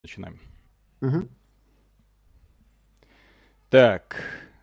Начинаем. Мгм. Так,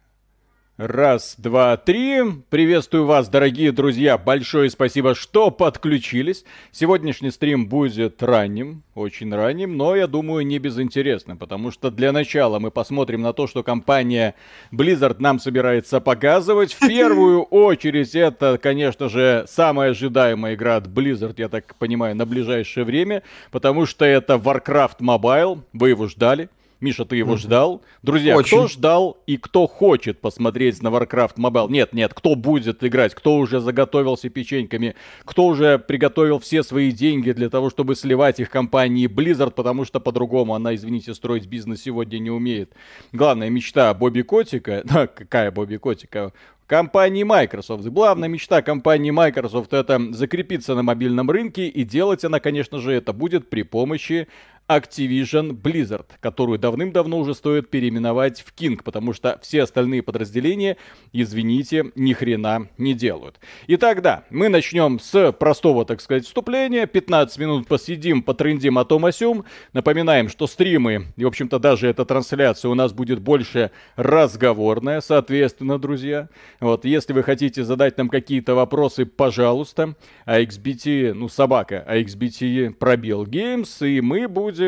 раз, два, три. Приветствую вас, дорогие друзья. Большое спасибо, что подключились. Сегодняшний стрим будет ранним, очень ранним, но, я думаю, не безинтересным, потому что для начала мы посмотрим на то, что компания Blizzard нам собирается показывать. В первую очередь, это, конечно же, самая ожидаемая игра от Blizzard, я так понимаю, на ближайшее время, потому что это Warcraft Mobile. Вы его ждали. Миша, ты его Мгм. ждал? Друзья, кто Очень. ждал и кто хочет посмотреть на Warcraft Mobile? Нет, кто будет играть, кто уже заготовился печеньками, кто уже приготовил все свои деньги для того, чтобы сливать их компании Blizzard, потому что по-другому она, извините, строить бизнес сегодня не умеет. Главная мечта Бобби Котика, какая Бобби Котика? Компании Microsoft. Главная мечта компании Microsoft — это закрепиться на мобильном рынке, и делать она, конечно же, это будет при помощи Activision Blizzard, которую давным-давно уже стоит переименовать в King, потому что все остальные подразделения, извините, ни хрена не делают. Итак, да, мы начнем с простого, так сказать, вступления. 15 минут посидим, потрындим о том о сём. Напоминаем, что стримы, и, в общем-то, даже эта трансляция у нас будет больше разговорная, соответственно, друзья. Вот, если вы хотите задать нам какие-то вопросы, пожалуйста, AXBT, собака, AXBT пробел Games, и мы будем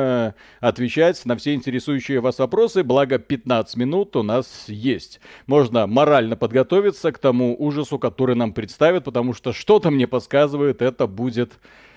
отвечать на все интересующие вас вопросы, благо 15 минут у нас есть. Можно морально подготовиться к тому ужасу, который нам представят, потому что что-то мне подсказывает, это будет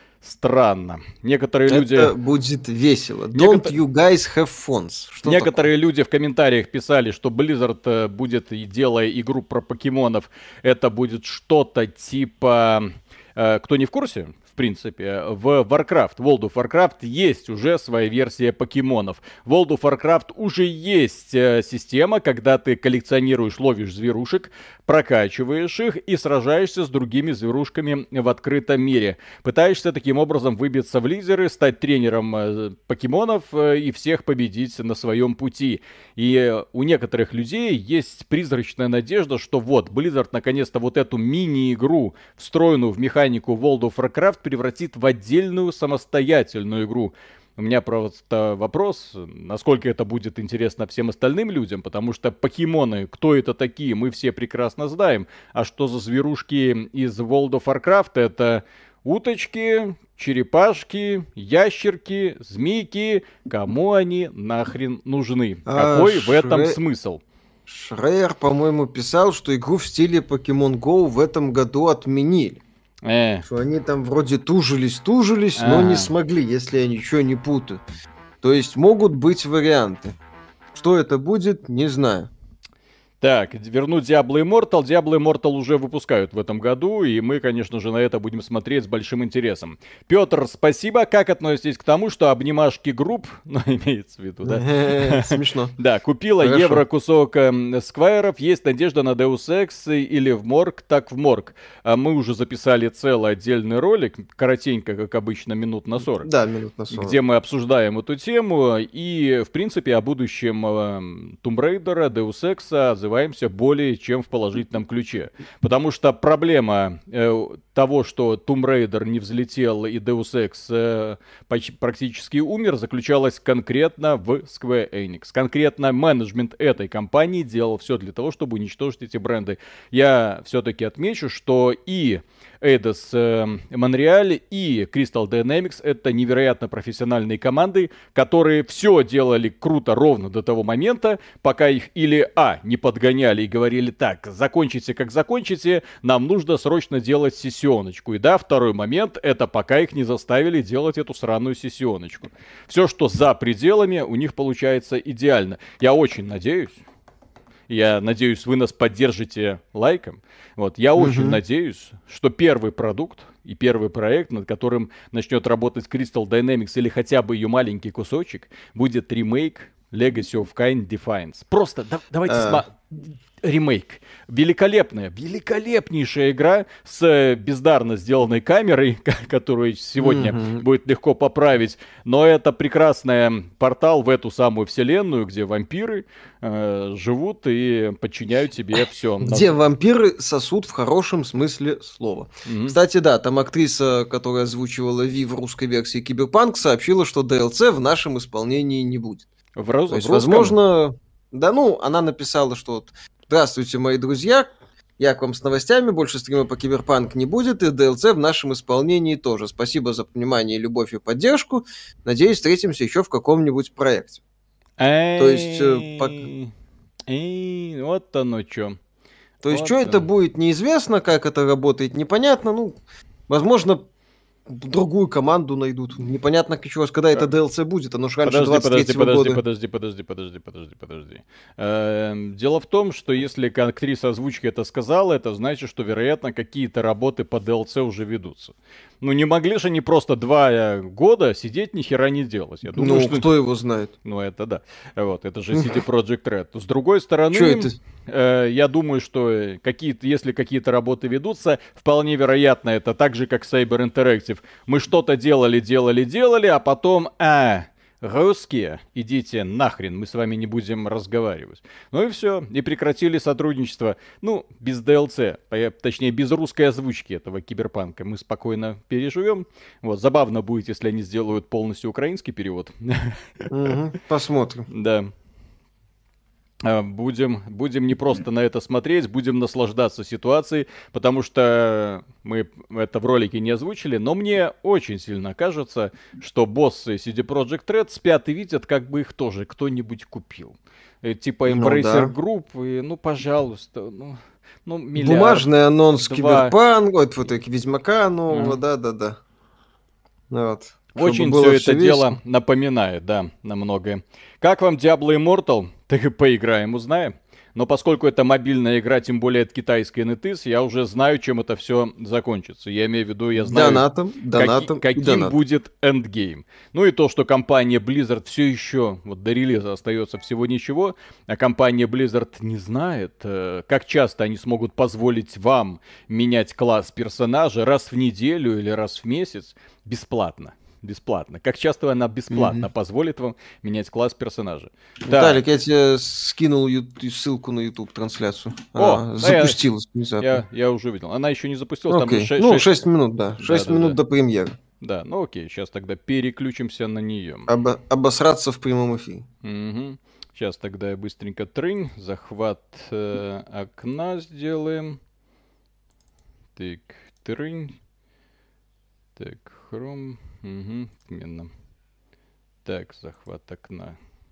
странно. Некоторые люди... Это будет весело. Don't Некотор- you guys have phones? Что Некоторые такое? люди в комментариях писали, что Blizzard будет, и делая игру про покемонов, это будет что-то типа... Кто не в курсе, в принципе, в Warcraft, World of Warcraft есть уже своя версия покемонов. В World of Warcraft уже есть система, когда ты коллекционируешь, ловишь зверушек, прокачиваешь их и сражаешься с другими зверушками в открытом мире. Пытаешься таким образом выбиться в лидеры, стать тренером покемонов и всех победить на своем пути. И у некоторых людей есть призрачная надежда, что вот, Blizzard наконец-то вот эту мини-игру, встроенную в механику World of Warcraft, превратит в отдельную самостоятельную игру. У меня просто вопрос, насколько это будет интересно всем остальным людям, потому что покемоны, кто это такие, мы все прекрасно знаем. А что за зверушки из World of Warcraft? Это уточки, черепашки, ящерки, змейки. Кому они нахрен нужны? А, Какой в этом смысл? Шрейер, по-моему, писал, что игру в стиле Pokemon Go в этом году отменили. Э, Что они там вроде тужились, но не ага. смогли, если я ничего не путаю. То есть могут быть варианты. Что это будет, не знаю. Так, вернуть Diablo Immortal. Diablo Immortal уже выпускают в этом году, и мы, конечно же, на это будем смотреть с большим интересом. Петр, спасибо. Как относитесь к тому, что обнимашки групп, имеется в виду, да? Смешно. Да, купила Хорошо. евро кусок сквайров. Есть надежда на Deus Ex или в морг, так в морг. А мы уже записали целый отдельный ролик, коротенько, как обычно, минут на 40, Да, минут на 40. где мы обсуждаем эту тему и, в принципе, о будущем Tomb Raider, Deus Ex отзываемся более чем в положительном ключе. Потому что проблема того, что Tomb Raider не взлетел и Deus Ex практически умер, заключалась конкретно в Square Enix. Конкретно менеджмент этой компании делал все для того, чтобы уничтожить эти бренды. Я все-таки отмечу, что и Eidos Montreal и Crystal Dynamics — это невероятно профессиональные команды, которые все делали круто ровно до того момента, пока их или не подгоняли и говорили: так, закончите как закончите, нам нужно срочно делать сессионочку. И да, второй момент — это пока их не заставили делать эту сраную сессионочку. Все, что за пределами, у них получается идеально. Я очень надеюсь, вы нас поддержите лайком. Вот, я очень Мгм. надеюсь, что первый продукт и первый проект, над которым начнет работать Crystal Dynamics или хотя бы ее маленький кусочек, будет ремейк Legacy of Kain Defiance. Просто давайте А, ремейк. Великолепная, великолепнейшая игра с бездарно сделанной камерой, которую сегодня будет легко поправить. Но это прекрасный портал в эту самую вселенную, где вампиры живут и подчиняют себе все. Где вампиры сосут в хорошем смысле слова. Кстати, да, там актриса, которая озвучивала Ви в русской версии Киберпанк, сообщила, что DLC в нашем исполнении не будет. То есть, возможно... Да, ну, она написала, что здравствуйте, мои друзья, я к вам с новостями, больше стрима по Киберпанк не будет, и DLC в нашем исполнении тоже. Спасибо за внимание, любовь и поддержку. Надеюсь, встретимся еще в каком-нибудь проекте. То есть... Вот оно что. То есть, что это будет, неизвестно, как это работает, непонятно. Ну, возможно... другую команду найдут. Непонятно, когда это DLC будет. Оно же раньше 23-го года. Подожди. Дело в том, что если актриса озвучки это сказала, это значит, что, вероятно, какие-то работы по DLC уже ведутся. Ну, не могли же они просто 2 года сидеть, ни хера не делать. Я думаю, что... кто его знает? Ну, это да. Вот, это же CD Projekt Red. С другой стороны, я думаю, что если какие-то работы ведутся, вполне вероятно, это так же, как Saber Interactive. Мы что-то делали, а потом... русские, идите нахрен, мы с вами не будем разговаривать. Ну и все, и прекратили сотрудничество. Ну, без DLC, точнее, без русской озвучки этого Киберпанка мы спокойно переживем. Вот, забавно будет, если они сделают полностью украинский перевод. Посмотрим. Да. Будем не просто на это смотреть, будем наслаждаться ситуацией, потому что мы это в ролике не озвучили, но мне очень сильно кажется, что боссы CD Projekt Red спят и видят, как бы их тоже кто-нибудь купил. Типа Embracer Group, и, ну, пожалуйста, ну, миллиард. Бумажный анонс Киберпанк, Ведьмака нового, да. Вот. Очень все это дело напоминает, да, на многое. Как вам Diablo Immortal? Так поиграем, узнаем. Но поскольку это мобильная игра, тем более от китайской NetEase, я уже знаю, чем это все закончится. Я имею в виду, я знаю, каким будет эндгейм. Ну и то, что компания Blizzard все еще, вот до релиза остается всего ничего, а компания Blizzard не знает, как часто они смогут позволить вам менять класс персонажа раз в неделю или раз в месяц бесплатно. Как часто она бесплатно позволит вам менять класс персонажа. Виталик, я тебе скинул ссылку на YouTube трансляцию. Запустилась внезапно. Я уже видел. Она еще не запустилась. Окей. Там 6 минут, да. 6 минут до премьеры. Да, ну окей, сейчас тогда переключимся на нее. Обосраться в прямом эфире. Сейчас тогда я быстренько захват окна сделаем. Так, Так, Chrome. Именно. Так, захват окна.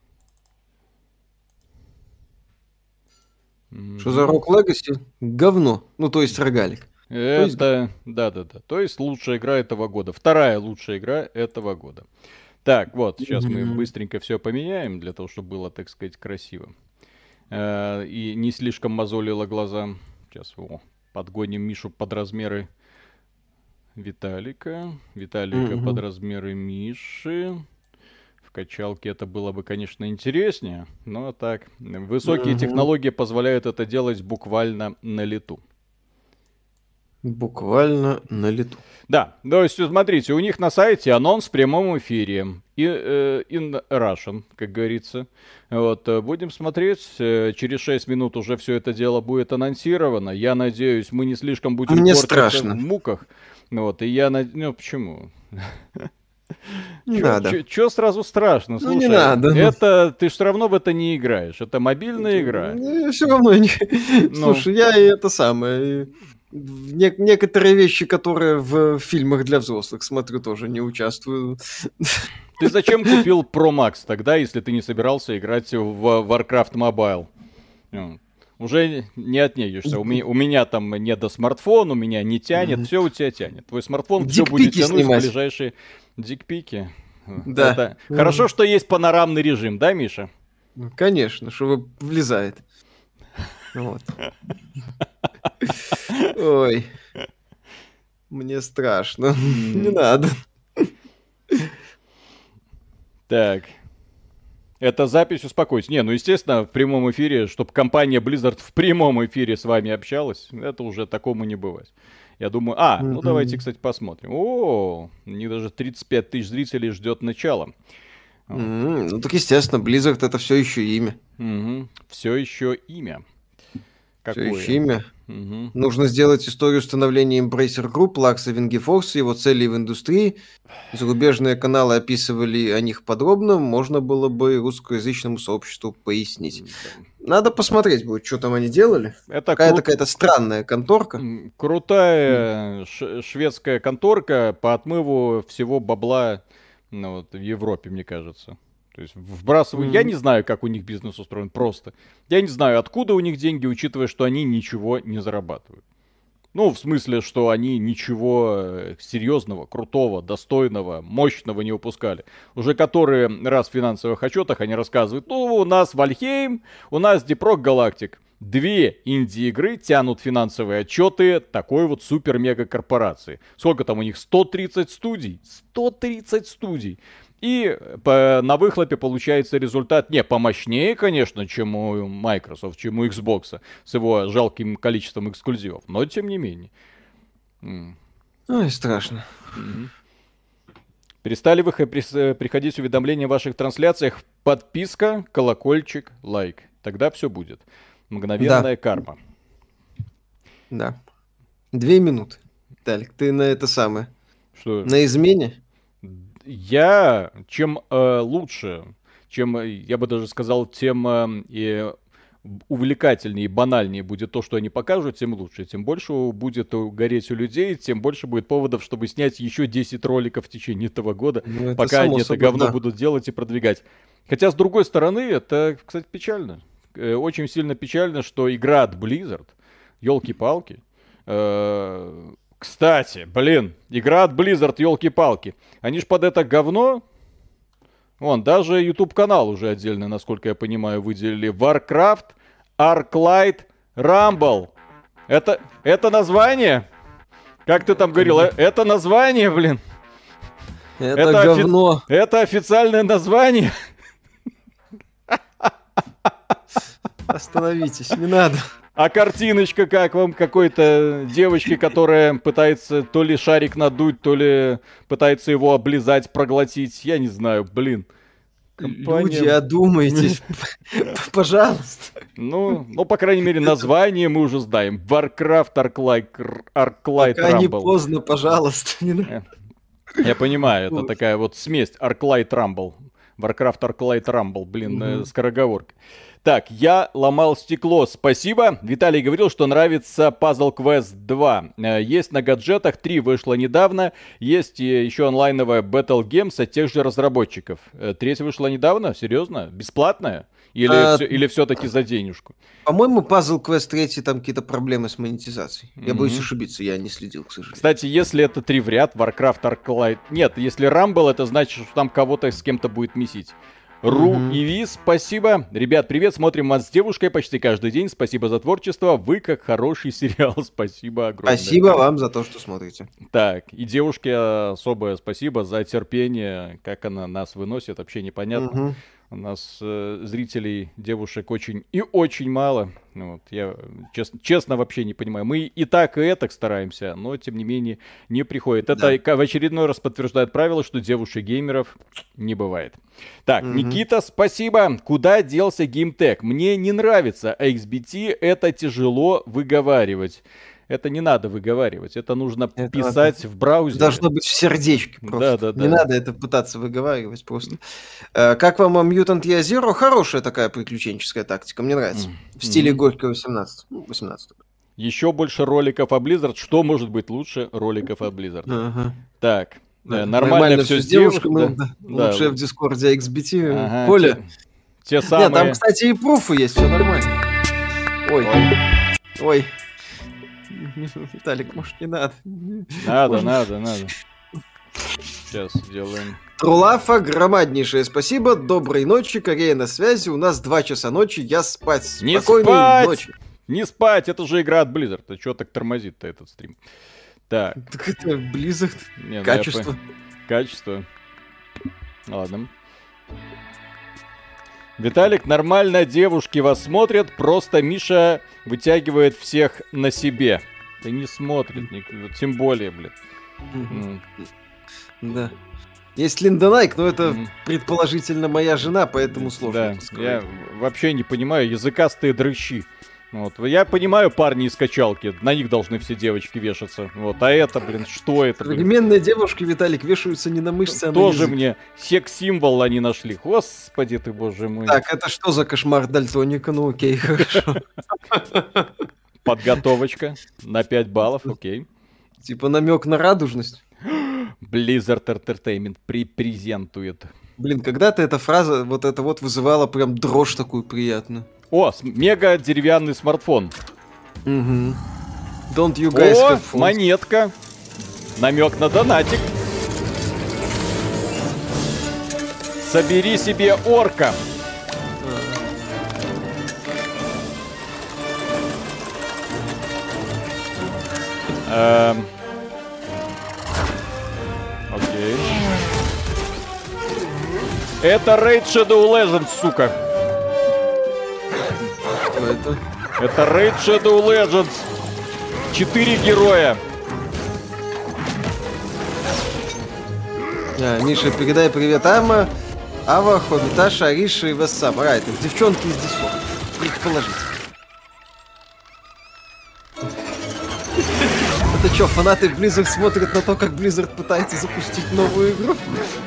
Что за Rogue Legacy? Говно. Ну, то есть рогалик. Это, да. То есть лучшая игра этого года. Вторая лучшая игра этого года. Так, вот, сейчас мы быстренько все поменяем, для того, чтобы было, так сказать, красиво. И не слишком мозолило глаза. Сейчас, подгоним Мишу под размеры Виталика под размеры Миши. В качалке это было бы, конечно, интереснее, но так. Высокие технологии позволяют это делать буквально на лету. Буквально на лету. Да, то есть, смотрите, у них на сайте анонс в прямом эфире. In Russian, как говорится. Вот, будем смотреть. Через 6 минут уже все это дело будет анонсировано. Я надеюсь, мы не слишком будем портиться в муках. Вот, и я надеюсь... Ну, почему? Не надо. Чё сразу страшно? Слушай, не надо. Это ты все равно в это не играешь. Это мобильная игра. Все равно не... Слушай, я это самое... Некоторые вещи, которые в фильмах для взрослых смотрю, тоже не участвую. Ты зачем купил Pro Max тогда, если ты не собирался играть в Warcraft Mobile? Уже не отнедешься. У меня там не до смартфона, у меня не тянет, все у тебя тянет. Твой смартфон все будет тянуть в ближайшие дикпики. Да. Это... Хорошо, что есть панорамный режим, да, Миша? Конечно, что влезает. Вот. Ой. Мне страшно. Не надо. Так. Это запись, успокойтесь. Не, ну, естественно, в прямом эфире, чтобы компания Blizzard в прямом эфире с вами общалась, это уже такому не бывает. Я думаю, ну давайте, кстати, посмотрим. У них даже 35 тысяч зрителей ждет начала. Ну так, естественно, Blizzard это все еще имя. Все еще имя. Какое? Все еще имя. Нужно сделать историю становления Embracer Group, Лакса Вингифорса, его цели в индустрии. Зарубежные каналы описывали о них подробно, можно было бы русскоязычному сообществу пояснить. Надо посмотреть будет, что там они делали. Это какая-то странная конторка. Крутая шведская конторка по отмыву всего бабла в Европе, мне кажется. То есть вбрасывают. Я не знаю, как у них бизнес устроен, просто. Я не знаю, откуда у них деньги, учитывая, что они ничего не зарабатывают. Ну, в смысле, что они ничего серьезного, крутого, достойного, мощного не упускали. Уже который раз в финансовых отчетах они рассказывают, у нас Вальхейм, у нас Deep Rock Galactic. 2 инди-игры тянут финансовые отчеты такой вот супер-мега-корпорации. Сколько там у них? 130 студий. 130 студий. И на выхлопе получается результат не помощнее, конечно, чем у Microsoft, чем у Xbox, с его жалким количеством эксклюзивов, но тем не менее. Ой, страшно. Перестали приходить уведомления в ваших трансляциях? Подписка, колокольчик, лайк. Тогда все будет. Мгновенная карма. Да. 2 минуты. Талик, ты на это самое. Что? На измене? Я, чем лучше, чем, я бы даже сказал, тем и увлекательнее и банальнее будет то, что они покажут, тем лучше. Тем больше будет гореть у людей, тем больше будет поводов, чтобы снять еще 10 роликов в течение этого года, пока они это говно будут делать и продвигать. Хотя, с другой стороны, это, кстати, печально. Очень сильно печально, что игра от Blizzard, елки-палки, кстати, игра от Blizzard, елки-палки. Они ж под это говно... даже YouTube-канал уже отдельно, насколько я понимаю, выделили. Warcraft Arclight Rumble. Это название? Как ты там говорил? Это название, Это говно. Это официальное название? Остановитесь, не надо. А картиночка как вам? Какой-то девочки, которая пытается то ли шарик надуть, то ли пытается его облизать, проглотить. Я не знаю, Люди, одумайтесь, пожалуйста. Ну, по крайней мере, название мы уже знаем. Warcraft Arclight Rumble. Пока не поздно, пожалуйста. Я понимаю, это такая вот смесь Arclight Rumble. Warcraft Arclight Rumble, скороговорка. Так, я ломал стекло, спасибо. Виталий говорил, что нравится Puzzle Quest 2. Есть на гаджетах, 3 вышло недавно. Есть еще онлайновая Battle Games от тех же разработчиков. 3 вышла недавно? Серьезно? Бесплатная? Или все-таки за денежку? По-моему, Puzzle Quest 3 там какие-то проблемы с монетизацией. Я боюсь ошибиться, я не следил, к сожалению. Кстати, если это 3 в ряд, Warcraft Arclight... Нет, если Rumble, это значит, что там кого-то с кем-то будет месить. И Ви, спасибо. Ребят, привет, смотрим вас с девушкой почти каждый день. Спасибо за творчество. Вы как хороший сериал. Спасибо огромное. Спасибо вам за то, что смотрите. Так, и девушке особое спасибо за терпение. Как она нас выносит, вообще непонятно. У нас зрителей девушек очень и очень мало. Я честно вообще не понимаю. Мы и так, и это стараемся, но тем не менее не приходит. Это в очередной раз подтверждает правило, что девушек-геймеров не бывает. Так, Никита, спасибо. Куда делся геймтек? Мне не нравится. XBT это тяжело выговаривать. Это не надо выговаривать, это нужно писать в браузере. Должно быть в сердечке просто. Не надо это пытаться выговаривать просто. Как вам Mutant Year Zero? Хорошая такая приключенческая тактика, мне нравится. В стиле Горького 18. 18. Еще больше роликов о Blizzard. Что может быть лучше роликов о Blizzard? Так, нормально все с девушками. Лучше в Дискорде XBT. Коля. Те самые... Нет, там, кстати, и пруфы есть, все нормально. Ой. Виталик, может, не надо? Надо. Сейчас сделаем. Трулафа, громаднейшее спасибо. Доброй ночи, Корея на связи. У нас 2 часа ночи, я спать. Спокойной ночи. Не спать, это же игра от Blizzard. А чё так тормозит-то этот стрим? Так это Blizzard. Качество. Качество. Ладно. Виталик, нормально девушки вас смотрят, просто Миша вытягивает всех на себе. Да не смотрит, тем более, блин. Да. Есть Линда Найк, но это предположительно моя жена, поэтому сложно. Да, я вообще не понимаю, языкастые дрыщи. Вот. Я понимаю, парни из качалки, на них должны все девочки вешаться. Вот. А это, блин, что это? Современные девушки, Виталик, вешаются не на мышцы, а на тоже язык. Мне секс-символ они нашли. Господи ты, боже мой. Так, это что за кошмар дальтоника? Ну окей, хорошо. Подготовочка на 5 баллов, окей. Типа намек на радужность. Blizzard Entertainment презентует. Блин, когда-то эта фраза вот это вот вызывала прям дрожь такую приятную. О, мега деревянный смартфон. Угу. Don't you guys have phones? Монетка. Намек на донатик. Собери себе орка. Окей. Это Raid Shadow Legends, сука. Что это? Это Raid Shadow Legends. 4 героя. Миша, передай привет Ама, Ава, Хомиташа, Ариша и Вессам. Это девчонки из Дискорда. Предположительно. Это что, фанаты Blizzard смотрят на то, как Blizzard пытается запустить новую игру?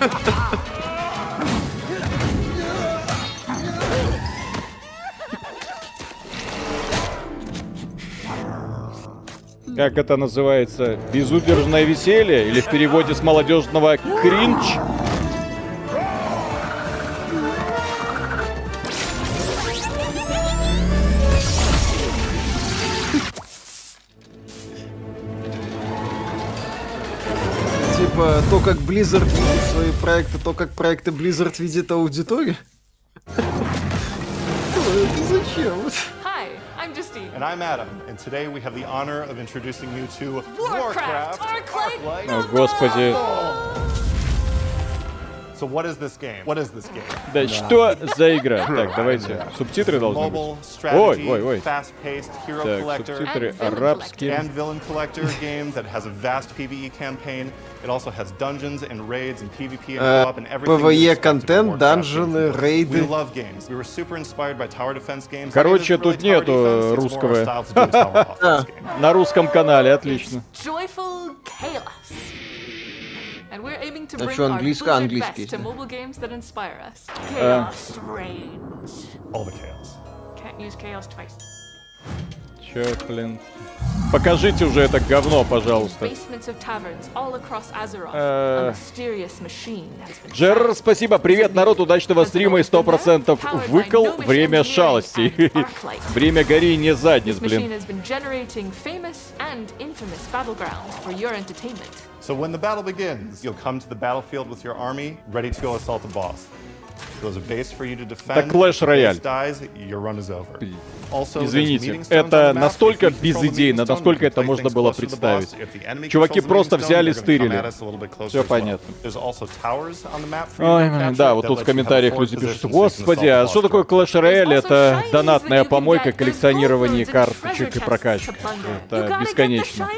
Как это называется? Безудержное веселье? Или в переводе с молодежного кринж? Типа то, как Blizzard видит свои проекты, то, как проекты Blizzard видит аудиторию? Зачем? And I'm Adam, and today we have the honor of introducing you to Warcraft Arclight. О, господи. So what is this game? What is this game? Да что за игра? Так, давайте. Субтитры должны быть. Ой. Так, субтитры арабские. And villain collector game that has a vast PvE campaign. It also has dungeons and raids and PvP and co-op and everything. PvE контент, данжены, рейды. We love games. We were super inspired by tower defense games. Короче, тут нету русского. На русском канале, отлично. Joyful chaos. And we're aiming to А bring что, our английский? Blizzard Английский. best to mobile games that inspire us. Chaos reigns. All the chaos. Can't use chaos twice. Чё, блин. Покажите уже это говно, пожалуйста. Basements of taverns all across Azeroth. A mysterious machine has been Джер, спасибо, привет, народ, удачного стрима и 100% выкол, время шалостей. Время горения задниц, This machine блин. has been generating famous and infamous battlegrounds for your entertainment. So when the battle begins, you'll come to the battlefield with your army, ready to go assault a boss. There's a base for you to defend. Это Clash Royale. If the base dies, your run is over. Also, Извините, это настолько безидейно, насколько это можно было представить. Чуваки просто взяли, стырили. Все понятно. Ой, да, вот тут в комментариях люди пишут: господи, а что такое Clash Royale? Это донатная помойка, коллекционирование карточек и прокачка. Это бесконечно.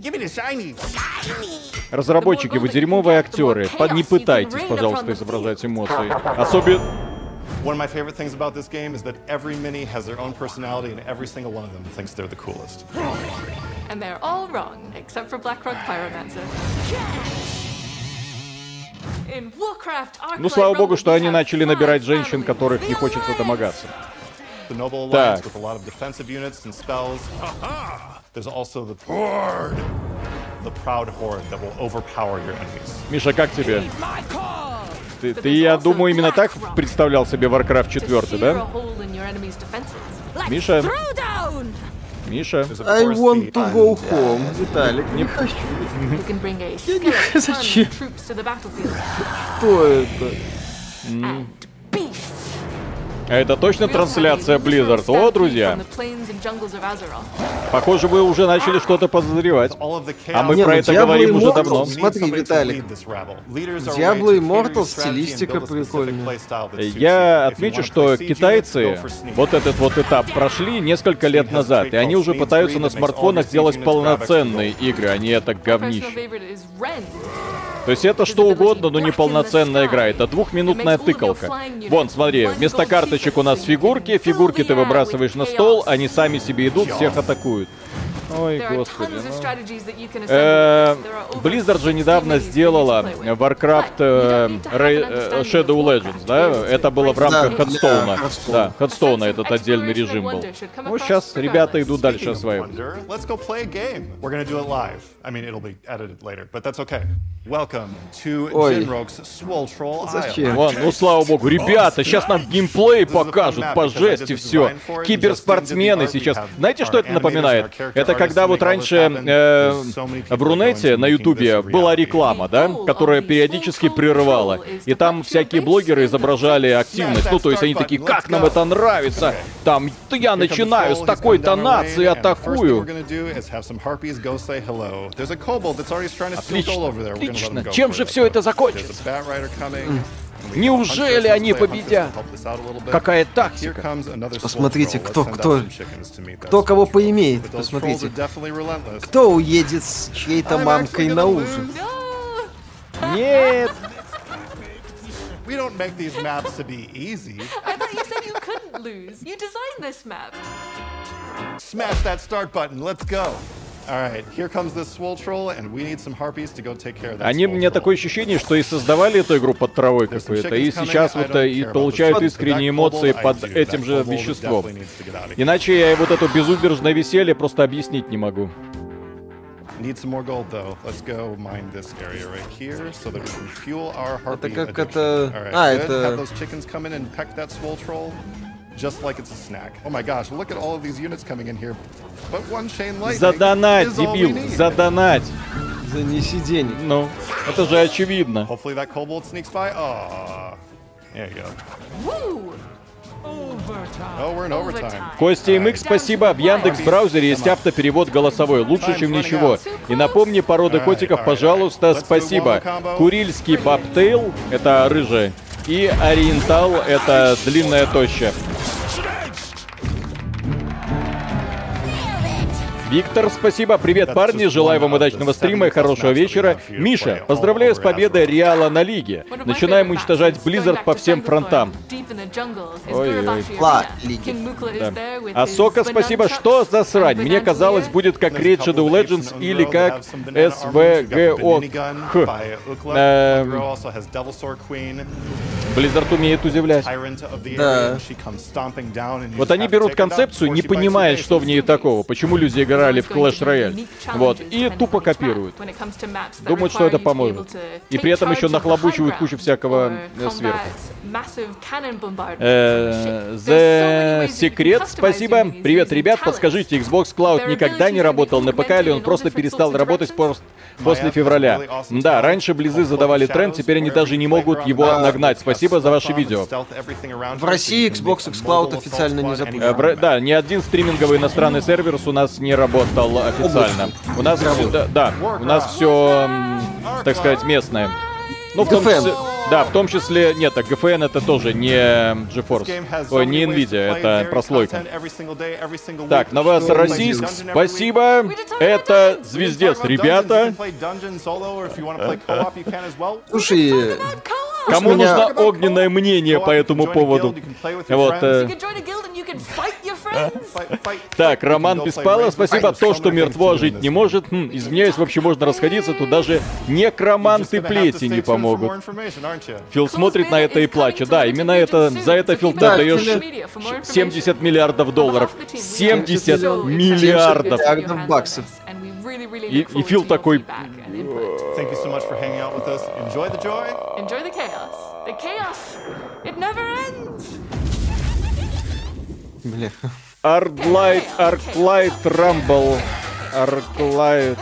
Разработчики, вы дерьмовые актеры. Не пытайтесь, пожалуйста, изображать эмоции. Особенно... One of my favorite things about this game is that every mini has their own personality and every single one of them thinks they're the coolest. And they're all wrong, except for Blackrock Pyromancer. In Warcraft Arclight Ну, слава богу, что они начали набирать женщин, которых не хочется домогаться. The Noble Alliance with a lot of defensive units and spells. There's also the Horde. The proud Horde that will overpower your enemies. Миша, как тебе? Ты, я думаю, именно так представлял себе Warcraft 4, да? Миша? Миша? I want to go home. Виталик, не хочу. Зачем? Что это? А это точно трансляция Blizzard? О, друзья. Похоже, вы уже начали что-то подозревать. А мы про это говорим уже давно. Смотри, Виталик. Diablo Immortal стилистика прикольная. Я отмечу, что китайцы вот этот вот этап прошли несколько лет назад, и они уже пытаются на смартфонах сделать полноценные игры, а не это говнище. То есть это что угодно, но не полноценная игра. Это двухминутная тыкалка. Вон, смотри, вместо карточек у нас фигурки. Фигурки ты выбрасываешь на стол, они сами себе идут, всех атакуют. Ой, господи. Blizzard же недавно сделала Warcraft Shadow Legends, да? Это было в рамках Hearthstone. Да, Hearthstone этот отдельный режим был. Ну, сейчас ребята идут дальше осваивать. Ой, зачем? Вон, ну слава богу, ребята, сейчас нам геймплей покажут, по жести все. Киберспортсмены сейчас. Знаете, что это напоминает? Это когда вот раньше в Рунете на Ютубе была реклама, да, которая периодически прерывала. И там всякие блогеры изображали активность. Ну, то есть они такие, как нам это нравится? Там, я начинаю с такой-то нации, атакую. Отлично, отлично. Чем же все это закончится? Неужели они победят? Какая тактика? Посмотрите, кто кого поимеет. Посмотрите. Кто уедет с чьей-то мамкой на ужин? Нет. We don't make these maps to be easy. I thought you said you couldn't lose. You designed this map. Smash that start button. Let's go. Alright, here comes this swole troll, and we need some harpies to go take care of that. Они, мне такое ощущение, что и создавали эту игру под травой какой-то, и сейчас вот и получают искренние эмоции под этим же веществом. Иначе я вот это безудержное веселье просто объяснить не могу. Need some more gold though. Let's go mine this area right here so that we can fuel our harpy. Это как addiction. это... All right, А, good. это... Have those chickens come in and peck that swole troll just like it's a snack. Oh my gosh, look at all of these units coming in here. But one chain lightning Задонать, is all we дебил, need. задонать. Занеси денег. Ну, это же очевидно. Hopefully that kobold sneaks by. Oh, there you go. Woo! Oh, we're in overtime. Костя МХ, спасибо. В Яндекс.Браузере есть автоперевод голосовой. Лучше, чем ничего. И напомни породы котиков, пожалуйста, спасибо. Курильский бобтейл, это рыжая. И ориентал, это длинная тощая. Виктор, спасибо. Привет, парни. Желаю вам удачного стрима и хорошего вечера. Миша, поздравляю с победой Реала на лиге. Начинаем уничтожать Blizzard по всем фронтам. Ой-ой. Да. А Сока, спасибо. Что за срань? Мне казалось, будет как Raid Shadow Legends или как SVGO. Blizzard умеет удивлять. Да. Вот они берут концепцию, не понимая, что в ней такого. Почему люди играли в Clash Royale. Вот. И тупо копируют. Думают, что это поможет. И при этом еще нахлобучивают кучу всякого сверху. The Secret, спасибо. Привет, ребят. Подскажите, Xbox Cloud никогда не работал на ПК, или он просто перестал работать после февраля? Да, раньше Близы задавали тренд, теперь они даже не могут его нагнать. Спасибо за ваши видео. В России Xbox X Cloud официально не запущен. Да, ни один стриминговый иностранный сервер у нас не работал официально. У нас у нас все, так сказать, местное. Ну, в том числе, да, в том числе, нет, так GFN это тоже не GeForce, ой, не Nvidia, это прослойка. Так, Новороссийск, спасибо, это звездец, ребята. Слушай, кому нужно огненное мнение по этому поводу? Вот. Так, Роман Беспалов, спасибо. То, что мертво жить не может. Извиняюсь, вообще можно расходиться, тут даже некроманты плети не помогут. Фил смотрит на это и плачет. Да, именно это, за это, Фил, ты даешь 70 миллиардов долларов. 70 миллиардов баксов. И Фил такой... Бля. Арклайт, Рамбл. Арклайт.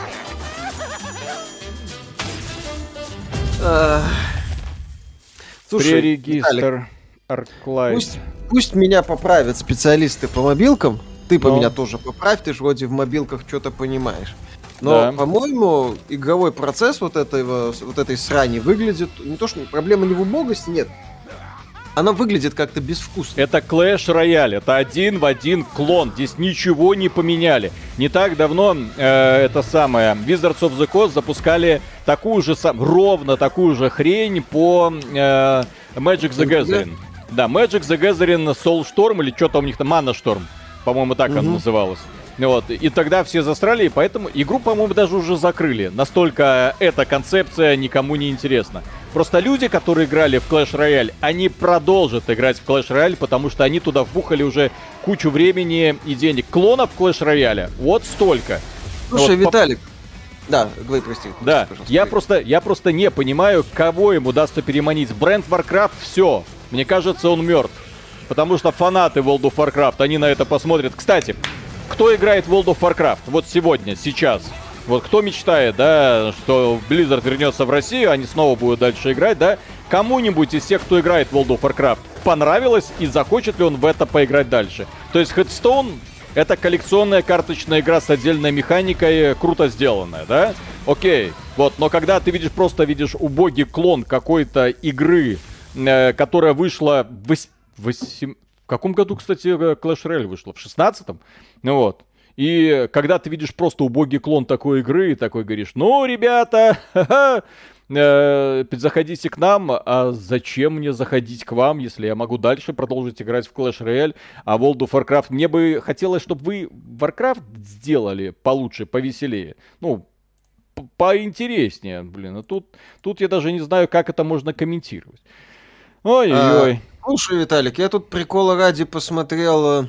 Слушай, Пререгистр. Arclight. Пусть меня поправят специалисты по мобилкам. Ты по меня тоже поправь, ты же вроде в мобилках что-то понимаешь. Но, по-моему, игровой процесс вот этой срани выглядит... Не то, что проблема не в убогости, нет. Она выглядит как-то безвкусно. Это Clash Royale, это один в один клон. Здесь ничего не поменяли. Не так давно это самое Wizards of the Coast запускали ровно такую же хрень по Magic the Gathering. Да, Magic the Gathering Soulstorm или что-то у них там, Mana Storm. По-моему, так она называлась. Вот, и тогда все засрали, и поэтому игру, по-моему, даже уже закрыли. Настолько эта концепция никому не интересна. Просто люди, которые играли в Clash Royale, они продолжат играть в Clash Royale, потому что они туда вбухали уже кучу времени и денег. Клонов Clash Royale вот столько. Слушай, вот, Виталик, да, говори, прости. Да, я просто не понимаю, кого им удастся переманить. Бренд Warcraft, все, мне кажется, он мертв. Потому что фанаты World of Warcraft, они на это посмотрят. Кстати, кто играет в World of Warcraft вот сегодня, сейчас? Вот кто мечтает, да, что Blizzard вернется в Россию, они снова будут дальше играть, да? Кому-нибудь из тех, кто играет в World of Warcraft, понравилось и захочет ли он в это поиграть дальше? То есть Hearthstone — это коллекционная карточная игра с отдельной механикой, круто сделанная, да? Окей, вот, но когда ты видишь убогий клон какой-то игры, которая вышла в каком году, кстати, Clash Royale вышла? В 16-м? Ну вот. И когда ты видишь просто убогий клон такой игры, и такой говоришь, ну, ребята, заходите к нам. А зачем мне заходить к вам, если я могу дальше продолжить играть в Clash Royale? А World of Warcraft, мне бы хотелось, чтобы вы Warcraft сделали получше, повеселее. Ну, поинтереснее, блин. А тут я даже не знаю, как это можно комментировать. Ой-ой-ой. Слушай, Виталик, я тут прикола ради посмотрел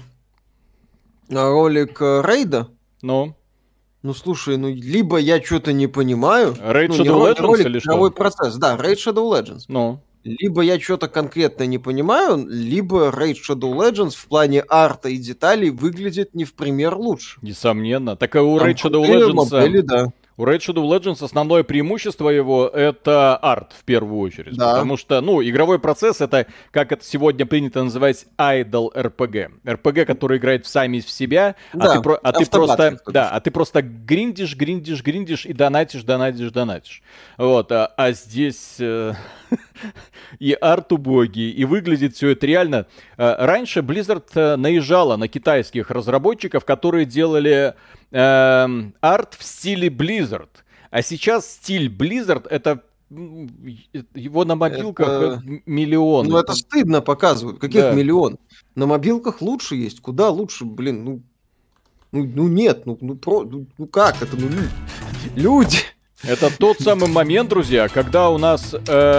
ролик Рейда. Ну, слушай, либо я что-то не понимаю. Raid Shadow Legends ролик, или что? игровой процесс, да, Raid Shadow Legends. Ну. Либо я что-то конкретно не понимаю, либо Raid Shadow Legends в плане арта и деталей выглядит не в пример лучше. Несомненно. Так и у Raid Shadow Legends... Модели, да. У Raid Shadow Legends основное преимущество его — это арт, в первую очередь. Да. Потому что, игровой процесс — это, как это сегодня принято называть, idle RPG. RPG, который играет сами в себя, да, ты просто гриндишь и донатишь. Вот, а здесь... И арт убогий, и выглядит все это реально. Раньше Blizzard наезжала на китайских разработчиков, которые делали арт в стиле Blizzard. А сейчас стиль Blizzard — это его на мобилках миллион. Это стыдно показывают. Каких миллион? На мобилках лучше есть. Куда лучше, блин? Нет. Как это? Люди. Это тот самый момент, друзья, когда у нас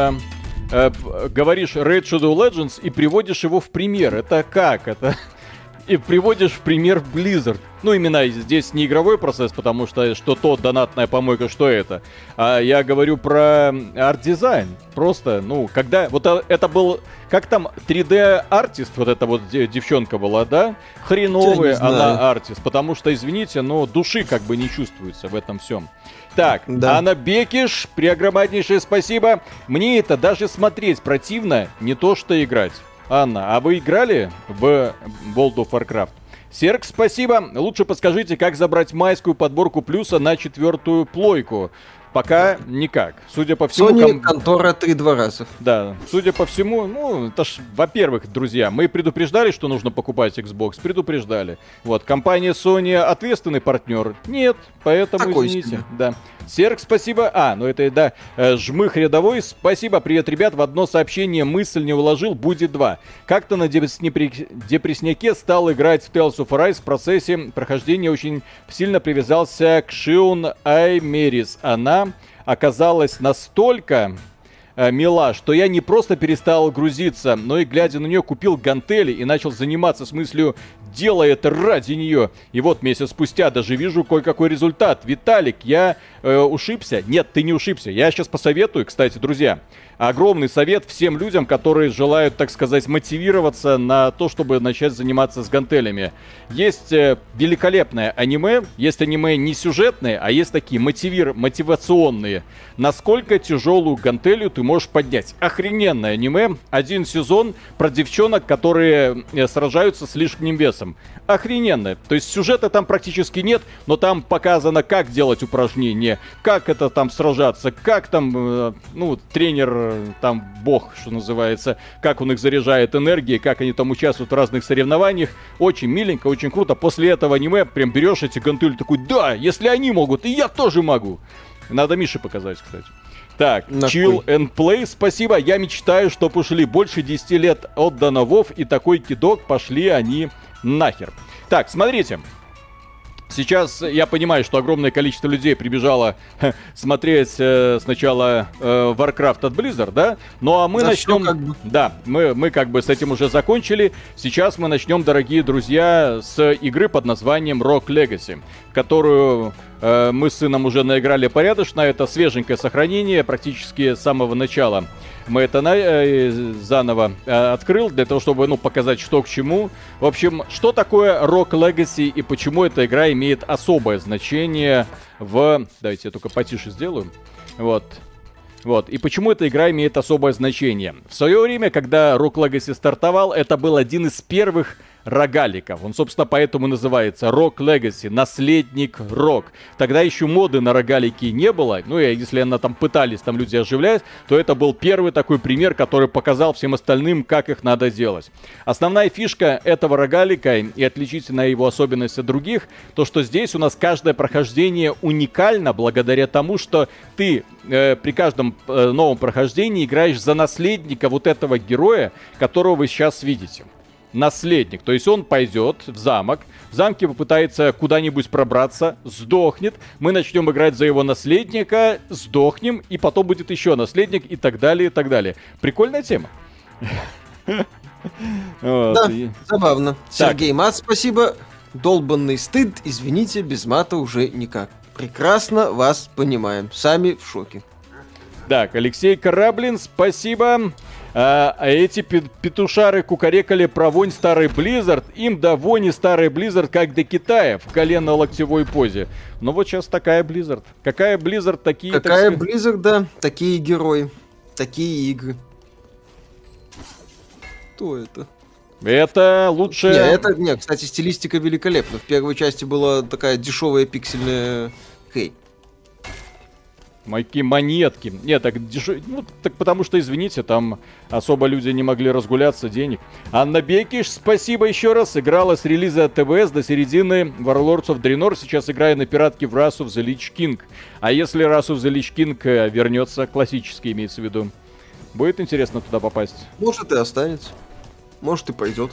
говоришь Raid Shadow Legends и приводишь его в пример. Это как? И приводишь в пример Blizzard. Именно здесь не игровой процесс, потому что то донатная помойка, что это. А я говорю про арт-дизайн. Просто, когда... Вот это был... Как там 3D-артист, вот эта вот девчонка была, да? Хреновая она артист. Потому что, извините, но души как бы не чувствуется в этом всем. Так, да. Анна Бекиш, преогромаднейшее спасибо. Мне это даже смотреть противно, не то что играть. Анна, а вы играли в World of Warcraft? Серк, спасибо. Лучше подскажите, как забрать майскую подборку плюса на 4-ю плойку. Пока никак. Судя по всему... Sony контора 3 дворасов. Да, судя по всему, это ж, во-первых, друзья, мы предупреждали, что нужно покупать Xbox, предупреждали. Вот, компания Sony ответственный партнер? Нет, поэтому такой извините. себе. Да. Серк, спасибо. Жмых рядовой, спасибо. Привет, ребят. В одно сообщение мысль не уложил, будет 2. Как-то на депрессняке стал играть в Tales of Arise. В процессе прохождения очень сильно привязался к Шион Аймерис. Она оказалась настолько мила, что я не просто перестал грузиться, но и, глядя на нее, купил гантели и начал заниматься с мыслью, делая это ради нее. И вот месяц спустя даже вижу кое-какой результат. Виталик, я ушибся? Нет, ты не ушибся. Я сейчас посоветую, кстати, друзья, огромный совет всем людям, которые желают, так сказать, мотивироваться на то, чтобы начать заниматься с гантелями. Есть великолепное аниме, есть аниме не сюжетные, а есть такие мотивационные. Насколько тяжелую гантелью ты можешь поднять. Охрененное аниме. Один сезон про девчонок, которые сражаются с лишним весом. Охрененное. То есть сюжета там практически нет, но там показано, как делать упражнения, как это там сражаться, как там, тренер, там бог, что называется, как он их заряжает энергией, как они там участвуют в разных соревнованиях. Очень миленько, очень круто. После этого аниме прям берешь эти гантели, такой, да, если они могут, и я тоже могу. Надо Мише показать, кстати. Так, Chill and Play, спасибо. Я мечтаю, чтоб ушли больше 10 лет от Доновов, и такой кидок, пошли они нахер. Так, смотрите. Сейчас я понимаю, что огромное количество людей прибежало смотреть сначала Warcraft от Blizzard, да? Ну а мы начнем... Как бы. Да, мы как бы с этим уже закончили. Сейчас мы начнем, дорогие друзья, с игры под названием Rogue Legacy, которую мы с сыном уже наиграли порядочно. Это свеженькое сохранение, практически с самого начала. Мы это заново открыл, для того, чтобы, показать, что к чему. В общем, что такое Rogue Legacy и почему эта игра имеет особое значение в... Давайте я только потише сделаю. Вот. И почему эта игра имеет особое значение. В свое время, когда Rogue Legacy стартовал, это был один из первых рогаликов. Он, собственно, поэтому называется Rogue Legacy, наследник Rogue. Тогда еще моды на рогалики не было. Ну, и если она там пытались там люди оживлять, то это был первый такой пример, который показал всем остальным, как их надо делать. Основная фишка этого рогалика и отличительная его особенность от других, то, что здесь у нас каждое прохождение уникально благодаря тому, что ты при каждом новом прохождении играешь за наследника вот этого героя, которого вы сейчас видите. Наследник, то есть он пойдет в замок, в замке попытается куда-нибудь пробраться, сдохнет, мы начнем играть за его наследника, сдохнем, и потом будет еще наследник, и так далее, и так далее. Прикольная тема. Да, забавно. Сергей Мат, спасибо. Долбанный стыд, извините, без мата уже никак. Прекрасно вас понимаем, сами в шоке. Так, Алексей Кораблин, спасибо. А эти петушары кукарекали про вонь старый Blizzard. Им до вони старый Blizzard как до Китая в колено-локтевой позе. Но вот сейчас такая Blizzard. Какая Blizzard, такие... Какая Blizzard, да. Такие герои. Такие игры. Кто это? Это лучше... Нет, кстати, стилистика великолепна. В первой части была такая дешевая пиксельная хей. Мои монетки. Нет, так так потому что, извините, там особо люди не могли разгуляться, денег. Анна Бекиш, спасибо еще раз. Играла с релиза ТВС до середины Warlords of Draenor. Сейчас играю на пиратке в Wrath of the Lich King. А если Wrath of the Lich King вернется, классический имеется в виду, будет интересно туда попасть? Может и останется. Может и пойдет.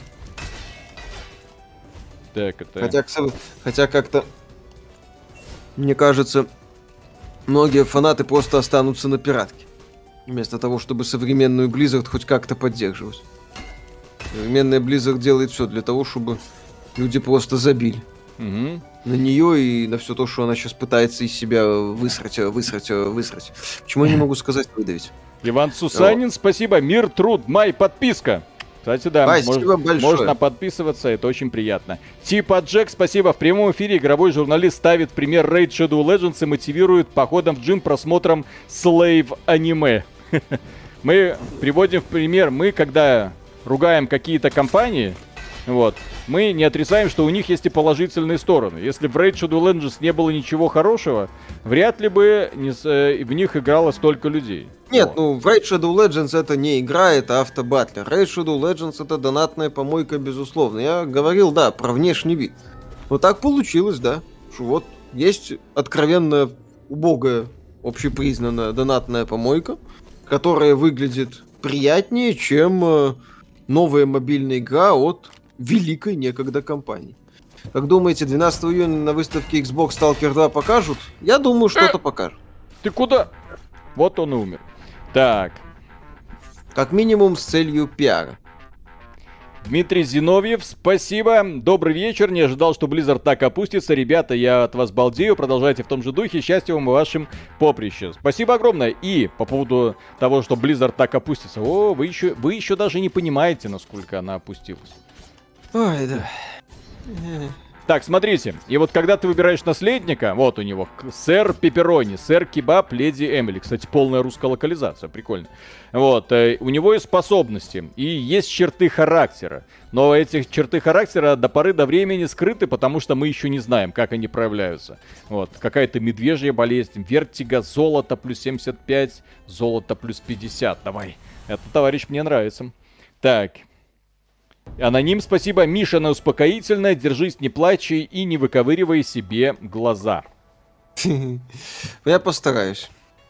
Так, это... Хотя как-то, мне кажется... Многие фанаты просто останутся на пиратке. Вместо того, чтобы современную Blizzard хоть как-то поддерживать. Современная Blizzard делает все для того, чтобы люди просто забили. Угу. На нее и на все то, что она сейчас пытается из себя высрать. Почему я не могу сказать выдавить? Иван Сусанин, спасибо. Мир, труд, май, подписка. Кстати, да, можно подписываться, это очень приятно. Типа Джек, спасибо. В прямом эфире игровой журналист ставит пример Raid Shadow Legends и мотивирует походом в джим просмотром Slave аниме. Мы приводим в пример, мы когда ругаем какие-то компании, мы не отрицаем, что у них есть и положительные стороны. Если в Raid Shadow Legends не было ничего хорошего, вряд ли бы в них играло столько людей. Нет, в Raid Shadow Legends это не игра, это автобатлер. Raid Shadow Legends это донатная помойка, безусловно. Я говорил, да, про внешний вид. Но так получилось, да. Что есть откровенно убогая, общепризнанная донатная помойка, которая выглядит приятнее, чем новая мобильная игра от великой некогда компании. Как думаете, 12 июня на выставке Xbox Stalker 2 покажут? Я думаю, что-то покажут. Ты куда? Вот он и умер. Так. Как минимум с целью пиара. Дмитрий Зиновьев, спасибо. Добрый вечер. Не ожидал, что Blizzard так опустится. Ребята, я от вас балдею. Продолжайте в том же духе. Счастья вам и вашим поприще. Спасибо огромное. И по поводу того, что Blizzard так опустится. Вы еще даже не понимаете, насколько она опустилась. Ой, да. Так, смотрите, и вот когда ты выбираешь наследника, вот у него сэр Пепперони, сэр Кебаб, леди Эмили. Кстати, полная русская локализация, прикольно. Вот, у него есть способности и есть черты характера. Но эти черты характера до поры до времени скрыты, потому что мы еще не знаем, как они проявляются. Вот, какая-то медвежья болезнь, вертиго, золото плюс 75, золото плюс 50. Давай, это, товарищ, мне нравится. Так. Аноним, спасибо. Миша, на успокоительное. Держись, не плачь и не выковыривай себе глаза. Я постараюсь.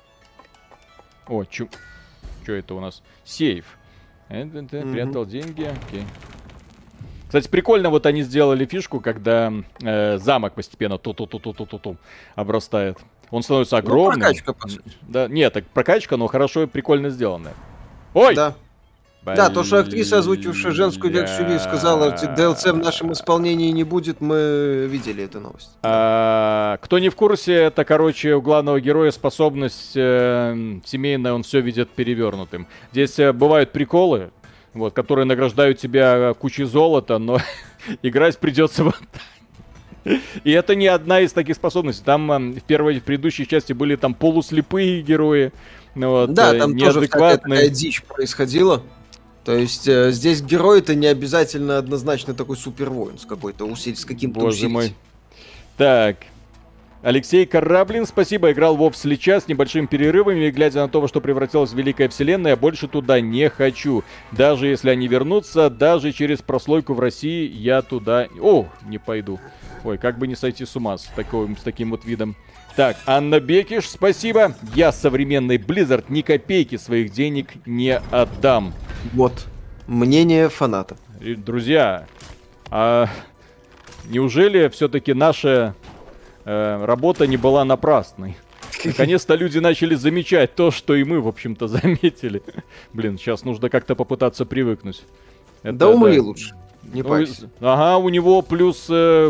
О, чё это у нас? Сейф. Прятал деньги. Окей. Кстати, прикольно, вот они сделали фишку, когда замок постепенно ту-ту-ту-ту-ту-ту обрастает. Он становится огромным. Ну, прокачка, по сути. Да, нет, так прокачка, но хорошо и прикольно сделанная. Ой! Да. Да, то, что актриса, озвучившая женскую версию Вив, сказала, DLC в нашем исполнении не будет, мы видели эту новость. Кто не в курсе, это, короче, у главного героя способность семейная, он все видит перевернутым. Здесь бывают приколы, вот, которые награждают тебя кучей золота, но играть придется вот так. И это не одна из таких способностей. Там в предыдущей части были там полуслепые герои. Вот, да, там тоже такая дичь происходила. То есть здесь герой-то не обязательно однозначно такой супервоин с какой-то с каким-то Боже мой. Так. Алексей Кораблин, спасибо, играл в WoW с Лича с небольшими перерывами, и глядя на то, во что превратилась Великая Вселенная, я больше туда не хочу. Даже если они вернутся, даже через прослойку в России я туда... О, не пойду. Ой, как бы не сойти с ума с таким вот видом. Так, Анна Бекиш, спасибо. Я современный Blizzard ни копейки своих денег не отдам. Вот, мнение фаната. И, друзья, а неужели все-таки наша работа не была напрасной? Наконец-то люди начали замечать то, что и мы, в общем-то, заметили. Блин, сейчас нужно как-то попытаться привыкнуть. Да умри лучше. Не парься. Ага, у него плюс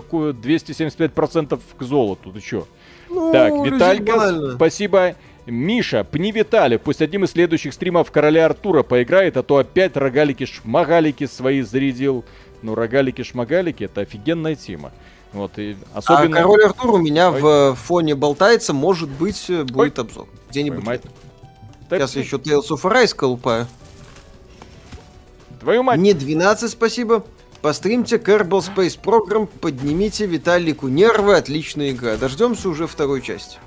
275% к золоту. Ты чё? Ну, так, Виталька, спасибо. Миша, пни Виталик, пусть одним из следующих стримов Короля Артура поиграет, а то опять рогалики-шмагалики свои зарядил. Ну, рогалики-шмагалики — это офигенная тема. Вот, и особенно... А Король Артур у меня в фоне болтается, может быть, будет обзор. Где-нибудь. Сейчас еще Tales of Arise колупаю. Твою мать! Не 12, спасибо. Постримьте Kerbal Space Program, поднимите Виталику нервы, отличная игра. Дождемся уже второй части.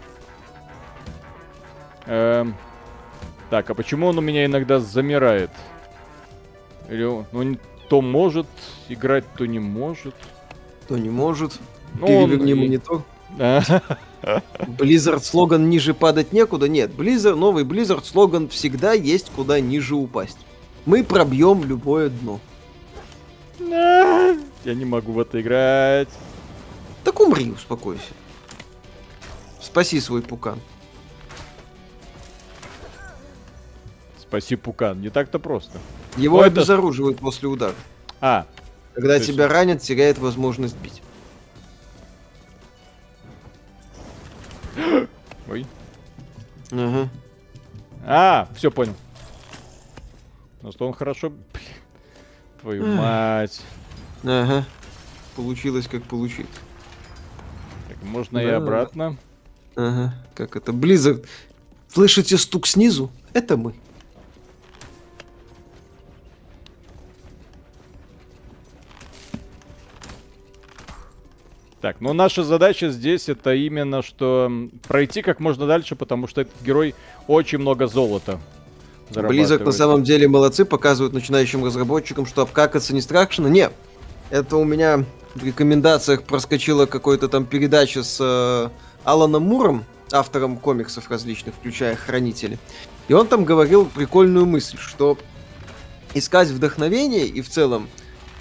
Так, а почему он у меня иногда замирает? Или он то может играть, то не может. То не может. Переверни монитор. Blizzard слоган «Ниже падать некуда». Нет, новый Blizzard слоган «Всегда есть куда ниже упасть». Мы пробьем любое дно. Я не могу в это играть. Так умри, успокойся. Спаси свой пукан. Спаси пукан. Не так-то просто. Его обезоруживают после удара. Когда тебя ранят, теряет возможность бить. Ой. Ага. Все понял. Ну что он хорошо... Твою мать. Ага. Получилось, как получилось. Так, можно и обратно. Ага. Как это? Blizzard. Слышите стук снизу? Это мы. Так, ну наша задача здесь это именно, что пройти как можно дальше, потому что этот герой очень много золота Blizzard на самом деле молодцы, показывают начинающим разработчикам, что обкакаться не страшно. Нет, это у меня в рекомендациях проскочила какой-то там передача с Аланом Муром, автором комиксов различных, включая Хранители. И он там говорил прикольную мысль, что искать вдохновение и в целом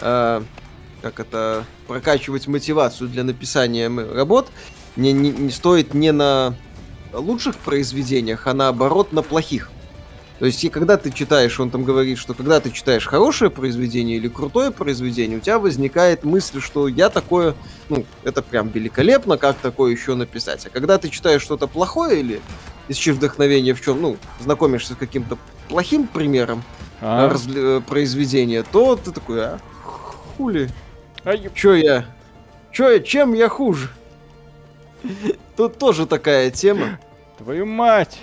прокачивать мотивацию для написания работ не стоит не на лучших произведениях, а наоборот на плохих. То есть, и когда ты читаешь, он там говорит, что когда ты читаешь хорошее произведение или крутое произведение, у тебя возникает мысль, что я такое, это прям великолепно, как такое еще написать. А когда ты читаешь что-то плохое или ищешь вдохновение в чем, знакомишься с каким-то плохим примером произведения, то ты такой, хули? Чё Чем я хуже? Тут тоже такая тема. Твою мать!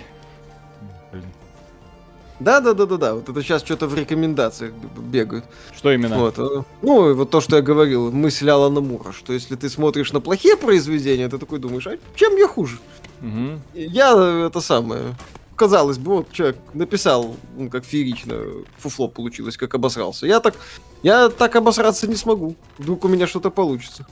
Да. Вот это сейчас что-то в рекомендациях бегают. Что именно? Вот. Ну, вот то, что я говорил, мысль Алана Мура, что если ты смотришь на плохие произведения, ты такой думаешь, а чем я хуже? Угу. Я это самое... Казалось бы, вот человек написал, как феерично, фуфло получилось, как обосрался. Я так обосраться не смогу. Вдруг у меня что-то получится.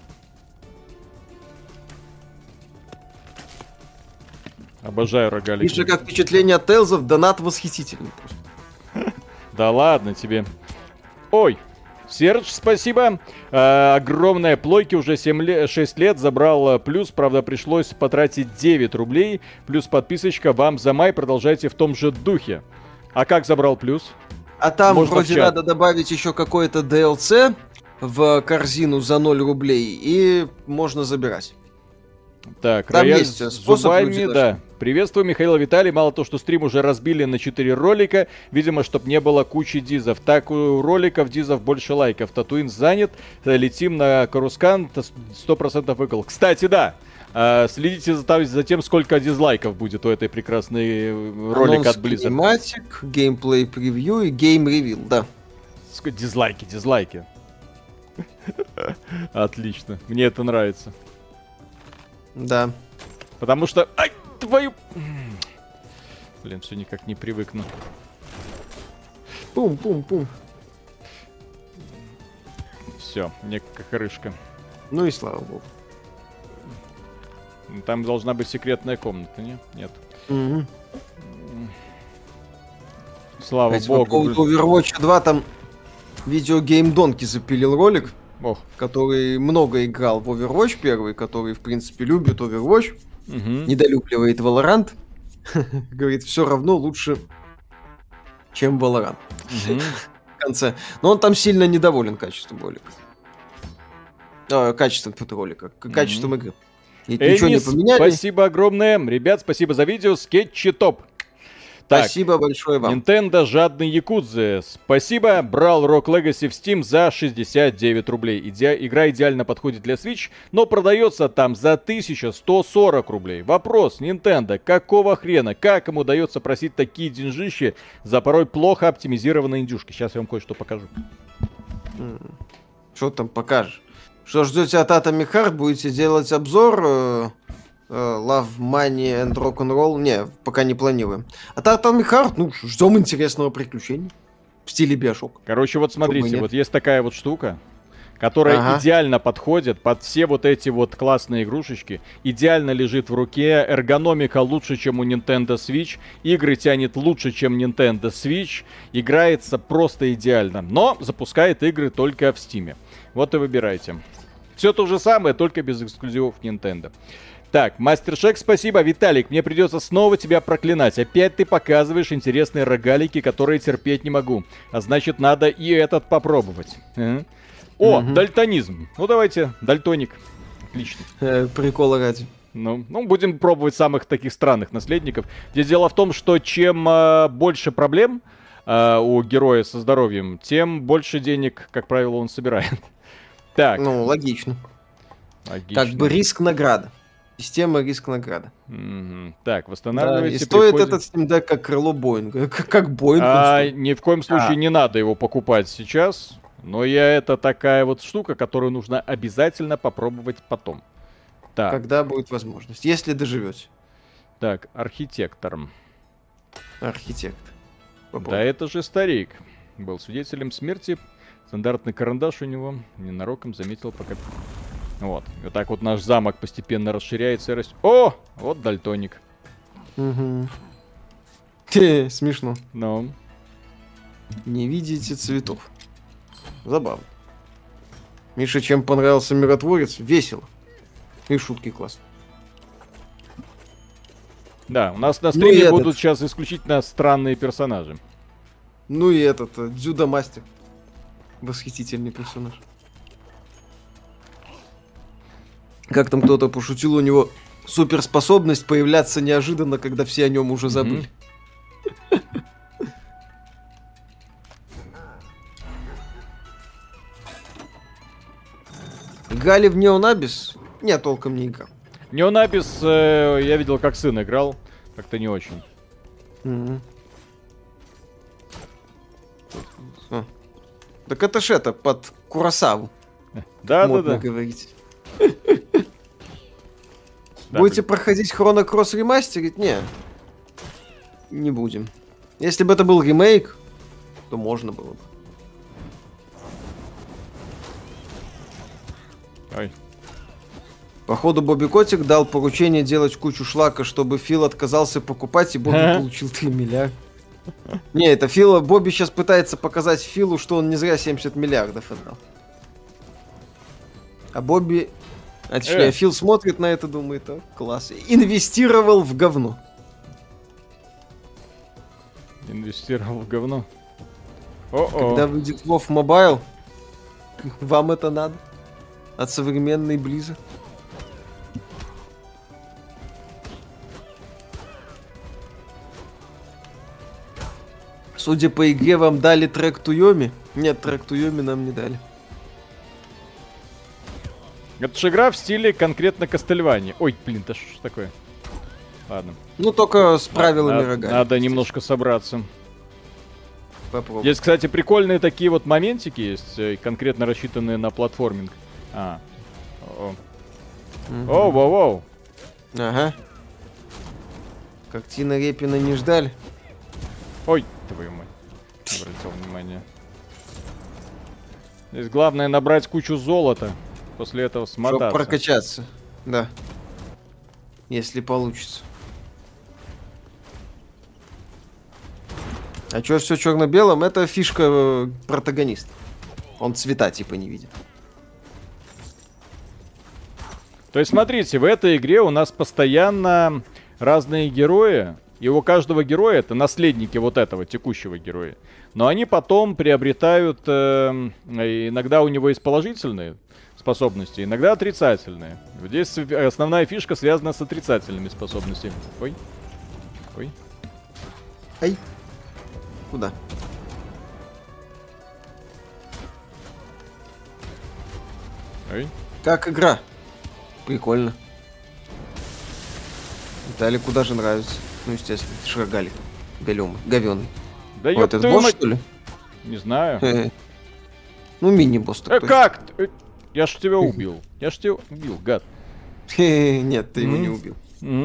Обожаю рогалики. Видишь, как впечатление от Тейлзов, донат восхитительный просто. Да ладно тебе. Ой, Серж, спасибо. Огромная плойки, уже 6 лет забрал плюс, правда пришлось потратить 9 рублей. Плюс подписочка вам за май, продолжайте в том же духе. А как забрал плюс? А там можно вроде надо добавить еще какое-то DLC в корзину за 0 рублей, и можно забирать. Так, там рояль есть с способ, зубами, да. Приветствую, Михаил Виталий. Мало то, что стрим уже разбили на 4 ролика, видимо, чтоб не было кучи дизов. Так, у роликов дизов больше лайков. Татуин занят, летим на Карускан, 100% выкол. Кстати, да, следите за тем, сколько дизлайков будет у этой прекрасной ролика от Blizzard. Кинематик, геймплей превью и гейм ревил, да. Дизлайки. Отлично, мне это нравится. Да. Потому что... Ай, твою... Блин, все никак не привыкну. Пум-пум-пум. Все, мне крышка. Ну и слава богу. Там должна быть секретная комната, не? Нет. Угу. Слава Кстати, богу. По поводу Overwatch 2 там видеогейм Донки запилил ролик. Ох. Который много играл в Overwatch первый, который, в принципе, любит Overwatch, недолюбливает Valorant, говорит, все равно лучше, чем Valorant. В конце. Но он там сильно недоволен качеством ролика. Качеством ролика, качеством игры. Ничего не поменяли. Спасибо огромное. Ребят, спасибо за видео. Скетчи топ. Так, спасибо большое вам. Nintendo жадный якудзы. Спасибо. Брал Rock Legacy в Steam за 69 рублей. Игра идеально подходит для Switch, но продается там за 1140 рублей. Вопрос, Nintendo, какого хрена? Как им удается просить такие деньжищи за порой плохо оптимизированные индюшки? Сейчас я вам кое-что покажу. Что там покажешь? Что ждете от Atomic Heart? Будете делать обзор... Love, Money and Rock'n'Roll. Не, пока не планируем. А Atomic Heart, ждем интересного приключения. В стиле Bioshock. Короче, вот смотрите, вот есть такая вот штука, которая идеально подходит под все вот эти вот классные игрушечки. Идеально лежит в руке. Эргономика лучше, чем у Nintendo Switch. Игры тянет лучше, чем Nintendo Switch. Играется просто идеально. Но запускает игры только в Steam. Вот и выбирайте. Все то же самое, только без эксклюзивов Nintendo. Так, Мастер Шек, спасибо. Виталик, мне придется снова тебя проклинать. Опять ты показываешь интересные рогалики, которые терпеть не могу. А значит, надо и этот попробовать. О, дальтонизм. Ну, давайте, дальтоник. Отлично. Прикола ради. Ну, будем пробовать самых таких странных наследников. Здесь дело в том, что чем больше проблем у героя со здоровьем, тем больше денег, как правило, он собирает. Так. Ну, логично. Как бы риск-награда. Система риск-награда. Так, восстанавливайте. Да, и стоит этот Steam Deck как крыло Боинга. Как Боинг. Ни в коем случае не надо его покупать сейчас. Но это такая вот штука, которую нужно обязательно попробовать потом. Так. Когда будет возможность. Если доживете. Так, архитектор. Архитектор. Да это же старик. Был свидетелем смерти. Стандартный карандаш у него. Ненароком заметил пока... Вот. И вот так вот наш замок постепенно расширяется и растет. О! Вот дальтоник. Смешно. Ну. Не видите цветов. Забавно. Миша, чем понравился Миротворец? Весело. И шутки классные. Да, у нас на стриме будут сейчас исключительно странные персонажи. Ну и этот, Дзюдо-мастер. Восхитительный персонаж. Как там кто-то пошутил, у него суперспособность появляться неожиданно, когда все о нем уже забыли. Играли в Неонабис? Нет, толком не играл. Неонабис я видел, как сын играл. Как-то не очень. Так это ж это, под Куросаву. Да. Говорить. Будете проходить Chrono Cross ремастерить? Не будем. Если бы это был ремейк, то можно было бы. Ой. Походу, Бобби Котик дал поручение делать кучу шлака, чтобы Фил отказался покупать, и Бобби получил 3 миллиарда. Не, это Фил, Бобби сейчас пытается показать Филу, что он не зря 70 миллиардов отдал. А Бобби, точнее, Фил смотрит на это, думает, класс. Инвестировал в говно. Инвестировал в говно. Когда выйдет WoW Mobile, вам это надо? От современной Blizzard. Судя по игре, вам дали трек Туйоми. Нет, трек Туйоми нам не дали. Это же игра в стиле конкретно Кастельвании. Ой, блин, да что ж такое? Ладно. Ну, только с правилами рога. Надо немножко собраться. Попробуй. Здесь, кстати, прикольные такие вот моментики есть, конкретно рассчитанные на платформинг. Воу. Ага. Как Тина Репина не ждали. Ой, твою мать. Не обратил внимания. Здесь главное набрать кучу золота. После этого смотаться. Чтобы прокачаться. Да. Если получится. А чё все черно-белым? Это фишка протагониста. Он цвета типа не видит. То есть, смотрите, в этой игре у нас постоянно разные герои. И у каждого героя это наследники вот этого текущего героя. Но они потом приобретают... иногда у него есть положительные способности, иногда отрицательные. Здесь основная фишка связана с отрицательными способностями. Ой. Ай. Куда? Ой. Как игра? Прикольно. Виталику даже нравится. Ну, естественно, Шрагалик. Говёный. Да вот это босс, что ли? Не знаю. Ну, мини-босс такой. Как? Я ж тебя убил. Я ж тебя убил, гад. Нет, ты его не убил.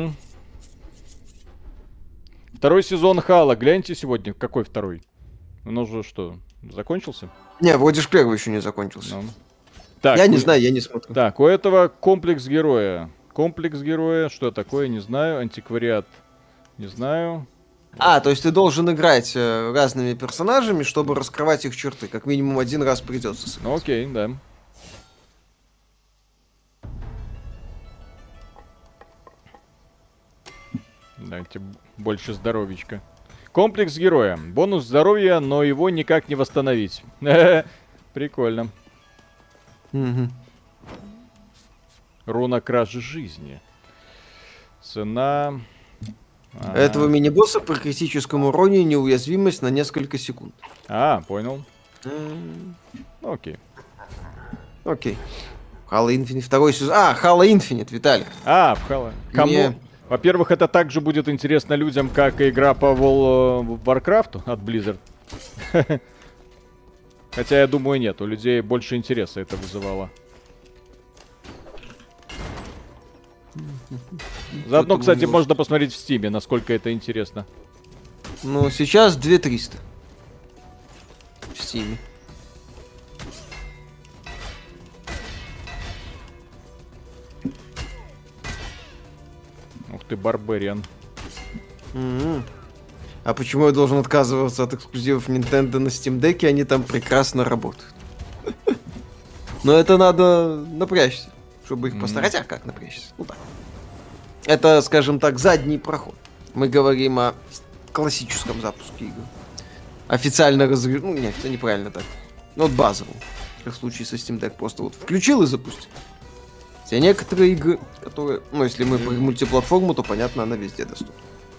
Второй сезон Хала. Гляньте сегодня, какой второй? Он уже что, закончился? Не, вроде ж первый еще не закончился. Так, я не знаю, я не смотрю. Так, у этого комплекс героя. Комплекс героя, что такое, не знаю. Антиквариат, не знаю. То есть ты должен играть разными персонажами, чтобы раскрывать их черты. Как минимум один раз придется сыграть. Окей, да. Дайте больше здоровичка. Комплекс героя. Бонус здоровья, но его никак не восстановить. Прикольно. Руна кражи жизни. Цена... Этого мини-босса при критическом уроне неуязвимость на несколько секунд. Понял. Окей. Halo Infinite второй сезон. Halo Infinite, Виталик. В Halo. Кому? Во-первых, это также будет интересно людям, как и игра по Warcraft от Blizzard. Хотя, я думаю, нет. У людей больше интереса это вызывало. Заодно, кстати, можно посмотреть в Стиме, насколько это интересно. Ну, сейчас 2300. В Стиме. Ух ты, Барбариан. А почему я должен отказываться от эксклюзивов Nintendo на Steam Deck? Они там прекрасно работают. Но это надо напрячься, чтобы их постарать. А как напрячься? Ну так. Это, скажем так, задний проход. Мы говорим о классическом запуске игры. Официально разрешено... Ну, нет, это неправильно так. Ну, вот базовый. Как в случае со Steam Deck. Просто вот включил и запустил. Хотя некоторые игры, которые... Ну, если мы про мультиплатформу, то, понятно, она везде доступна.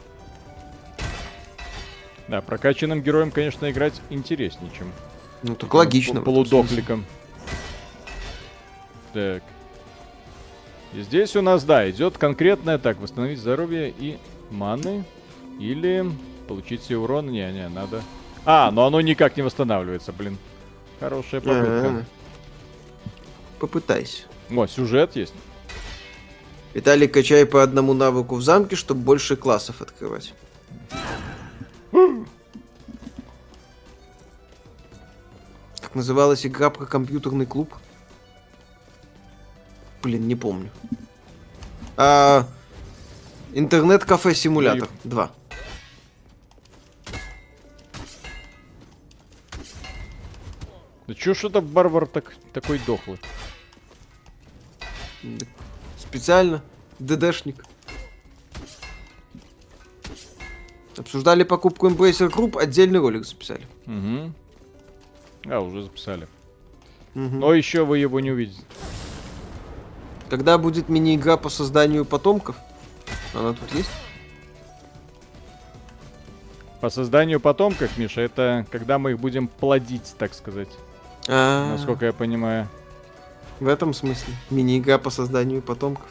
Да, прокачанным героем, конечно, играть интереснее, чем... Ну, так логично. Полудохликом. Так. И здесь у нас, да, идет конкретное так, восстановить здоровье и маны. Или получить все урон. Не, надо. Но оно никак не восстанавливается, блин. Хорошая попытка. Попытайся. О, сюжет есть. Виталий, качай по одному навыку в замке, чтобы больше классов открывать. Как называлась игра про компьютерный клуб? Блин, не помню. Интернет-кафе-симулятор 2. Да чё ж это Варвар такой дохлый? Специально. ДДшник. Обсуждали покупку Embracer Group, отдельный ролик записали. Угу. Уже записали. Угу. Но еще вы его не увидите. Когда будет мини-игра по созданию потомков? Она тут есть? По созданию потомков, Миша, это когда мы их будем плодить, так сказать. Насколько я понимаю. В этом смысле. Мини-игра по созданию потомков.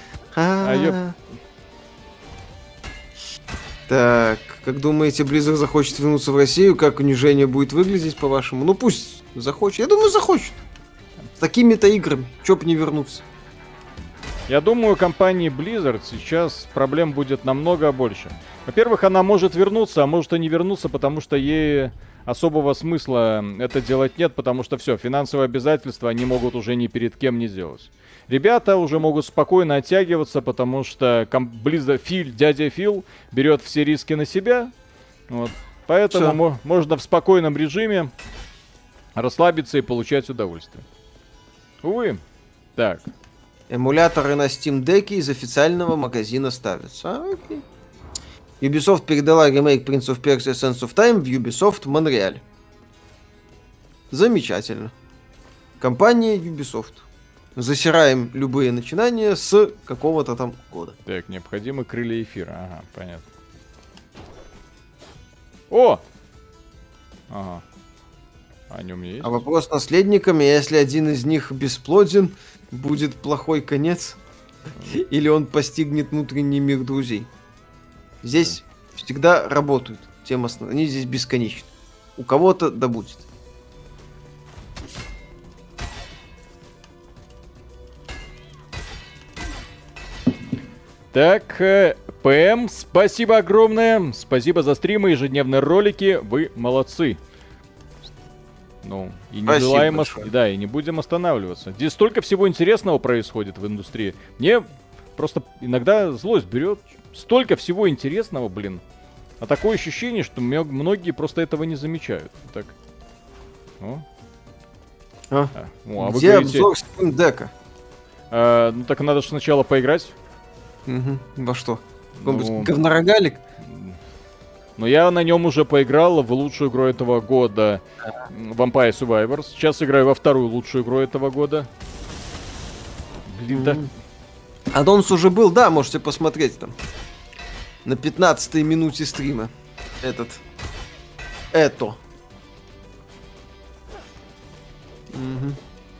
Так, как думаете, Blizzard захочет вернуться в Россию? Как унижение будет выглядеть, по-вашему? Ну пусть захочет. Я думаю, захочет. С такими-то играми. Чё б не вернуться? Я думаю, у компании Blizzard сейчас проблем будет намного больше. Во-первых, она может вернуться, а может и не вернуться, потому что ей особого смысла это делать нет, потому что все, финансовые обязательства они могут уже ни перед кем не делать. Ребята уже могут спокойно оттягиваться, потому что дядя Фил берет все риски на себя. Вот. Поэтому можно в спокойном режиме расслабиться и получать удовольствие. Увы. Так. Эмуляторы на Steam Deck из официального магазина ставятся. Окей. Ubisoft передала ремейк Prince of Persia Sands of Time в Ubisoft Монреаль. Замечательно. Компания Ubisoft. Засираем любые начинания с какого-то там года. Так, необходимы крылья эфира. Ага, понятно. О! Ага. Они у меня есть? А вопрос с наследниками, если один из них бесплоден, будет плохой конец? Или он постигнет внутренний мир друзей? Здесь всегда работают темы основные. Они здесь бесконечны. У кого-то да будет. Так, ПМ, спасибо огромное. Спасибо за стримы, ежедневные ролики. Вы молодцы. Ну, и не желаем, да, и не будем останавливаться. Здесь столько всего интересного происходит в индустрии. Мне просто иногда злость берет. Столько всего интересного, блин. А такое ощущение, что многие просто этого не замечают. Так. Где обзор Steam Deck'а? Ну так надо же сначала поиграть. Угу. Во что? Какой-нибудь говнорогалик? Но я на нем уже поиграл в лучшую игру этого года, Vampire Survivors. Сейчас играю во вторую лучшую игру этого года. Блин, да. Анонс уже был, да, можете посмотреть там. На 15-й минуте стрима. Это. Угу.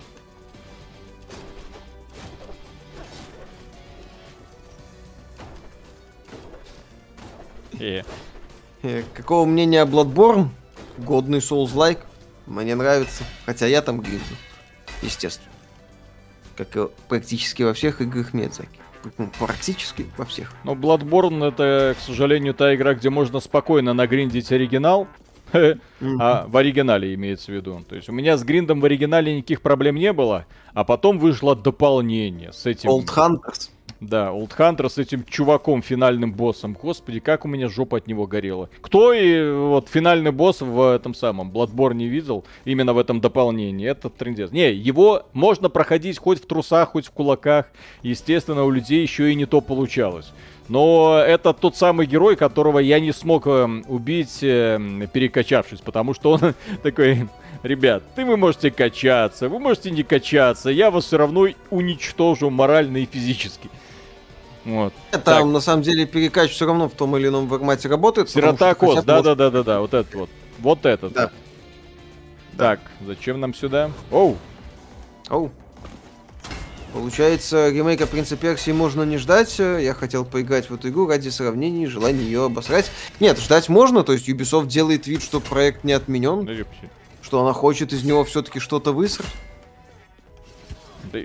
Какого мнения о Bloodborne? Годный Souls-like. Мне нравится. Хотя я там гринду. Естественно. Как и практически во всех играх Миядзаки. Практически во всех. Но Bloodborne это, к сожалению, та игра, где можно спокойно нагриндить оригинал. А в оригинале имеется в виду. То есть у меня с гриндом в оригинале никаких проблем не было. А потом вышло дополнение с этим... Old Hunters. Да, Old Hunter с этим чуваком, финальным боссом. Господи, как у меня жопа от него горела. Кто и вот финальный босс в этом самом Bloodborne не видел, именно в этом дополнении, это трындец. Не, его можно проходить хоть в трусах, хоть в кулаках. Естественно, у людей еще и не то получалось. Но это тот самый герой, которого я не смог убить, перекачавшись, потому что он такой... Ребят, вы можете качаться, вы можете не качаться, я вас все равно уничтожу морально и физически. Вот. Там на самом деле перекач все равно в том или ином формате работает. Сирота Кост, да, вот этот вот. Вот этот. Да. Так, зачем нам сюда? Оу. Получается, ремейка Принца Персии можно не ждать. Я хотел поиграть в эту игру ради сравнения и желания ее обосрать. Нет, ждать можно, то есть Ubisoft делает вид, что проект не отменен. Да, что она хочет из него все-таки что-то высрать. Да.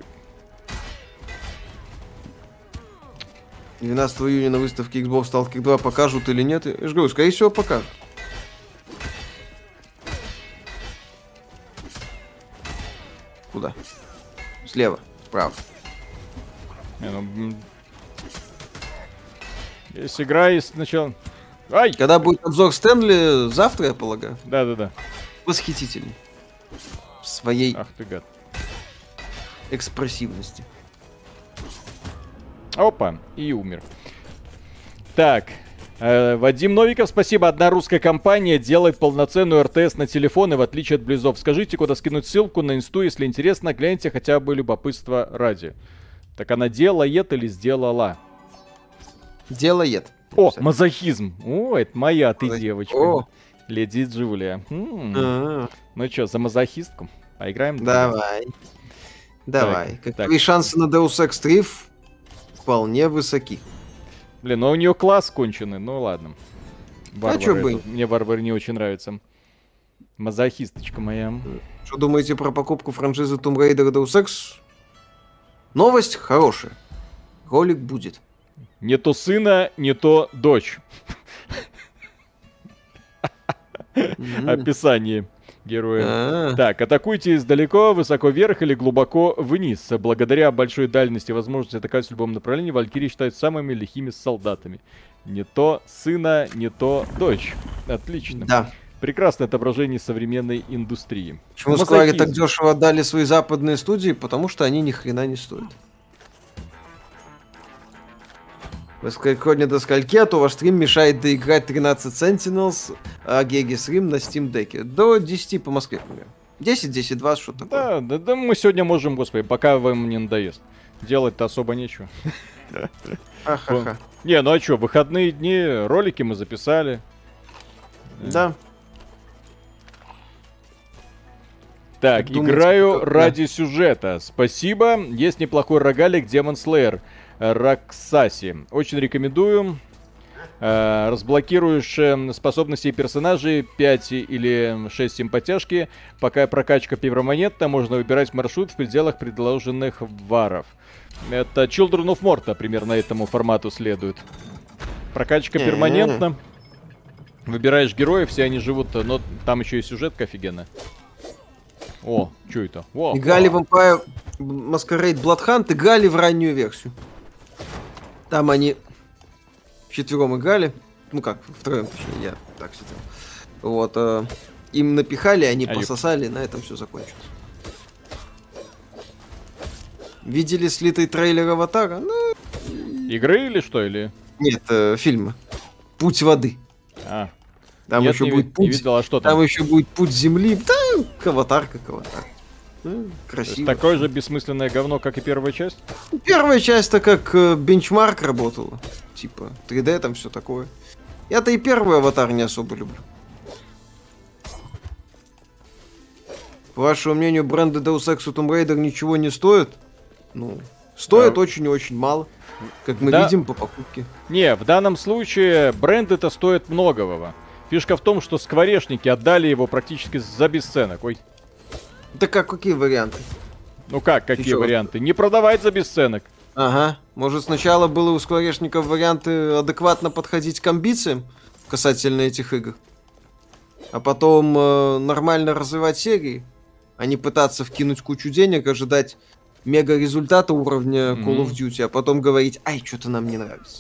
12 июня на выставке Xbox Stalker 2 покажут или нет? Я же говорю, скорее всего, покажут. Куда? Слева, справа. Есть игра, есть сначала... Ай! Когда будет обзор Стэнли, завтра, я полагаю. Да. Восхитительный. В своей... Ах ты гад. Экспрессивности. Опа, и умер. Так, Вадим Новиков, спасибо. Одна русская компания делает полноценную РТС на телефоны, в отличие от Близов. Скажите, куда скинуть ссылку на инсту, если интересно, гляньте хотя бы любопытство ради. Так она делает или сделала? Делает. О, мазохизм. О, это моя ты девочка. О. Леди Джулия. Ну что, за мазохистку? Поиграем? Давай. Какие шансы на Deus Ex 3 вполне высоки. Блин, ну у нее класс конченый, ну ладно. Варвары, мне варвары не очень нравятся. Мазохисточка моя. Что думаете про покупку франшизы Tomb Raider и Deus Ex? Новость хорошая. Ролик будет. Не то сына, не то дочь. Описание героя. Так, атакуйте издалека, высоко вверх или глубоко вниз. Благодаря большой дальности и возможности атаковать в любом направлении, валькирии считают самыми лихими солдатами. Не то сына, не то дочь. Отлично. Да. Прекрасное отображение современной индустрии. Почему Square так дешево отдали свои западные студии? Потому что они ни хрена не стоят. Сегодня до скольки, а то ваш стрим мешает доиграть 13 Sentinels, а Гегис Рим на Steam Deck. До 10 по Москве, например. 10, 10, 20, что-то такое. Да, мы сегодня можем, господи, пока вам не надоест. Делать-то особо нечего. Ахаха. Не, ну а что, выходные дни, ролики мы записали. Да. Так, играю ради сюжета. Спасибо. Есть неплохой рогалик Demon Slayer. Раксаси. Очень рекомендую. Разблокируешь способности персонажей 5 или 6 симпатяшки. Пока прокачка перманентна, можно выбирать маршрут в пределах предложенных варов. Это Children of Morta примерно этому формату следует. Прокачка перманентна. Выбираешь героев, все они живут, но там еще и сюжетка офигенная. О, что это? Играли в Vampire Masquerade Bloodhunt, играли в раннюю версию. Там они вчетвером играли. Ну как, втроем, точнее, я так сидел. Вот. Им напихали, они пососали, на этом все закончилось. Видели слитый трейлер Аватара? Ну... Игры или что? Или? Нет, фильма. Путь воды. Там нет, еще будет путь. Видел, а что там? Там еще будет путь земли. Да, аватар как аватар. Красиво. Такое же бессмысленное говно, как и первая часть? Первая часть-то как бенчмарк работала. Типа 3D там все такое. Я-то и первый аватар не особо люблю. По вашему мнению, бренды Deus Ex и Tomb Raider ничего не стоят? Ну, стоят очень и очень мало. Как мы видим по покупке. Не, в данном случае бренды-то стоят многого. Фишка в том, что скворечники отдали его практически за бесценок. Ой. Да какие варианты? Ну как, какие варианты? Не продавать за бесценок. Ага. Может, сначала было у скворечников варианты адекватно подходить к амбициям касательно этих игр, а потом нормально развивать серии, а не пытаться вкинуть кучу денег, ожидать мега результата уровня Call of Duty, а потом говорить, ай, что-то нам не нравится.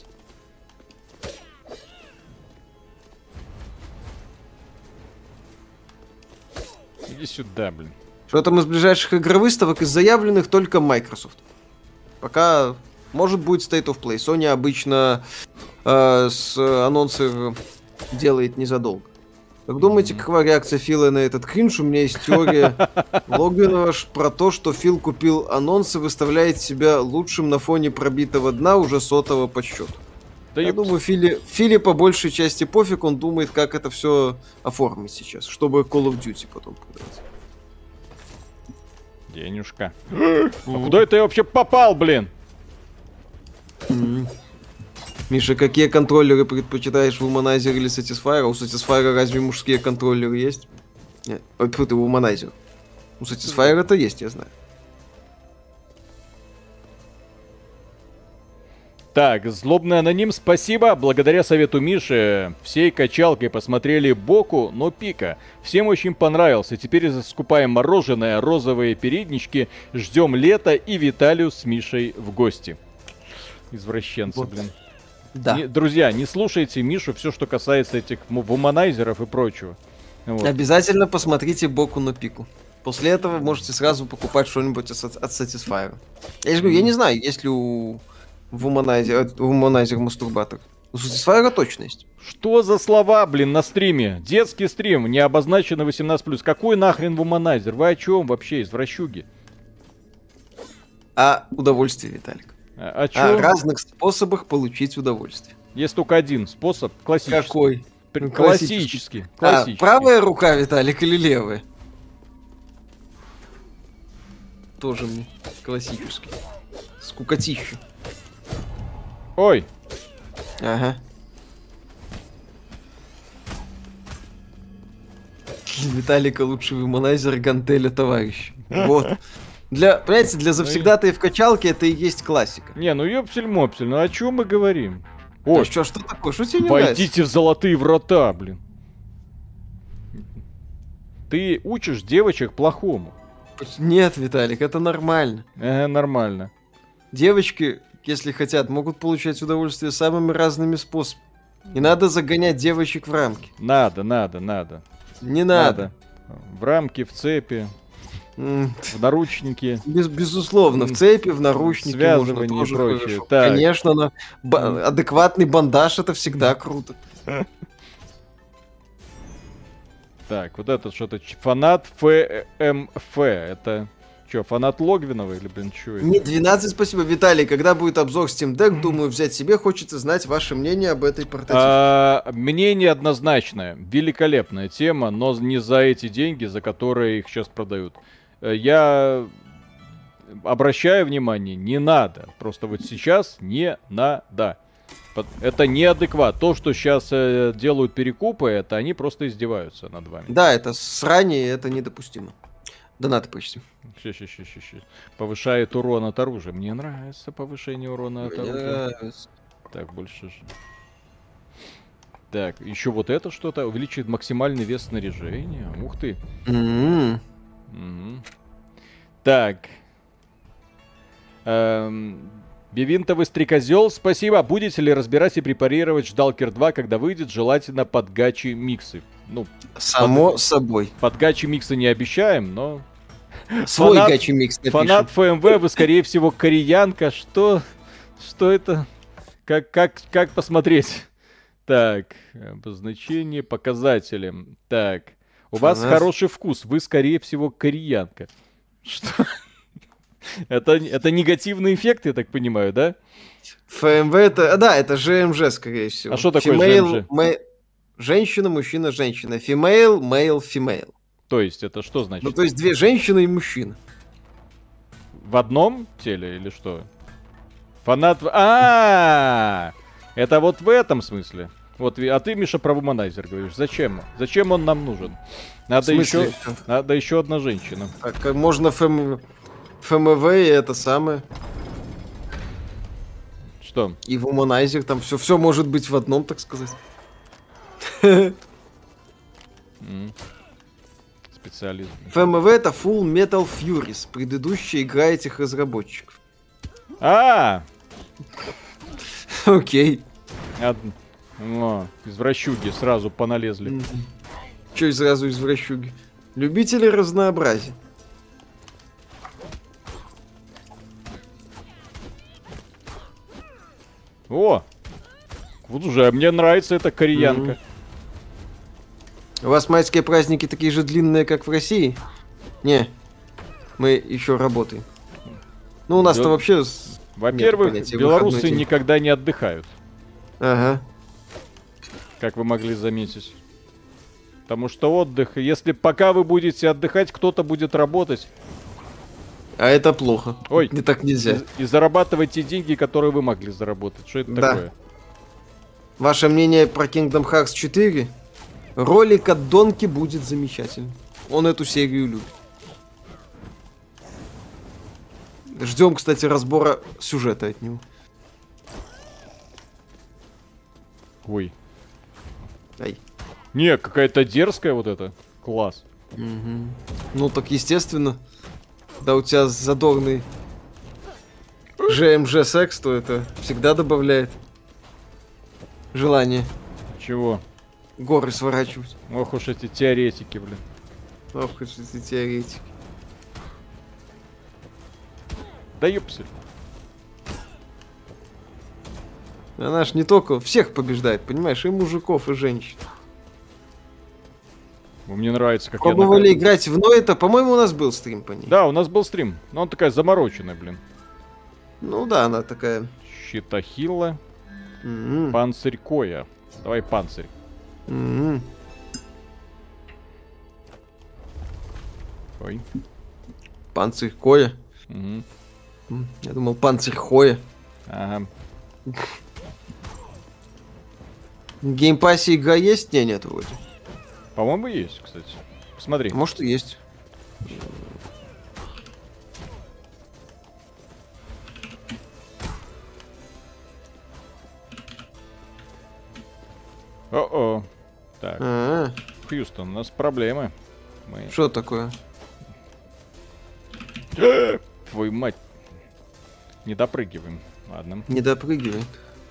Иди сюда, блин. Что там из ближайших игровыставок из заявленных только Microsoft. Пока, может, будет State of Play. Sony обычно с анонсы делает незадолго. Как думаете, какова реакция Фила на этот кринж? У меня есть теория Логвинова про то, что Фил купил анонс и выставляет себя лучшим на фоне пробитого дна уже 100-го по счету. Да я думаю, Филе по большей части пофиг, он думает, как это все оформить сейчас, чтобы Call of Duty потом продавать. Денежка. А куда это я вообще попал, блин? Миша, какие контроллеры предпочитаешь, Womanizer или Satisfyer? У Satisfyer разве мужские контроллеры есть? Нет, это Womanizer. У Satisfyer это есть, я знаю. Так, злобный аноним, спасибо. Благодаря совету Миши всей качалкой посмотрели Боку, но Пика. Всем очень понравился. Теперь скупаем мороженое, розовые переднички, ждем лета и Виталию с Мишей в гости. Извращенцы, вот. Блин. Да. Друзья, не слушайте Мишу, все, что касается этих вуманайзеров и прочего. Вот. Обязательно посмотрите Боку на Пику. После этого можете сразу покупать что-нибудь от Satisfyer. Я же говорю, я не знаю, есть ли у Womanizer мастурбатор. У Satisfyer точно есть. Что за слова, блин, на стриме? Детский стрим, не обозначено 18+. Какой нахрен Womanizer? Вы о чем вообще, извращуги? О удовольствии, Виталик. О разных способах получить удовольствие. Есть только один способ, классический. Какой? Классический. Правая рука, Виталик, или левая? Тоже мне классический. Скукотищу. Ой. Ага. Виталика лучший Womanizer гантеля, товарищ. Вот. Понимаете, для завсегдатаев в качалке это и есть классика. Не, ну ёпсель-мопсель, ну о чем мы говорим? Ой, что такое? Что тебе не нравится? Войдите в золотые врата, блин. Ты учишь девочек плохому. Нет, Виталик, это нормально. Нормально. Девочки, если хотят, могут получать удовольствие самыми разными способами. Не надо загонять девочек в рамки. Надо. Не надо. В рамки, в цепи. В наручники. Безусловно, в цепи, в наручники. Связывание и прочее. Конечно, адекватный бандаж — это всегда круто. Так, вот это что-то фанат ФМФ. Это что, фанат Логвинова или, блин, что это? Не, 12 спасибо, Виталий. Когда будет обзор Steam Deck, думаю, взять себе. Хочется знать ваше мнение об этой портативке. Мнение однозначное. Великолепная тема, но не за эти деньги, за которые их сейчас продают. Я обращаю внимание, не надо. Просто вот сейчас не надо. Это неадекват. То, что сейчас делают перекупы, это они просто издеваются над вами. Да, это срание, это недопустимо. Донаты почти. Повышает урон от оружия. Мне нравится повышение урона от оружия. Так, больше же. Так, еще вот это что-то. Увеличивает максимальный вес снаряжения. Ух ты. Так. Бивинтовый стрекозел, спасибо. Будете ли разбирать и препарировать Ждалкер 2, когда выйдет, желательно под гачи миксы? Ну, само собой. Под гачи миксы не обещаем, но... Свой гачи микс напишем. Фанат ФМВ, вы, скорее всего, кореянка. Что это? Как посмотреть? Так, обозначение, показатели. Так, у вас хороший вкус, вы, скорее всего, кореянка. Что? Это негативный эффект, я так понимаю, да? ФМВ это... Да, это ЖМЖ, скорее всего. А что такое ЖМЖ? Женщина, мужчина, женщина. Female, male, female. То есть это что значит? Ну, то есть две женщины и мужчина. В одном теле или что? Фанат... Это вот в этом смысле. Вот, а ты, Миша, про Womanizer говоришь. Зачем? Зачем он нам нужен? Надо еще одна женщина. Так, можно ФМВ и это самое. Что? И Womanizer, там все может быть в одном, так сказать. Специалист. ФМВ это Full Metal Furies, предыдущая игра этих разработчиков. Окей. Извращуги сразу поналезли. Че сразу извращуги? Любители разнообразия. О! Вот уже, мне нравится эта кореянка. У вас майские праздники такие же длинные, как в России? Не, мы еще работаем. Ну, у нас-то вообще... Во-первых, белорусы никогда не отдыхают. Ага. Как вы могли заметить. Потому что отдых... Если пока вы будете отдыхать, кто-то будет работать. А это плохо. Ой, не так нельзя. И зарабатывать те деньги, которые вы могли заработать. Что это такое? Ваше мнение про Kingdom Hearts 4? Ролик от Донки будет замечательный. Он эту серию любит. Ждем, кстати, разбора сюжета от него. Ой. Ай. Не, какая-то дерзкая вот эта. Класс. Угу. Ну так естественно. Да у тебя задорный ЖМЖ секс, то это всегда добавляет желание. Чего? Горы сворачивать. Ох уж эти теоретики, блин. Ох уж эти теоретики. Да ёпсель. Она ж не только всех побеждает, понимаешь, и мужиков, и женщин. Мне нравится, как пробовали играть в Ноэта, по-моему, у нас был стрим по ней. Да, у нас был стрим, но он такая замороченная, блин. Ну да, она такая. Щитахилла. Панцирь Коя. Давай панцирь. Ой. Панцирь Коя. Я думал, панцирь Хоя. Ага. В геймпассе игра есть? Нет вроде. По-моему, есть, кстати. Посмотри. Может, и есть. О-о. Так. Хьюстон, у нас проблемы. Что такое? Твою мать. Не допрыгиваем. Ладно. Не допрыгивает.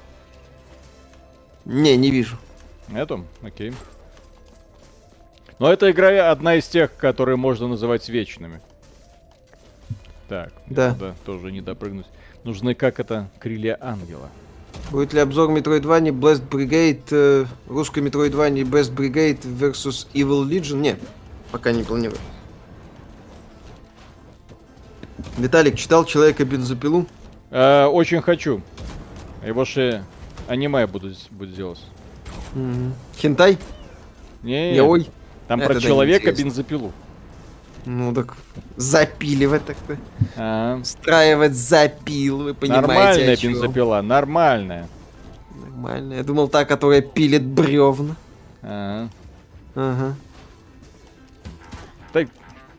Не вижу. Эту? Окей. Но эта игра одна из тех, которые можно называть вечными. Так, да. Тоже не допрыгнуть. Нужны, как это, крылья ангела. Будет ли обзор Metroidvania Blessed Brigade, русской Metroidvania Blessed Brigade vs Evil Legion? Нет, пока не планирую. Виталик, читал Человека-бензопилу? Очень хочу. Его же аниме будет делать. Хентай? Не, Яой? Там про Человека-бензопилу. Ну так запиливать так-то. Устраивать запил, вы понимаете. Нормальная бензопила, нормальная. Нормальная. Я думал, та, которая пилит бревна. Ага. Ага. Так.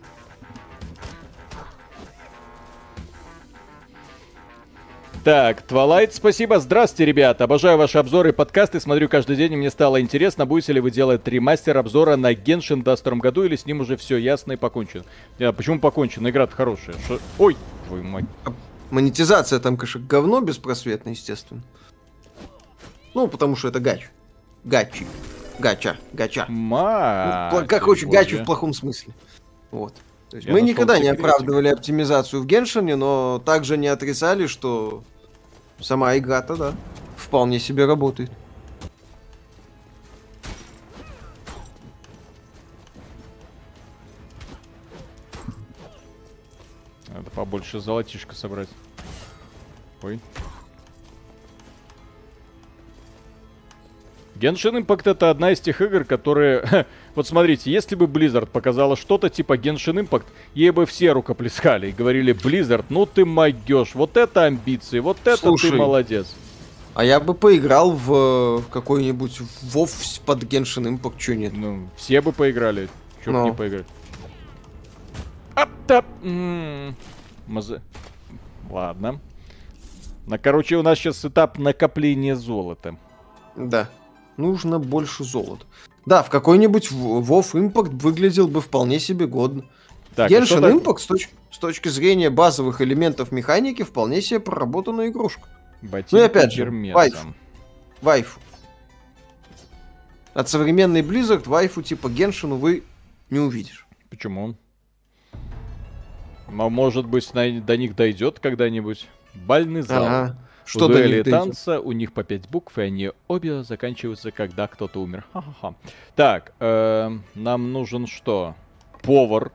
Так, Твалайт, спасибо. Здравствуйте, ребята. Обожаю ваши обзоры и подкасты. Смотрю каждый день, и мне стало интересно, будете ли вы делать ремастер обзора на Геншин в 2022 году, или с ним уже все ясно и покончено. Почему покончено? Игра-то хорошая. Ой, твою мать. Монетизация там, конечно, говно беспросветно, естественно. Ну, потому что это гач. Гача. Короче, гачу в плохом смысле. Вот. То есть мы никогда не оправдывали оптимизацию в Геншине, но также не отрицали, что сама игра-то, да, вполне себе работает. Надо побольше золотишко собрать. Ой. Genshin Impact — это одна из тех игр, которые... Вот смотрите, если бы Blizzard показала что-то типа Genshin Impact, ей бы все рукоплескали и говорили: Blizzard, ну ты могешь, вот это амбиции, вот это ты молодец. А я бы поиграл в какой-нибудь WoW под Genshin Impact, чё нет? Ну, все бы поиграли, чё бы не поиграть. Ладно. Короче, у нас сейчас этап накопления золота. Да. Нужно больше золота. Да, в какой-нибудь WoW Impact выглядел бы вполне себе годно. Genshin Impact с точки зрения базовых элементов механики вполне себе проработанная игрушка. Ботинки, ну и опять же, вайфу. От современной Blizzard вайфу типа Genshin, увы, не увидишь. Почему? Может быть, до них дойдет когда-нибудь. Бальный зал. Что у дуэли танца, у них по 5 букв, и они обе заканчиваются, когда кто-то умер. Ха-ха-ха. Так, нам нужен что? Повар.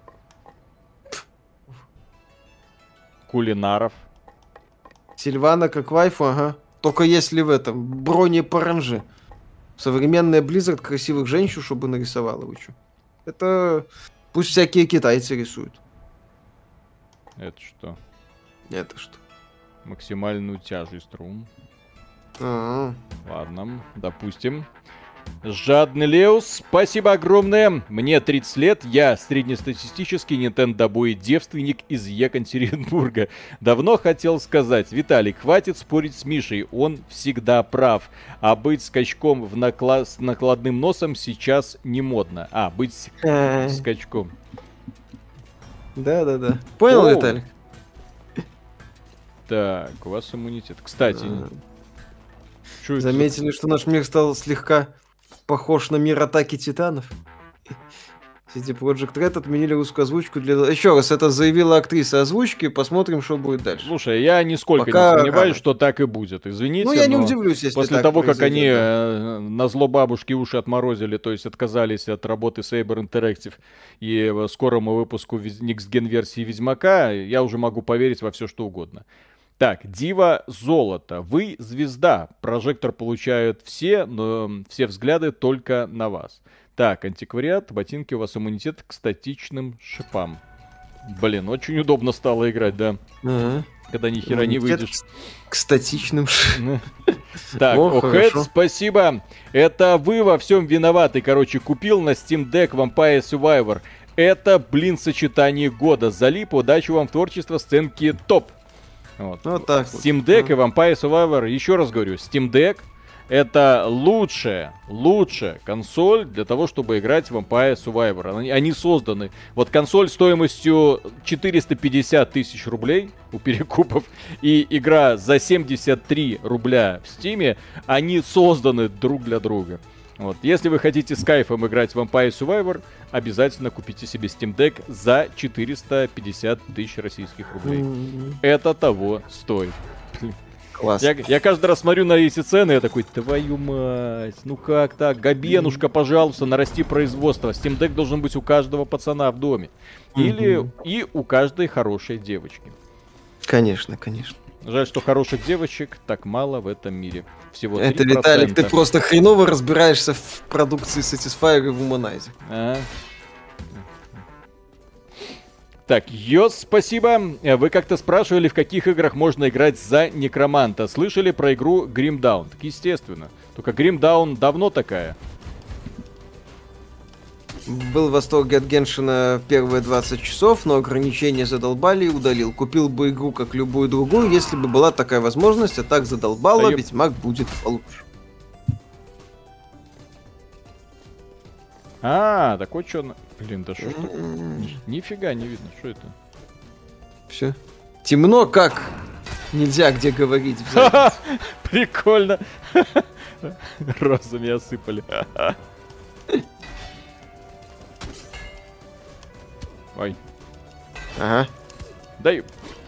Кулинаров. Сильвана как вайфу, ага. Только если в этом, бронепаранже. Современная Blizzard красивых женщин, чтобы нарисовала, вы чё? Это пусть всякие китайцы рисуют. Это что? Это что? Максимальную тяжесть струн. Ладно, допустим. Жадный Леус, спасибо огромное. Мне 30 лет, я среднестатистический Nintendo-бой девственник из Екатеринбурга. Давно хотел сказать, Виталик, хватит спорить с Мишей, он всегда прав. А быть скачком с накладным носом сейчас не модно. Быть скачком. Да. Понял, Виталик? Так, у вас иммунитет. Кстати, заметили, что наш мир стал слегка похож на мир Атаки Титанов? CD Projekt Red отменили русскую озвучку для... Еще раз, это заявила актриса озвучки, посмотрим, что будет дальше. Слушай, я нисколько не сомневаюсь, что так и будет. Извините, я не удивлюсь, если после так того, как они да. назло бабушки уши отморозили, то есть отказались от работы Saber Interactive и скорому выпуску Next Gen версии Ведьмака, я уже могу поверить во все, что угодно. Так, Дива Золото. Вы звезда. Прожектор получают все, но все взгляды только на вас. Так, антиквариат. Ботинки, у вас иммунитет к статичным шипам. Блин, очень удобно стало играть, да? Когда ни хера не выйдешь. К статичным шипам. Так, Охэд, спасибо. Это вы во всем виноваты. Короче, купил на Steam Deck Vampire Survivor. Это, блин, сочетание года. Залип, удачи вам в творчестве, сценки топ. Вот так. Steam Deck и Vampire Survivor, еще раз говорю, Steam Deck это лучшая консоль для того, чтобы играть в Vampire Survivor. Они созданы. Вот консоль стоимостью 450 тысяч рублей у перекупов и игра за 73 рубля в Steam, они созданы друг для друга. Вот. Если вы хотите с кайфом играть в Vampire Survivor, обязательно купите себе Steam Deck за 450 тысяч российских рублей. Это того стоит. Класс. Я каждый раз смотрю на эти цены, я такой, твою мать, ну как так? Габенушка, пожалуйста, нарасти производство. Steam Deck должен быть у каждого пацана в доме. Или и у каждой хорошей девочки. Конечно. Жаль, что хороших девочек так мало в этом мире. Всего 3%. Это, Виталик, ты просто хреново разбираешься в продукции Satisfyer и в Womanizer. Так, Йос, спасибо. Вы как-то спрашивали, в каких играх можно играть за некроманта. Слышали про игру Grim Dawn? Так, естественно. Только Grim Dawn давно такая. Был в восторге от Геншина первые 20 часов, но ограничения задолбали и удалил. Купил бы игру, как любую другую, если бы была такая возможность, а так задолбало, Ведьмак будет получше. Так вот что... Блин, да что? Нифига не видно, что это? Все. Темно как? Нельзя где говорить. Прикольно. Розами осыпали. Ой. Ага. Дай.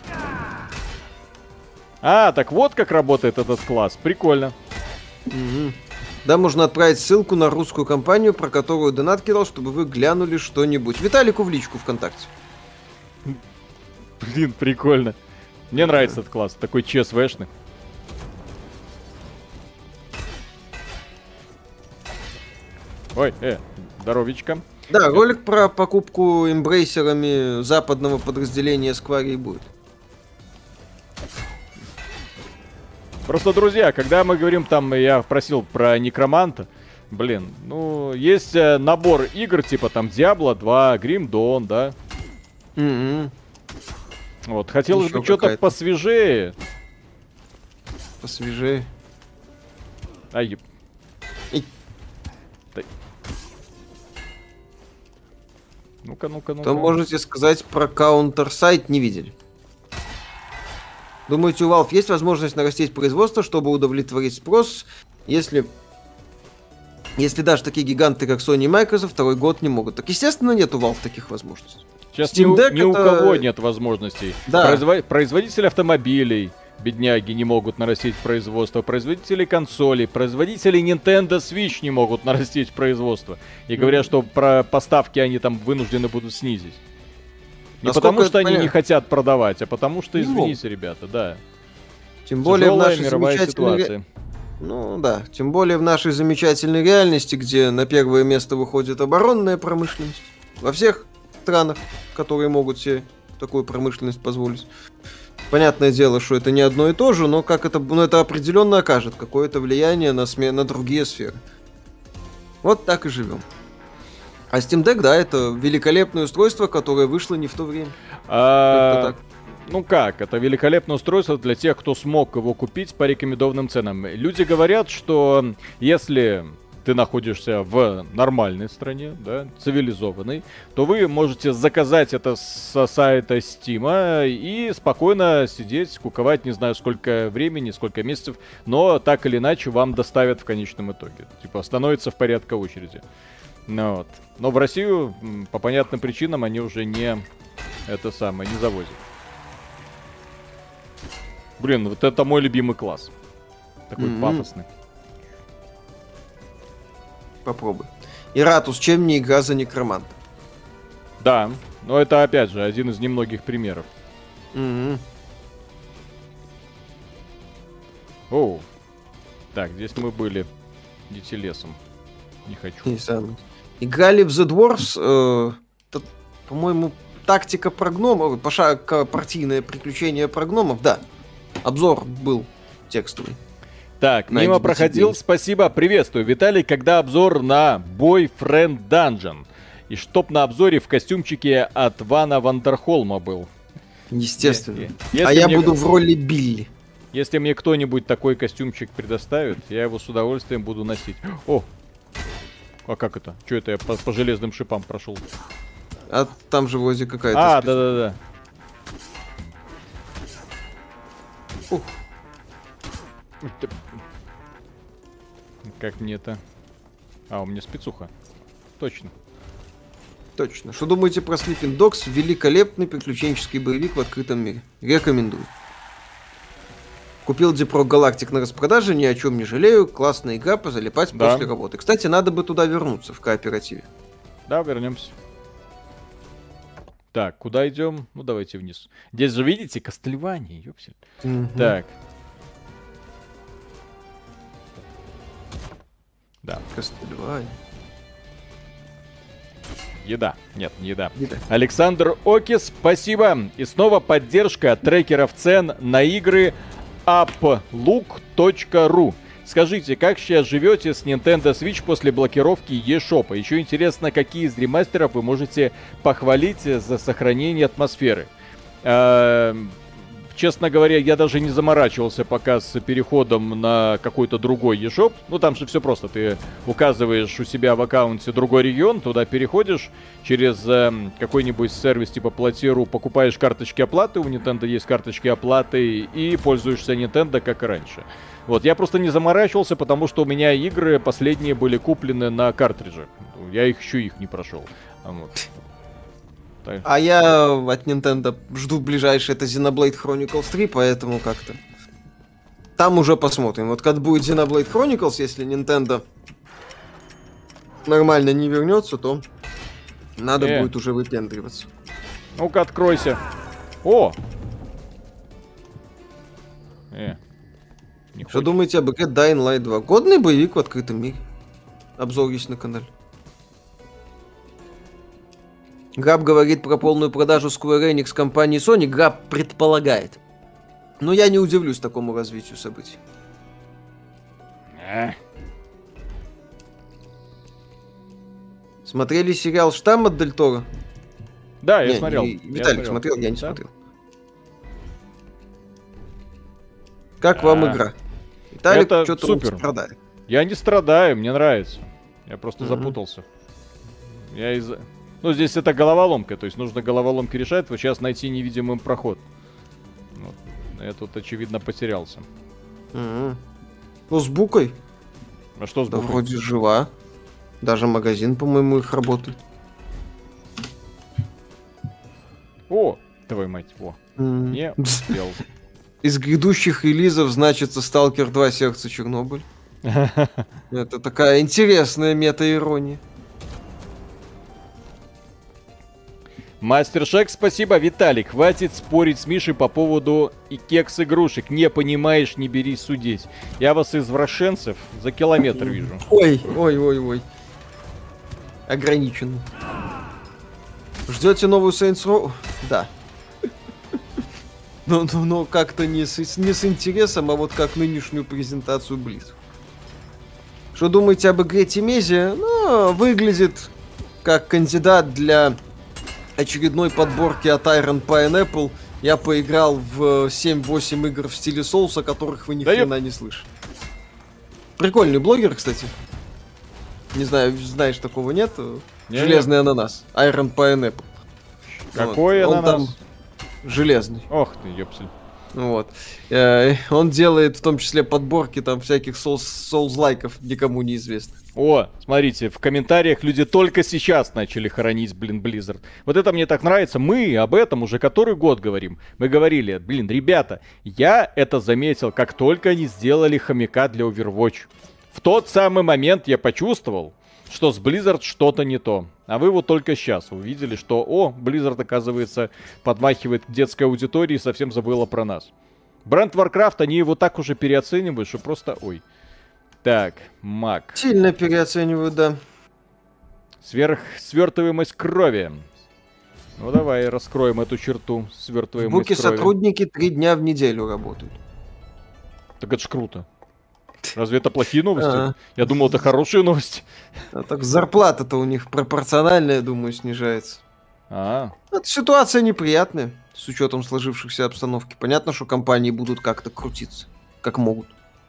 Так вот как работает этот класс. Прикольно. Да, можно отправить ссылку на русскую компанию, про которую донат кидал, чтобы вы глянули что-нибудь. Виталику в личку ВКонтакте. Блин, прикольно. Мне нравится этот класс, такой ЧСВшный. Ой, здоровичка. Да, ролик про покупку эмбрейсерами западного подразделения Square будет. Просто, друзья, когда мы говорим там, я просил про Некроманта, блин, ну, есть набор игр, типа там Diablo 2, Grim Dawn, да? Вот, хотелось бы что-то посвежее. Посвежее. Ну-ка. То можете сказать про Counter-Strike, не видели. Думаете, у Valve есть возможность нарастить производство, чтобы удовлетворить спрос, если даже такие гиганты, как Sony и Microsoft, второй год не могут? Так, естественно, нет у Valve таких возможностей. Сейчас ни у кого нет возможностей. Да. Производители автомобилей, бедняги, не могут нарастить производство. Производители консолей, производители Nintendo Switch не могут нарастить производство. И говорят, что про поставки они там вынуждены будут снизить. Не потому что они не хотят продавать, а потому что, извините, ребята, да. Тем более в нашей замечательной... Ну да, тем более в нашей замечательной реальности, где на первое место выходит оборонная промышленность. Во всех странах, которые могут себе такую промышленность позволить. Понятное дело, что это не одно и то же, но как это, это определенно окажет какое-то влияние на другие сферы. Вот так и живем. А Steam Deck, да, это великолепное устройство, которое вышло не в то время. Ну как, это великолепное устройство для тех, кто смог его купить по рекомендованным ценам. Люди говорят, что если ты находишься в нормальной стране, да, цивилизованной, то вы можете заказать это со сайта Steam и спокойно сидеть, куковать, не знаю сколько времени, сколько месяцев, но так или иначе вам доставят в конечном итоге. Типа становится в порядке очереди. Ну, вот. Но в Россию по понятным причинам они уже не завозят. Блин, вот это мой любимый класс. Такой пафосный. Попробуй. Иратус, чем не игра за некроманта? Да, но это опять же один из немногих примеров. Оу. Так, здесь мы были. Идите лесом. Не хочу. Играли в The Dwarfs. По-моему, тактика про гномов. Партийное приключение про гномов. Да. Обзор был текстовый. Так, мимо проходил. Спасибо, приветствую. Виталий, когда обзор на Boyfriend Dungeon? И чтоб на обзоре в костюмчике от Вана Вандерхолма был. Естественно. Я буду в роли Билли. Если мне кто-нибудь такой костюмчик предоставит, я его с удовольствием буду носить. О! А как это? Что это я по железным шипам прошел? А там же вроде какая-то... да-да-да. Как мне это? У меня спецуха. Точно. Что думаете про Sleeping Dogs? Великолепный приключенческий боевик в открытом мире. Рекомендую. Купил Deep Rock Galactic на распродаже, ни о чем не жалею. Классная игра, позалипать после работы. Кстати, надо бы туда вернуться в кооперативе. Да, вернемся. Так, куда идем? Ну, давайте вниз. Здесь же, видите, Кастельвания, ёпсель. Так. Да. Кастельвания. Еда. Нет, не еда. Александр Окис, спасибо. И снова поддержка трекеров цен на игры uplook.ru. Скажите, как сейчас живете с Nintendo Switch после блокировки eShop? Еще интересно, какие из ремастеров вы можете похвалить за сохранение атмосферы? Честно говоря, я даже не заморачивался пока с переходом на какой-то другой eShop. Ну, там же все просто. Ты указываешь у себя в аккаунте другой регион, туда переходишь, через какой-нибудь сервис типа Плати.ру покупаешь карточки оплаты, у Nintendo есть карточки оплаты, и пользуешься Nintendo, как и раньше. Вот, я просто не заморачивался, потому что у меня игры последние были куплены на картриджах. Я еще не прошел. Вот. А я от Nintendo жду ближайшее, это Xenoblade Chronicles 3, поэтому как-то... Там уже посмотрим. Вот когда будет Xenoblade Chronicles, если Nintendo нормально не вернется, то надо будет уже выпендриваться. Ну-ка, откройся. О! Что думаете об игре Dying Light 2? Годный боевик в открытом мире. Обзор есть на канале. Граб говорит про полную продажу Square Enix компании Sony. Граб предполагает. Но я не удивлюсь такому развитию событий. Смотрели сериал «Штамм» от Дель Торо? Да, я смотрел. Виталик смотрел, я не смотрел. Как вам игра? Виталик что-то супер. Страдает. Я не страдаю, мне нравится. Я просто запутался. Ну, здесь это головоломка, то есть нужно головоломки решать, вот сейчас найти невидимый проход. Вот. Я тут, очевидно, потерялся. Ну, с Букой. А что с Букой? Да вроде жива. Даже магазин, по-моему, их работает. О, твою мать, во. Не успел. Из грядущих релизов значится Stalker 2 Сердце Чернобыль. Это такая интересная мета-ирония. Мастер Шек, спасибо. Виталик, хватит спорить с Мишей по поводу кекс-игрушек. Не понимаешь, не берись судить. Я вас, извращенцев, за километр вижу. Ой. Ограниченно. Ждете новую Saints Row? Да. но как-то не с интересом, а вот как нынешнюю презентацию Близ. Что думаете об игре Тимезия? Ну, выглядит как кандидат для очередной подборки от Iron Pineapple. Я поиграл в 7-8 игр в стиле соуса, которых вы ни хрена не слышите. Прикольный блогер, кстати. Не знаю, знаешь, такого нет? Железный ананас. Iron Pineapple. Какой вот. Ананас? Он там железный. Ох ты, ёпсель. Вот. Он делает в том числе подборки там всяких соус-лайков, никому неизвестных. О, смотрите, в комментариях люди только сейчас начали хоронить, Blizzard. Вот это мне так нравится. Мы об этом уже который год говорим. Мы говорили, ребята, я это заметил, как только они сделали хомяка для Overwatch. В тот самый момент я почувствовал, что с Blizzard что-то не то. А вы вот только сейчас увидели, что, Blizzard, оказывается, подмахивает к детской аудитории и совсем забыла про нас. Бренд Warcraft, они его так уже переоценивают, что просто, Так, маг. Сильно переоценивают, да. Свертываемость крови. Ну давай раскроем эту черту. Свертываемость крови. В Буке крови. Сотрудники 3 дня в неделю работают. Так это ж круто. Разве это плохие новости? Я думал, это хорошие новости. Так зарплата-то у них пропорциональная, я думаю, снижается. Эта ситуация неприятная, с учетом сложившихся обстановки. Понятно, что компании будут как-то крутиться, как могут.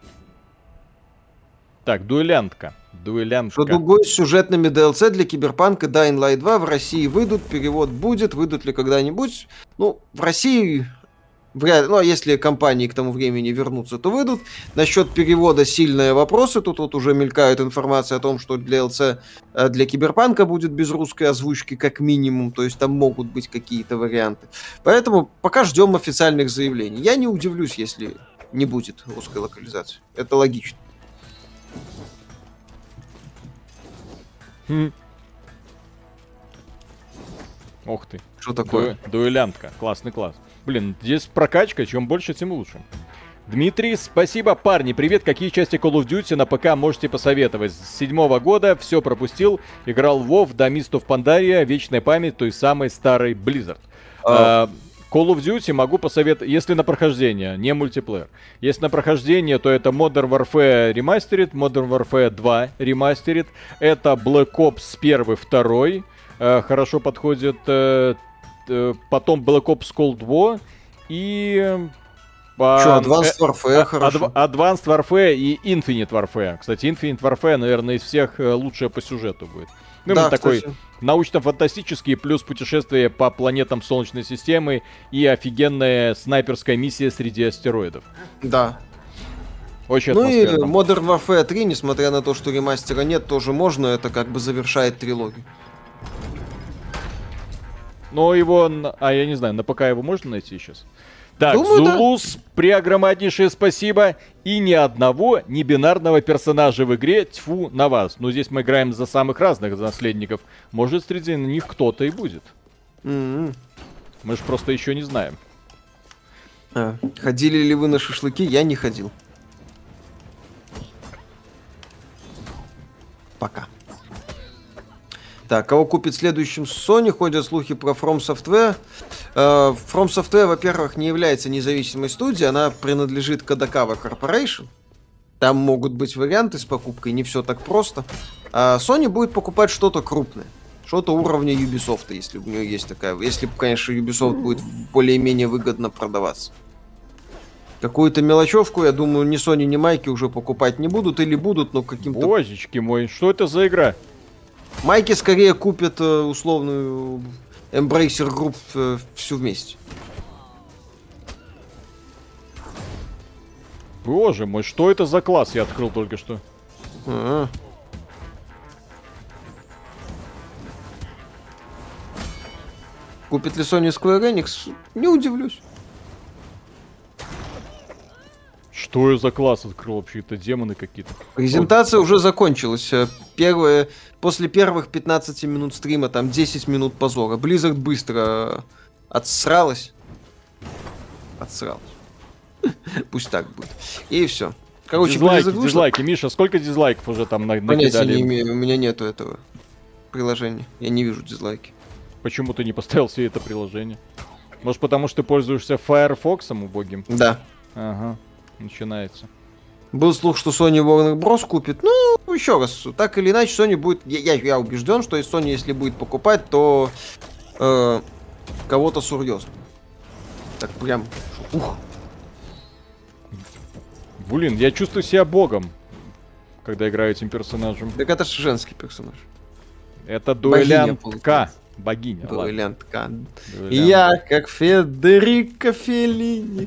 Так, дуэлянтка. Что другой с сюжетными DLC для Киберпанка Dying Light 2 в России выйдут, перевод будет, выйдут ли когда-нибудь. Ну, в России... если компании к тому времени вернутся, то выйдут. Насчет перевода сильные вопросы. Тут вот уже мелькает информация о том, что DLC для Киберпанка будет без русской озвучки как минимум. То есть там могут быть какие-то варианты. Поэтому пока ждем официальных заявлений. Я не удивлюсь, если не будет русской локализации. Это логично. Ох ты. Что такое? Дуэлянтка. Классный класс. Здесь прокачка, чем больше, тем лучше. Дмитрий, спасибо. Парни, привет. Какие части Call of Duty на ПК можете посоветовать? С 7-го года все пропустил. Играл в WoW, до Mist of Pandaria, вечная память той самой старой Blizzard. Call of Duty могу посоветовать, если на прохождение, не мультиплеер. Если на прохождение, то это Modern Warfare Remastered, Modern Warfare 2 Remastered. Это Black Ops 1, 2. Хорошо подходит. Потом Black Ops Cold War и... Advanced Warfare хорошо. Advanced Warfare и Infinite Warfare. Кстати, Infinite Warfare, наверное, из всех лучшая по сюжету будет. Ну, да, такой научно-фантастический, плюс путешествие по планетам Солнечной системы и офигенная снайперская миссия среди астероидов. Да. Очень атмосферно. Ну и Modern Warfare 3, несмотря на то, что ремастера нет, тоже можно. Это как бы завершает трилогию. Но его, я не знаю, на ПК его можно найти сейчас? Так, думаю, Зулус, преогромаднейшее спасибо. И ни одного небинарного персонажа в игре, тьфу на вас. Но здесь мы играем за самых разных наследников. Может, среди них кто-то и будет. Мы же просто еще не знаем. Ходили ли вы на шашлыки? Я не ходил. Пока. Так, кого купит следующим Sony? Ходят слухи про From Software. From Software, во-первых, не является независимой студией, она принадлежит Kadokawa Corporation. Там могут быть варианты с покупкой, не все так просто. А Sony будет покупать что-то крупное. Что-то уровня Ubisoft, если у нее есть такая. Если, конечно, Ubisoft будет более-менее выгодно продаваться. Какую-то мелочевку, я думаю, ни Sony, ни Майки уже покупать не будут. Или будут, но каким-то... Божечки мой, что это за игра? Майки скорее купят условную Embracer Group всю вместе. Боже мой, что это за класс я открыл только что? Купит ли Sony Square Enix? Не удивлюсь. Что я за класс открыл вообще? Это демоны какие-то. Презентация уже закончилась. После первых 15 минут стрима там 10 минут позора. Blizzard быстро отсралась. Пусть так будет. И все. Короче, дизлайки. Миша, сколько дизлайков уже там накидали? У меня нету этого приложения. Я не вижу дизлайки. Почему ты не поставил себе это приложение? Может, потому что ты пользуешься Firefox'ом убогим? Да. Ага, начинается. Был слух, что Sony Warner Bros. Купит. Ну, еще раз, так или иначе, Sony будет... Я убежден, что Sony, если будет покупать, то кого-то серьезно. Так прям... Ух. Блин, я чувствую себя богом, когда играю этим персонажем. Так это же женский персонаж. Это дуэлянтка. Богиня. Дуэлянтка. Я как Федерико Феллини.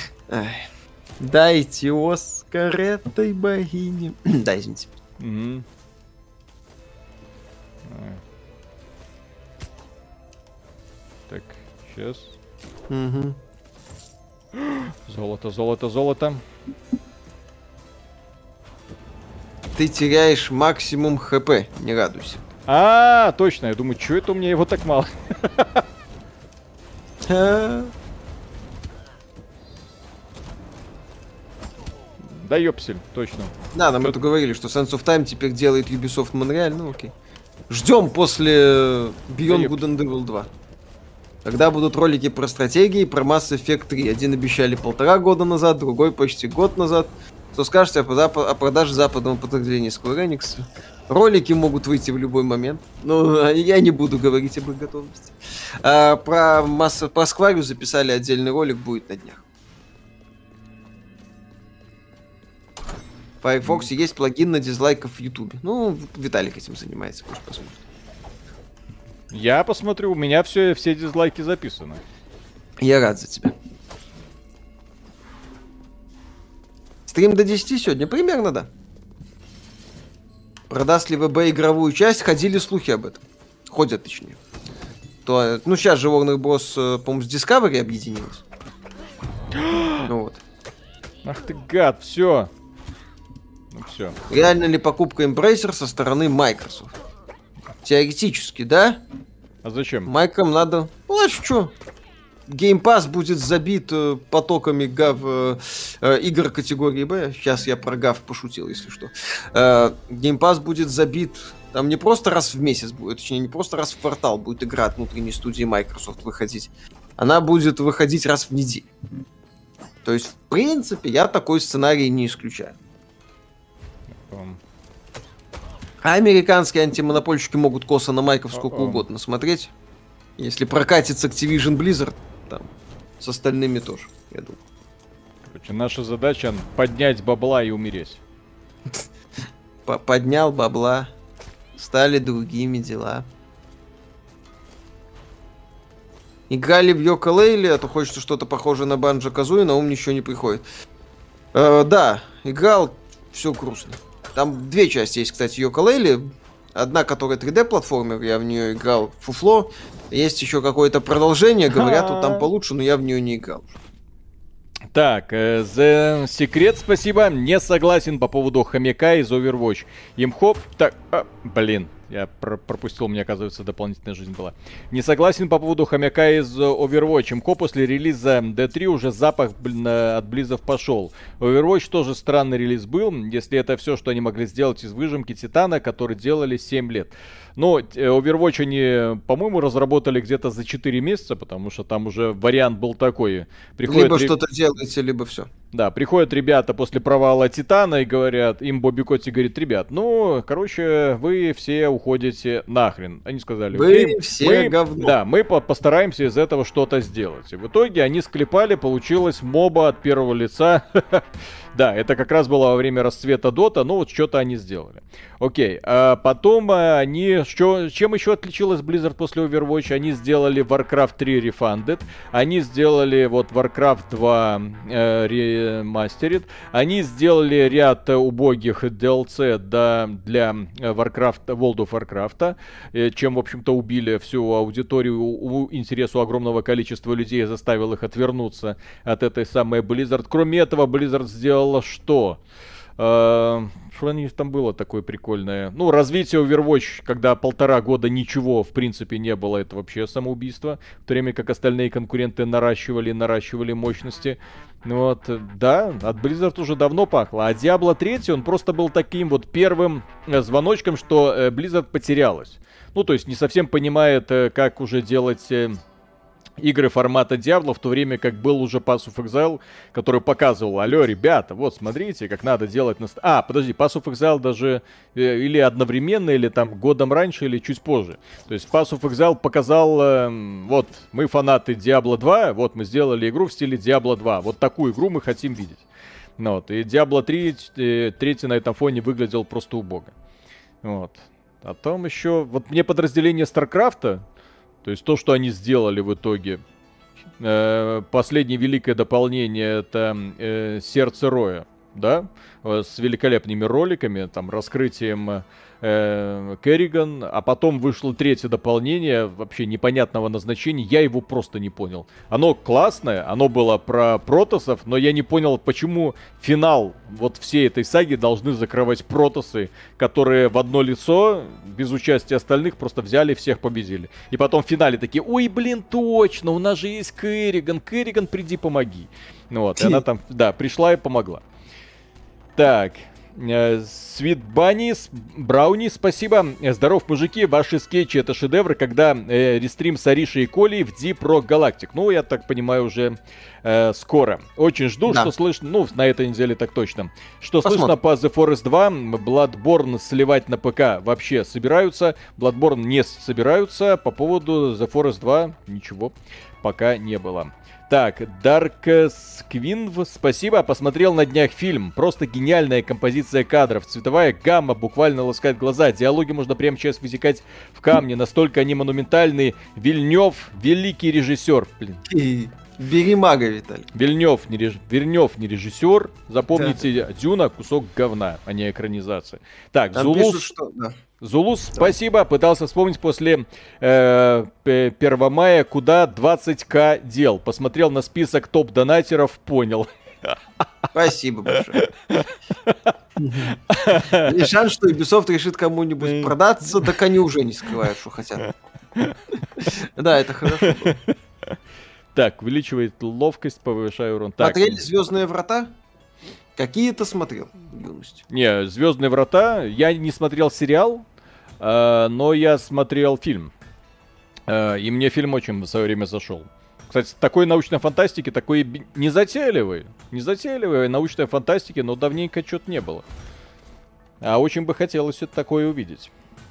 Дайте Оскар этой богине. Да, извините. Угу. Так, сейчас. Угу. Золото, золото, золото. Ты теряешь максимум ХП, не радуйся. А, точно, я думаю, что это у меня его так мало? Да ёпсель, точно. Да, нам это говорили, что Sense of Time теперь делает Ubisoft Montreal, ну окей. Ждем после Beyond Good and Evil 2. Когда будут ролики про стратегии, про Mass Effect 3. Один обещали 1,5 года назад, другой почти год назад. Что скажете о продаже западного подразделения Square Enix? Ролики могут выйти в любой момент. Но я не буду говорить об их готовности. Про Square записали отдельный ролик, будет на днях. В Firefox есть плагин на дизлайков в YouTube. Ну, Виталик этим занимается, пусть посмотрит. Я посмотрю, у меня все дизлайки записаны. Я рад за тебя. Стрим до 10 сегодня? Примерно, да. Продаст ли ВБ игровую часть? Ходили слухи об этом. Ходят, точнее. То, ну, сейчас же Warner Bros., по-моему, с Discovery объединилась. Ну вот. Ах ты гад, все. Ну все. Реально ли покупка Embracer со стороны Microsoft? Теоретически, да? А зачем? Майкам надо... Ну, а что? Game Pass будет забит потоками игр категории Б. Сейчас я про гав пошутил, если что. Game Pass будет забит... Там не просто раз в месяц будет, точнее, не просто раз в квартал будет игра от внутренней студии Microsoft выходить. Она будет выходить раз в неделю. То есть, в принципе, я такой сценарий не исключаю. А американские антимонопольщики могут косо на майков сколько угодно смотреть. Если прокатится Activision Blizzard, там, с остальными тоже, я думаю. Короче, наша задача поднять бабла и умереть. Поднял бабла, стали другими дела. Играли в Йоко-Лейли, а то хочется что-то похожее на Банджо-Казуи, на ум ничего не приходит. Да, играл, все грустно. Там две части есть, кстати, Йоко-Лейли. Одна, которая 3D-платформер, я в нее играл, фуфло. Есть еще какое-то продолжение, говорят, вот там получше, но я в нее не играл. Так, The Secret, спасибо. Не согласен по поводу хомяка из Overwatch. Имхоп, так, блин. Я пропустил, мне, оказывается, дополнительная жизнь была. Не согласен по поводу хомяка из Overwatch. МКО после релиза D3 уже запах от Близов пошел. Overwatch тоже странный релиз был, если это все, что они могли сделать из выжимки Титана, который делали 7 лет. Но Overwatch они, по-моему, разработали где-то за 4 месяца, потому что там уже вариант был такой. Либо что-то делаете, либо все. Да, приходят ребята после провала Титана и говорят, им Бобби Котти говорит, ребят, ну, короче, вы все уходите нахрен. Они сказали, вы все говно. Да, мы постараемся из этого что-то сделать. И в итоге они склепали, получилось моба от первого лица. Да, это как раз было во время расцвета Дота, но вот что-то они сделали. Окей, а потом они... Чем еще отличилась Blizzard после Overwatch? Они сделали Warcraft 3 Refunded, они сделали вот Warcraft 2 Remastered, они сделали ряд убогих DLC для World of Warcraft, чем, в общем-то, убили всю аудиторию, интересу огромного количества людей, заставил их отвернуться от этой самой Blizzard. Кроме этого, Blizzard сделала что? Что у них там было такое прикольное? Ну, развитие Overwatch, когда 1,5 года ничего, в принципе, не было, это вообще самоубийство. В то время как остальные конкуренты наращивали мощности. Вот, да, от Blizzard уже давно пахло. А Diablo 3, он просто был таким вот первым звоночком, что Blizzard потерялась. Ну, то есть не совсем понимает, как уже делать... игры формата Diablo, в то время как был уже Path of Exile, который показывал: алло, ребята, вот смотрите, как надо делать... подожди, Path of Exile даже или одновременно, или там годом раньше, или чуть позже. То есть Path of Exile показал, вот, мы фанаты Diablo 2, вот мы сделали игру в стиле Diablo 2, вот такую игру мы хотим видеть. Ну, вот, и Diablo 3 на этом фоне выглядел просто убого. Вот. А там еще, вот мне подразделение StarCraft'а, то есть то, что они сделали в итоге. Последнее великое дополнение — это Сердце Роя, да? С великолепными роликами, там, раскрытием Керриган. А потом вышло третье дополнение, вообще непонятного назначения. Я его просто не понял. Оно классное, оно было про протоссов, но я не понял, почему финал вот всей этой саги должны закрывать протоссы, которые в одно лицо, без участия остальных, просто взяли, всех победили. И потом в финале такие: ой, блин, точно, у нас же есть Керриган. Керриган, приди, помоги. Ну вот, и она там, да, пришла и помогла. Так... Sweet Bunny, Брауни, спасибо. Здоров, мужики, ваши скетчи — это шедевры, когда рестрим с Аришей и Колей в Deep Rock Galactic. Ну, я так понимаю, уже скоро. Очень жду, да. Что слышно, ну, на этой неделе так точно. Что слышно по The Forest 2, Bloodborne сливать на ПК вообще собираются, Bloodborne не собираются, по поводу The Forest 2 ничего пока не было. Так, Dark Squinv, спасибо. Посмотрел на днях фильм. Просто гениальная композиция кадров. Цветовая гамма буквально ласкает глаза. Диалоги можно прямо сейчас высекать в камне. Настолько они монументальные. Вильнёв, великий режиссер. Блин. Бери мага, Виталий. Вильнёв не режиссер. Запомните, да. Дюна кусок говна, а не экранизация. Так, там Зулус. Пишут, что... да. Зулус, да. Спасибо. Пытался вспомнить после 1 мая, куда 20к дел. Посмотрел на список топ-донатеров, понял. Спасибо большое. И шанс, что Ubisoft решит кому-нибудь продаться, так они уже не скрывают, что хотят. Да, это хорошо было. Так, увеличивает ловкость, повышая урон. Смотрели «Звездные врата»? Какие-то смотрел в юности. Не, «Звездные врата», я не смотрел сериал, но я смотрел фильм. И мне фильм очень в свое время зашел. Кстати, такой научной фантастики, такой незатейливой научной фантастики, но давненько что-то не было. А очень бы хотелось это такое увидеть.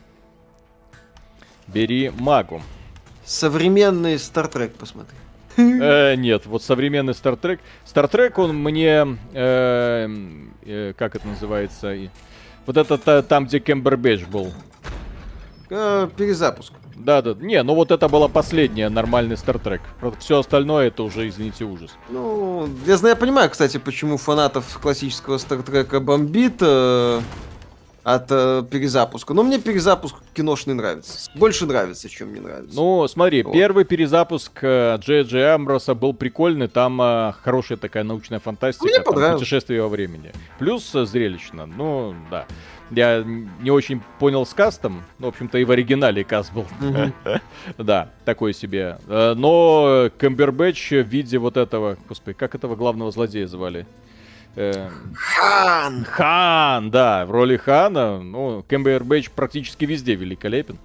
Бери магу. Современный Star Trek посмотри. Нет, вот современный Star Trek. Star Trek, он мне... как это называется? Вот это там, где Кэмбербэтч был. Перезапуск. Да. Не, ну вот это была последняя нормальный Star Trek. Все остальное это уже, извините, ужас. Ну, я понимаю, кстати, почему фанатов классического Star Trek бомбит от перезапуска. Но мне перезапуск киношный нравится. Больше нравится, чем мне нравится. Ну, смотри, вот. Первый перезапуск Джей Джей Амброса был прикольный. Там хорошая такая научная фантастика. Там путешествие во времени. Плюс зрелищно. Ну, да. Я не очень понял с кастом. Ну, в общем-то, и в оригинале каст был. Да, такой себе. Но Камбербэтч в виде вот этого... Господи, как этого главного злодея звали? Хан, да, в роли Хана. Ну, Камбербэтч практически везде великолепен.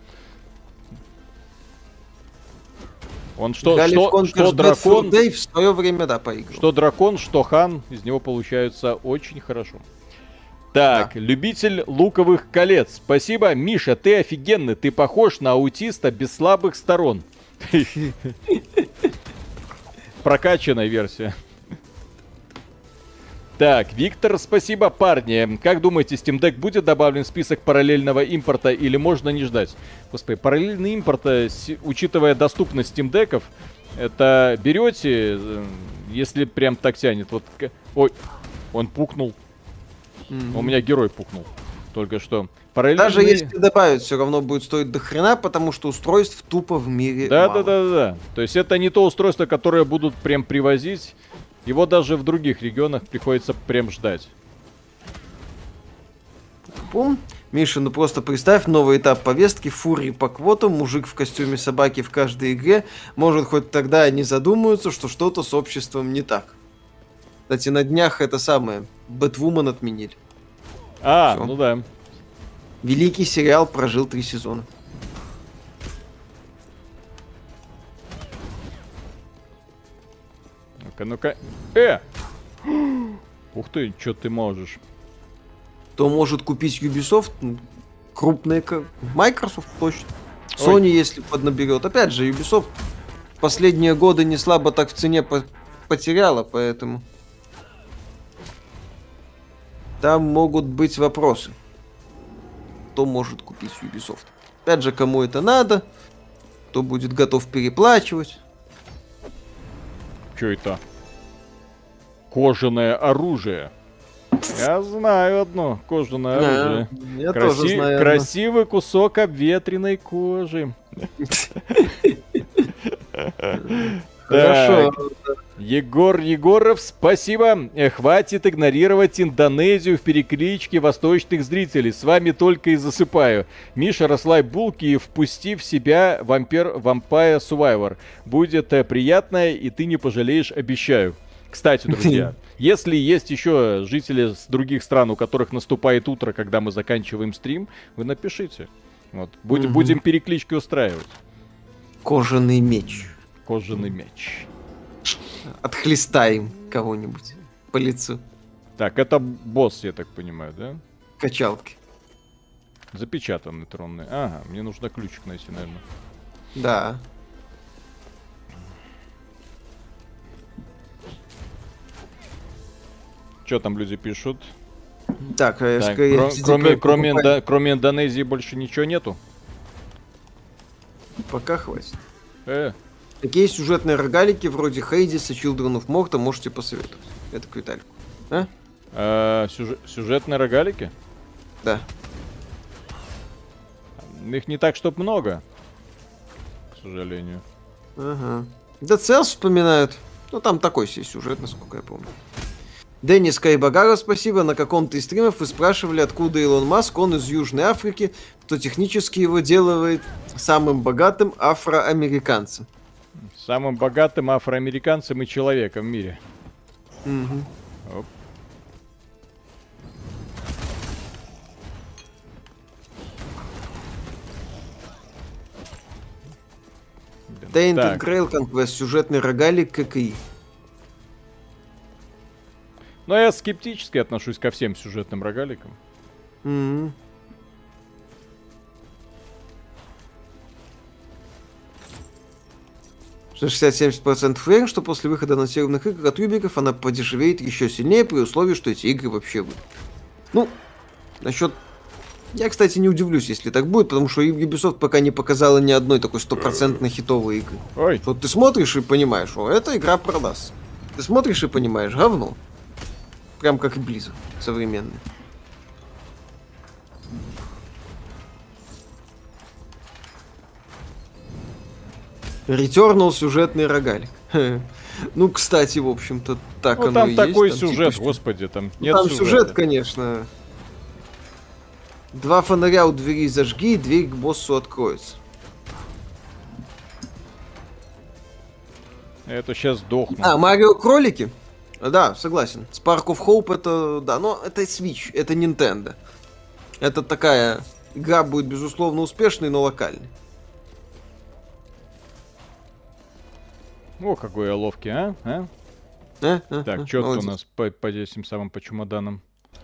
Он что дракон... в свое время, да, поиграл. Что дракон, что Хан, из него получаются очень хорошо. Так, да. Любитель луковых колец. Спасибо, Миша, ты офигенный. Ты похож на аутиста без слабых сторон. Прокачанная версия. Так, Виктор, спасибо, парни. Как думаете, Steam Deck будет добавлен в список параллельного импорта или можно не ждать? Господи, параллельный импорт, учитывая доступность Steam Deck'ов, это берете, если прям так тянет. Вот, ой, он пукнул. У меня герой пукнул только что. Даже если добавить, все равно будет стоить до хрена, потому что устройств тупо в мире мало. Да. То есть это не то устройство, которое будут прям привозить. Его даже в других регионах приходится прям ждать. Пум. Миша, ну просто представь новый этап повестки, фурии по квотам, мужик в костюме собаки в каждой игре. Может, хоть тогда они задумаются, что что-то с обществом не так. Кстати, на днях это самое, Бэтвумен отменили. Всё. Ну да. Великий сериал прожил 3 сезона. ну-ка. Ух ты, что ты можешь? Кто может купить Ubisoft? Крупные, как Microsoft точно. Sony, если поднаберет. Опять же, Ubisoft последние годы не слабо так в цене потеряла, поэтому там могут быть вопросы. Кто может купить Ubisoft? Опять же, кому это надо, кто будет готов переплачивать. Что это? Кожаное оружие. Я знаю одно кожаное оружие. Я тоже знаю. Красивый кусок обветренной кожи. Хорошо. Егор Егоров, спасибо. Хватит игнорировать Индонезию в перекличке восточных зрителей. С вами только и засыпаю. Миша, расслабь булки и впусти в себя Vampire Survivor. Будет приятно, и ты не пожалеешь, обещаю. Кстати, друзья, если есть еще жители с других стран, у которых наступает утро, когда мы заканчиваем стрим, вы напишите. Вот. Будем переклички устраивать. Кожаный меч. Кожаный меч. Отхлестаем кого-нибудь по лицу. Так, это босс, я так понимаю, да? Качалки. Запечатанный тронный. Ага, мне нужно ключик найти, наверное. Да. Что там люди пишут? Так, кроме Индонезии больше ничего нету? Пока хватит. Такие сюжетные рогалики вроде Хейдиса, Children of Morta можете посоветовать. Это к Виталику. Сюжетные рогалики? Да. Их не так, чтоб много. К сожалению. Ага. Dead Cells вспоминают. Ну, там такой себе сюжет, насколько я помню. Денис Кайбагаров, спасибо. На каком-то из стримов вы спрашивали, откуда Илон Маск. Он из Южной Африки, что технически его делает самым богатым афроамериканцем. Самым богатым афроамериканцем и человеком в мире. Угу. Оп. Tainted Grail Conquest, сюжетный рогалик ККИ. Но я скептически отношусь ко всем сюжетным рогаликам. 60-70% уверен, что после выхода анонсированных игр от Юбиков она подешевеет еще сильнее, при условии, что эти игры вообще выйдут. Ну, насчет... Я, кстати, не удивлюсь, если так будет, потому что Ubisoft пока не показала ни одной такой 100% хитовой игры. Ой. Вот ты смотришь и понимаешь, о, эта игра продастся. Ты смотришь и понимаешь, говно. Прям как и Blizzard современный. Returnal сюжетный рогалик. Ну, кстати, в общем-то, так ну, оно и есть. Там такой сюжет, типа, господи, там нет там сюжет, конечно. 2 фонаря у двери зажги, и дверь к боссу откроется. Это сейчас сдохну. Марио Кролики? Да, согласен. Spark of Hope это, да, но это Switch, это Nintendo. Это такая игра будет, безусловно, успешной, но локальной. О, какой я ловкий, а? Так, что у нас по этим самым по чемоданам?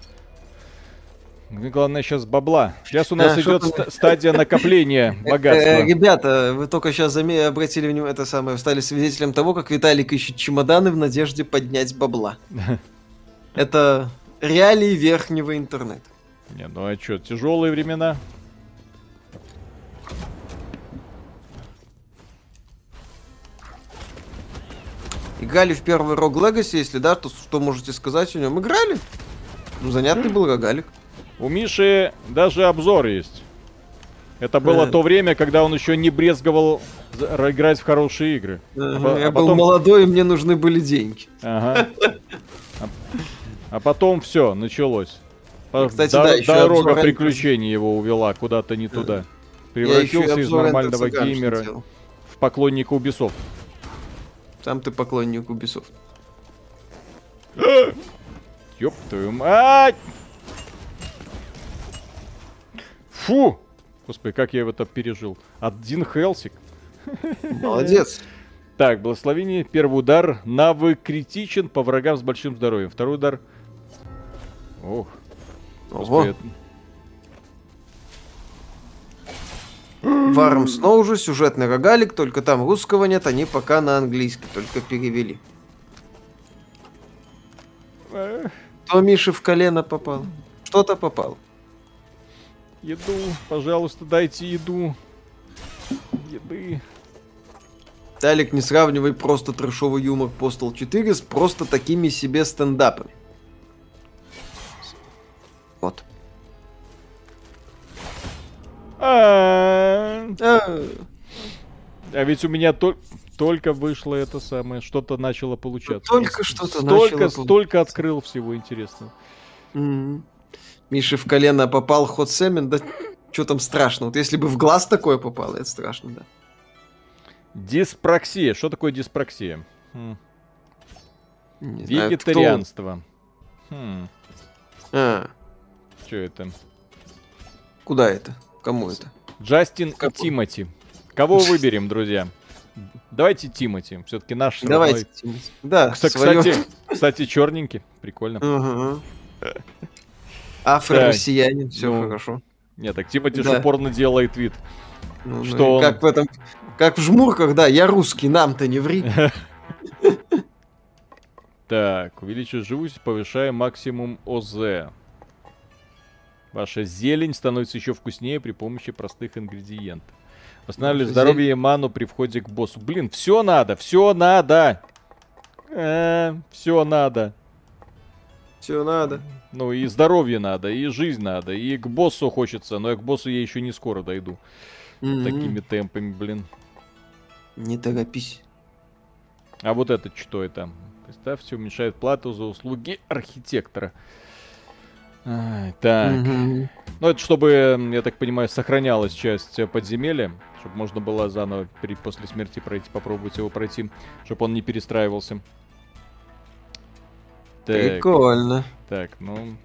Главное сейчас бабла. Сейчас у нас идет стадия накопления богатства. Ребята, вы только сейчас обратили внимание, это самое, стали свидетелем того, как Виталик ищет чемоданы в надежде поднять бабла. Это реалии верхнего интернета. Не, ну а что, тяжелые времена? Играли в первый Rogue Legacy, если да, то что можете сказать о нем? Играли? Ну, занятный был рогалик. У Миши даже обзор есть. Это было то время, когда он еще не брезговал играть в хорошие игры. Я был молодой, и мне нужны были деньги. Ага. А потом все, началось. Кстати, да, дорога приключений его увела куда-то не туда. Превратился из нормального геймера в поклонника Ubisoft. Там ты поклонник Ubisoft. Ёб твою мать! Фу! Господи, как я это пережил. Один хелсик. Молодец. Так, благословение. Первый удар. Навык критичен по врагам с большим здоровьем. Второй удар. Ох. Ого. Варм Сноу уже сюжетный рогалик, только там русского нет, они пока на английский только перевели. Кто Мише в колено попал? Что-то попал. Еду, пожалуйста, дайте еду. Еды. Талик, не сравнивай просто трэшовый юмор Postal 4 с просто такими себе стендапами. Вот. А ведь у меня только вышло это самое, что-то начало получаться. Только что-то начало. Столько открыл всего интересного. Миша в колено попал ход Сэмин, да что там страшно? Вот если бы в глаз такое попало, это страшно, да. Диспраксия. Что такое диспраксия? Вегетарианство. Что это? Куда это? Кому это? Джастин и Тимати. Кого выберем, друзья? Давайте Тимати. Все-таки наш. Давайте Тимати. Да, кстати, черненький. Прикольно. Афро-россиянин, все хорошо. Нет, так Тимати же упорно делает вид. Что как в этом. Как в жмурках, да, я русский, нам-то не ври. Так, увеличив живучесть, повышая максимум ОЗ. Ваша зелень становится еще вкуснее при помощи простых ингредиентов. Восстанавливает здоровье и ману при входе к боссу. Блин, все надо, все надо. Все надо. Все надо. Ну и здоровье надо, и жизнь надо, и к боссу хочется, но к боссу я еще не скоро дойду. Такими темпами, блин. Не торопись. А вот это что это? Представьте, уменьшает плату за услуги архитектора. Так. Ну, это чтобы, я так понимаю, сохранялась часть подземелья, чтобы можно было заново после смерти пройти, попробовать его пройти, чтобы он не перестраивался. Так. Прикольно. Так, ну...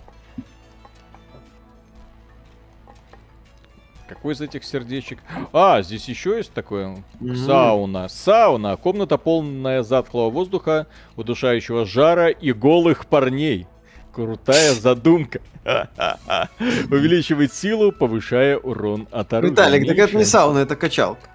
Какой из этих сердечек? Здесь еще есть такое. Сауна. Сауна. Комната полная затхлого воздуха, удушающего жара и голых парней. Крутая задумка. Увеличивает силу, повышая урон от оружия. Виталик, так это не сауна, это качалка.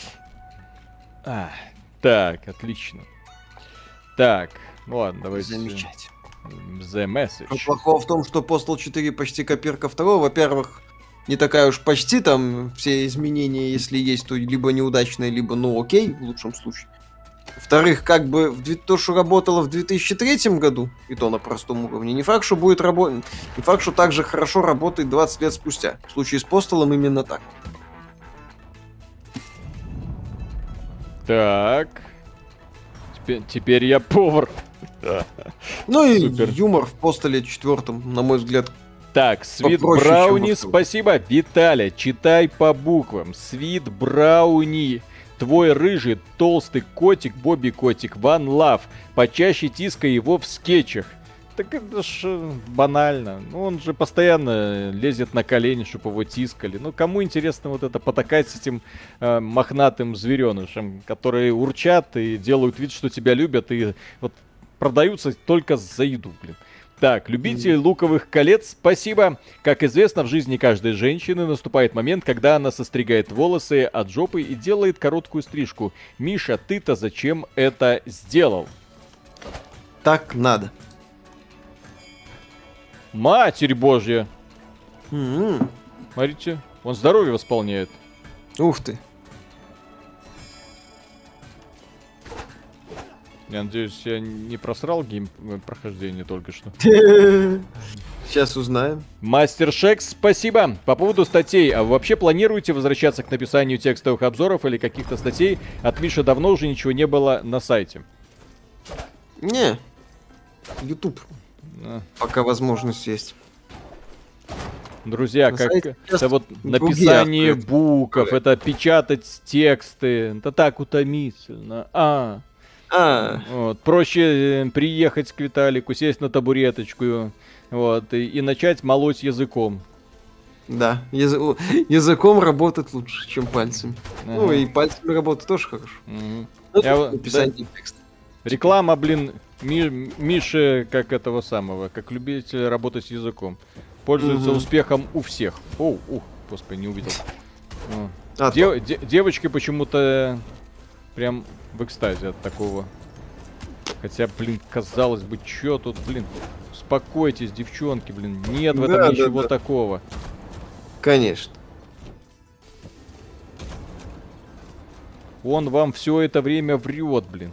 Так, отлично. Так, ладно, давайте... Замечать. The Message. Но плохого в том, что Postal 4 почти копирка второго. Во-первых, не такая уж почти там все изменения, если есть, то либо неудачные, либо ну окей, в лучшем случае. Во-вторых, как бы то, что работало в 2003 году, и то на простом уровне, не факт, что будет работать, не факт, что так же хорошо работает 20 лет спустя. В случае с Postal'ом именно так. Так. Теперь я повар. Ну и супер. Юмор в Postal'е 4, на мой взгляд. Так, Свит Брауни, спасибо. Виталя, читай по буквам. Свит Брауни. Твой рыжий, толстый котик, Бобби котик, Ван Лав. Почаще тискай его в скетчах. Так это ж банально. Ну, он же постоянно лезет на колени, чтобы его тискали. Ну, кому интересно вот это потакать с этим мохнатым зверенышем, которые урчат и делают вид, что тебя любят, и вот продаются только за еду, блин. Так, любители луковых колец, спасибо. Как известно, в жизни каждой женщины наступает момент, когда она состригает волосы от жопы и делает короткую стрижку. Миша, ты-то зачем это сделал? Так надо. Матерь Божья. Смотрите, он здоровье восполняет. Ух ты. Я надеюсь, я не просрал прохождение только что. Сейчас узнаем. Мастер Шекс, спасибо. По поводу статей. А вы вообще планируете возвращаться к написанию текстовых обзоров или каких-то статей? От Миши давно уже ничего не было на сайте. Не. YouTube. Пока возможность есть. Друзья, как это вот написание букв, это печатать тексты, это так утомительно. Вот. Проще приехать к Виталику, сесть на табуреточку, вот, и начать молоть языком. Да, языком работать лучше, чем пальцами. Ну и пальцами работать тоже хорошо. Написание текста. Реклама, блин, Миши, как этого самого, как любитель работать с языком. Пользуется успехом у всех. Господи, не увидел. Девочки почему-то прям в экстазе от такого. Хотя, блин, казалось бы, чё тут, блин, успокойтесь, девчонки, блин, нет в этом ничего такого. Конечно. Он вам все это время врет, блин.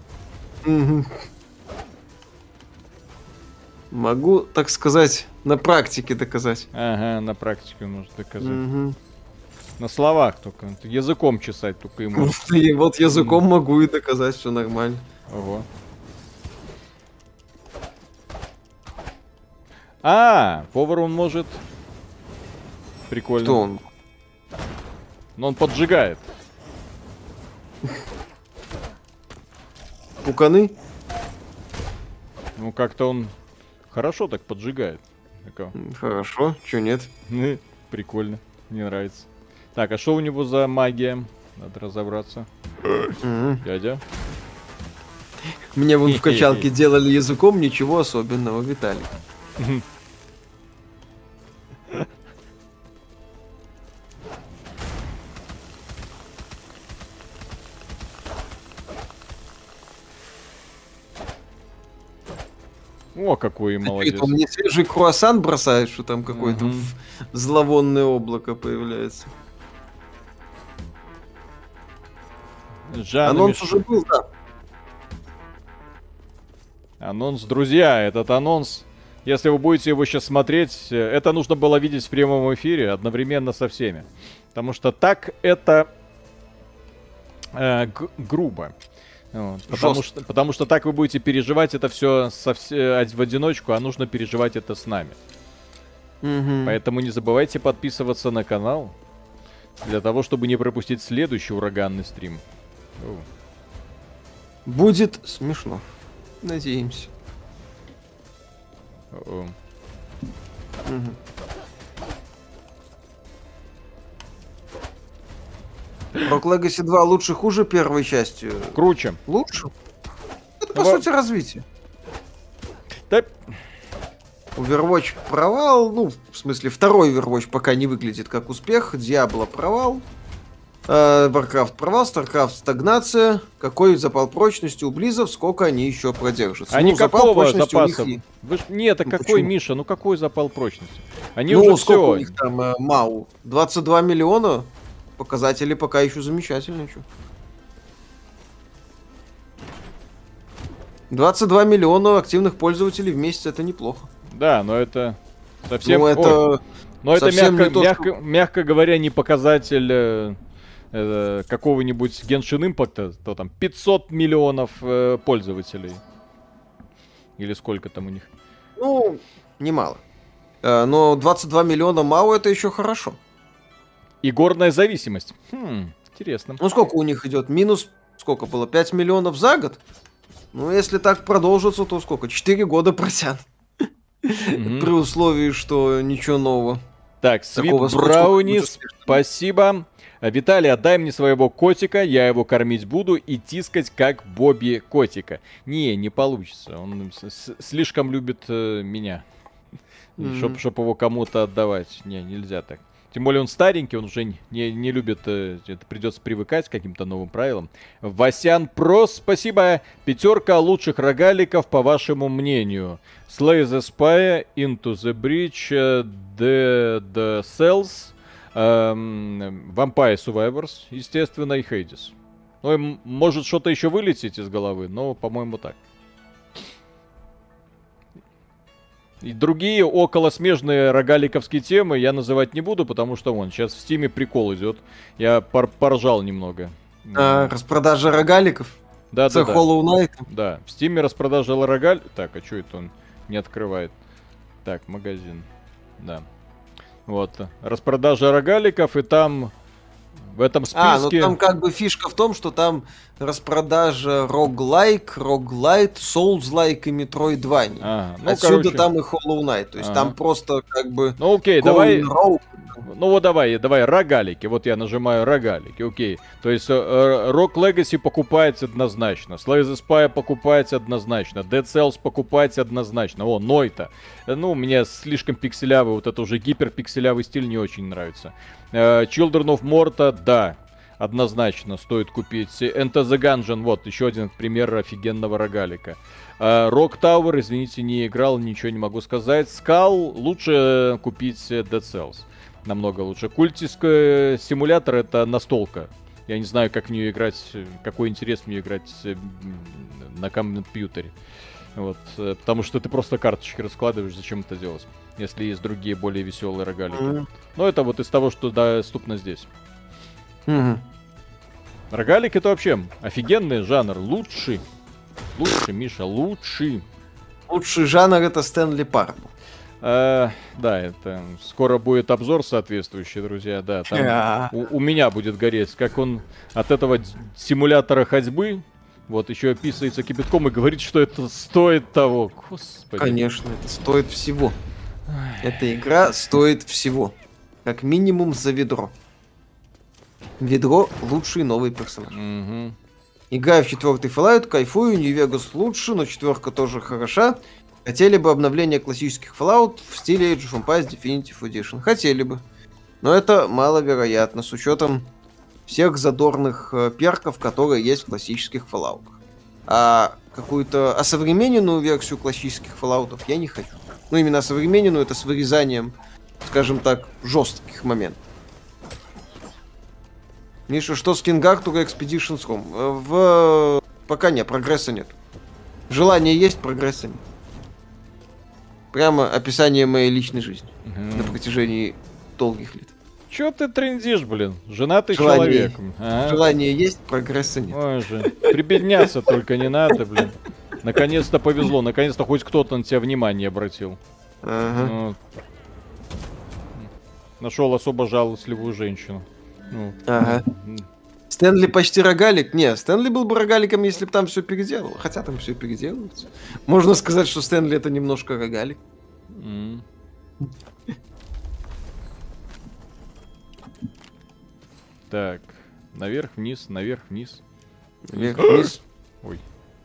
Могу, так сказать, на практике доказать. Ага, на практике можно доказать. На словах только. Языком чесать только ему. Вот языком могу и доказать, все нормально. Ого. Повар он может. Прикольно. Что он? Но он поджигает. Пуканы? Ну, как-то он хорошо так поджигает. Хорошо, чё нет? Прикольно, мне нравится. Так, а что у него за магия? Надо разобраться. Дядя. Мне вон в качалке делали языком, ничего особенного, Виталик. О, какой молодец. Он не свежий круассан бросает, что там какое-то зловонное облако появляется. Анонс уже был, да. Анонс, друзья, этот анонс, если вы будете его сейчас смотреть, это нужно было видеть в прямом эфире одновременно со всеми. Потому что так это грубо. Вот, потому что так вы будете переживать это все в одиночку, а нужно переживать это с нами. Поэтому не забывайте подписываться на канал, для того, чтобы не пропустить следующий ураганный стрим. Будет смешно. Надеемся. Rogue Legacy 2 лучше, хуже первой части? Круче. Лучше? Это, по сути, развитие. Да. Overwatch провал, ну, в смысле, второй Overwatch пока не выглядит как успех. Diablo провал. Warcraft провал, Starcraft стагнация. Какой запал прочности у Близов, сколько они еще продержатся? А никакого запаса. Нет, а какой, почему? Миша, ну какой запал прочности? Они уже сколько все. У них там МАУ? 22 миллиона? Показатели пока еще замечательные. 22 миллиона активных пользователей в месяц, это неплохо. Да, но это совсем... Ну, это... Но это, мягко говоря, не показатель какого-нибудь Genshin Impact, то там 500 миллионов пользователей. Или сколько там у них? Ну, немало. Но 22 миллиона МАУ это еще хорошо. И горная зависимость. Интересно. Ну, сколько у них идет? Минус, сколько было? 5 миллионов за год? Ну, если так продолжится, то сколько? 4 года протянут. При условии, что ничего нового. Так, Sweet Brownie, спасибо. Виталий, отдай мне своего котика, я его кормить буду и тискать, как Бобби котика. Не получится. Он слишком любит меня. Чтоб его кому-то отдавать. Нельзя так. Тем более он старенький, он уже не любит, это придется привыкать к каким-то новым правилам. Васян Прос, спасибо. 5 лучших рогаликов, по вашему мнению. Slay the Spy, Into the Breach, Dead Cells, Vampire Survivors, естественно, и Hades. Ну, и может что-то еще вылететь из головы, но, по-моему, так. И другие около смежные рогаликовские темы я называть не буду, потому что вон, сейчас в Стиме прикол идет. Я поржал немного. Распродажа рогаликов? Да. Hollow Knight? Да, в Стиме распродажа рогаликов. Так, а что это он не открывает? Так, магазин. Да. Вот. Распродажа рогаликов, и там в этом списке... ну там как бы фишка в том, что там распродажа роглайк, роглайт, соулс-лайк и метроидвания. Отсюда там и Hollow Knight. То есть там просто как бы... Ну окей, давай... Ну вот давай, рогалики. Вот я нажимаю рогалики, окей. То есть Rogue Legacy покупается однозначно. Slay the Spire покупается однозначно. Dead Cells покупается однозначно. О, Нойта. Ну, мне слишком пикселявый, вот это уже гиперпикселявый стиль не очень нравится. Children of Morta, да. Однозначно стоит купить. Enter the Gungeon, вот, еще один пример офигенного рогалика. Rock Tower, извините, не играл, ничего не могу сказать. Skull лучше купить Dead Cells. Намного лучше. Культистский симулятор — это настолка. Я не знаю, как в нее играть, какой интерес в нее играть на компьютере. Вот, потому что ты просто карточки раскладываешь, зачем это делать, если есть другие более веселые рогалики. Но это вот из того, что доступно здесь. Рогалик — это вообще офигенный жанр. Лучший, Миша, лучший. Лучший жанр — это Стэнли Парабл. Да, это скоро будет обзор соответствующий, друзья. Да, там у меня будет гореть, как он от этого симулятора ходьбы вот еще писается кипятком и говорит, что это стоит того. Господи. Конечно, это стоит всего. Эта игра стоит всего. Как минимум за ведро. Ведро — лучший новый персонаж. Играю в 4-й Fallout, кайфую, Нью-Вегас лучше, но 4-ка тоже хороша. Хотели бы обновление классических Fallout в стиле Age of Empires Definitive Edition. Хотели бы. Но это маловероятно, с учетом всех задорных перков, которые есть в классических Fallout. А какую-то осовремененную версию классических Fallout я не хочу. Ну, именно осовремененную, это с вырезанием, скажем так, жестких моментов. Миша, что с King Arthur Expeditions Home? Пока нет, прогресса нет. Желание есть, прогресса нет. Прямо описание моей личной жизни на протяжении долгих лет. Чё ты трындишь, блин? Женатый человек. Желание есть, прогресса нет. Ой же, прибедняться только не надо, блин. Наконец-то повезло, наконец-то хоть кто-то на тебя внимание обратил. Вот. Нашел особо жалостливую женщину. Стэнли почти рогалик? Не, Стэнли был бы рогаликом, если бы там все переделал. Хотя там все переделывается. Можно сказать, что Стэнли — это немножко рогалик. Так, наверх-вниз, наверх-вниз. Наверх-вниз. Ой.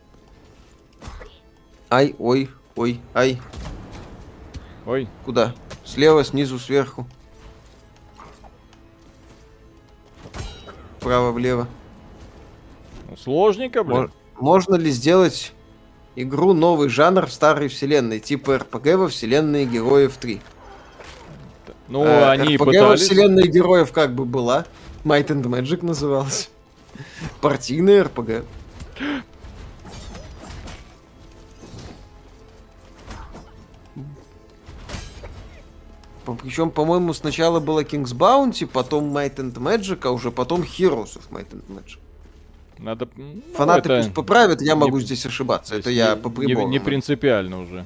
Ай, ой, ой, ай. Ой. Куда? Слева, снизу, сверху. Вправо-влево. Сложненько, блин. Можно ли сделать игру новый жанр в старой вселенной, типа РПГ во вселенной Героев 3? Ну, они РПГ пытались. во вселенной Героев как бы была. Might and Magic называлась. Партийная РПГ. Причем, по-моему, сначала было King's Bounty, потом Might and Magic, а уже потом Heroes of Might and Magic. Надо... Фанаты пусть поправят, я могу здесь ошибаться. Это я по приборам. Не принципиально уже.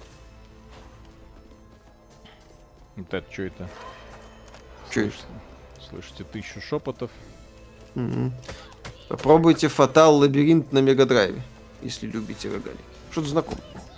Вот это что это? Слышите 1000 шепотов. Попробуйте Fatal Labyrinth на Мегадрайве, если любите рогалик. Что-то знакомое.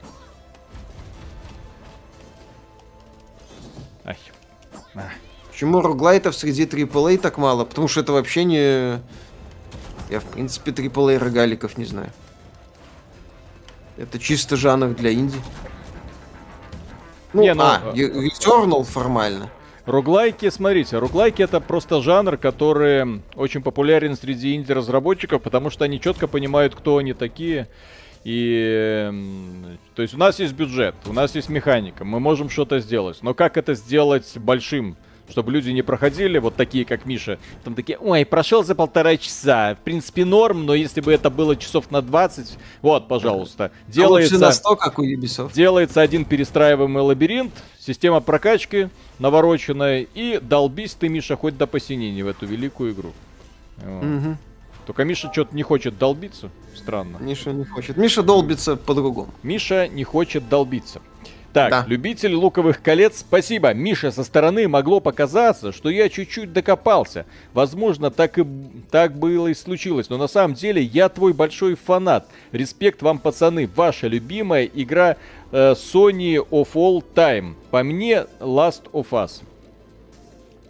Ай. Почему роглайтов среди AAA так мало? Потому что это вообще не... Я, в принципе, AAA рогаликов не знаю. Это чисто жанр для инди. Ну, Returnal формально. Роглайки, смотрите, роглайки — это просто жанр, который очень популярен среди инди-разработчиков, потому что они четко понимают, кто они такие. И, то есть у нас есть бюджет, у нас есть механика, мы можем что-то сделать. Но как это сделать большим, чтобы люди не проходили, вот такие, как Миша, там такие: ой, прошел за 1,5 часа, в принципе норм, но если бы это было часов на 20, вот, пожалуйста. Делается на 100, как у Ubisoft. Делается один перестраиваемый лабиринт, система прокачки навороченная, и долбись ты, Миша, хоть до посинения в эту великую игру. Вот. Только Миша что-то не хочет долбиться. Странно. Миша не хочет. Миша долбится по-другому. Миша не хочет долбиться. Так, да. Любитель луковых колец, спасибо. Миша, со стороны могло показаться, что я чуть-чуть докопался. Возможно, так было и случилось. Но на самом деле я твой большой фанат. Респект вам, пацаны. Ваша любимая игра Sony of All Time. По мне, Last of Us.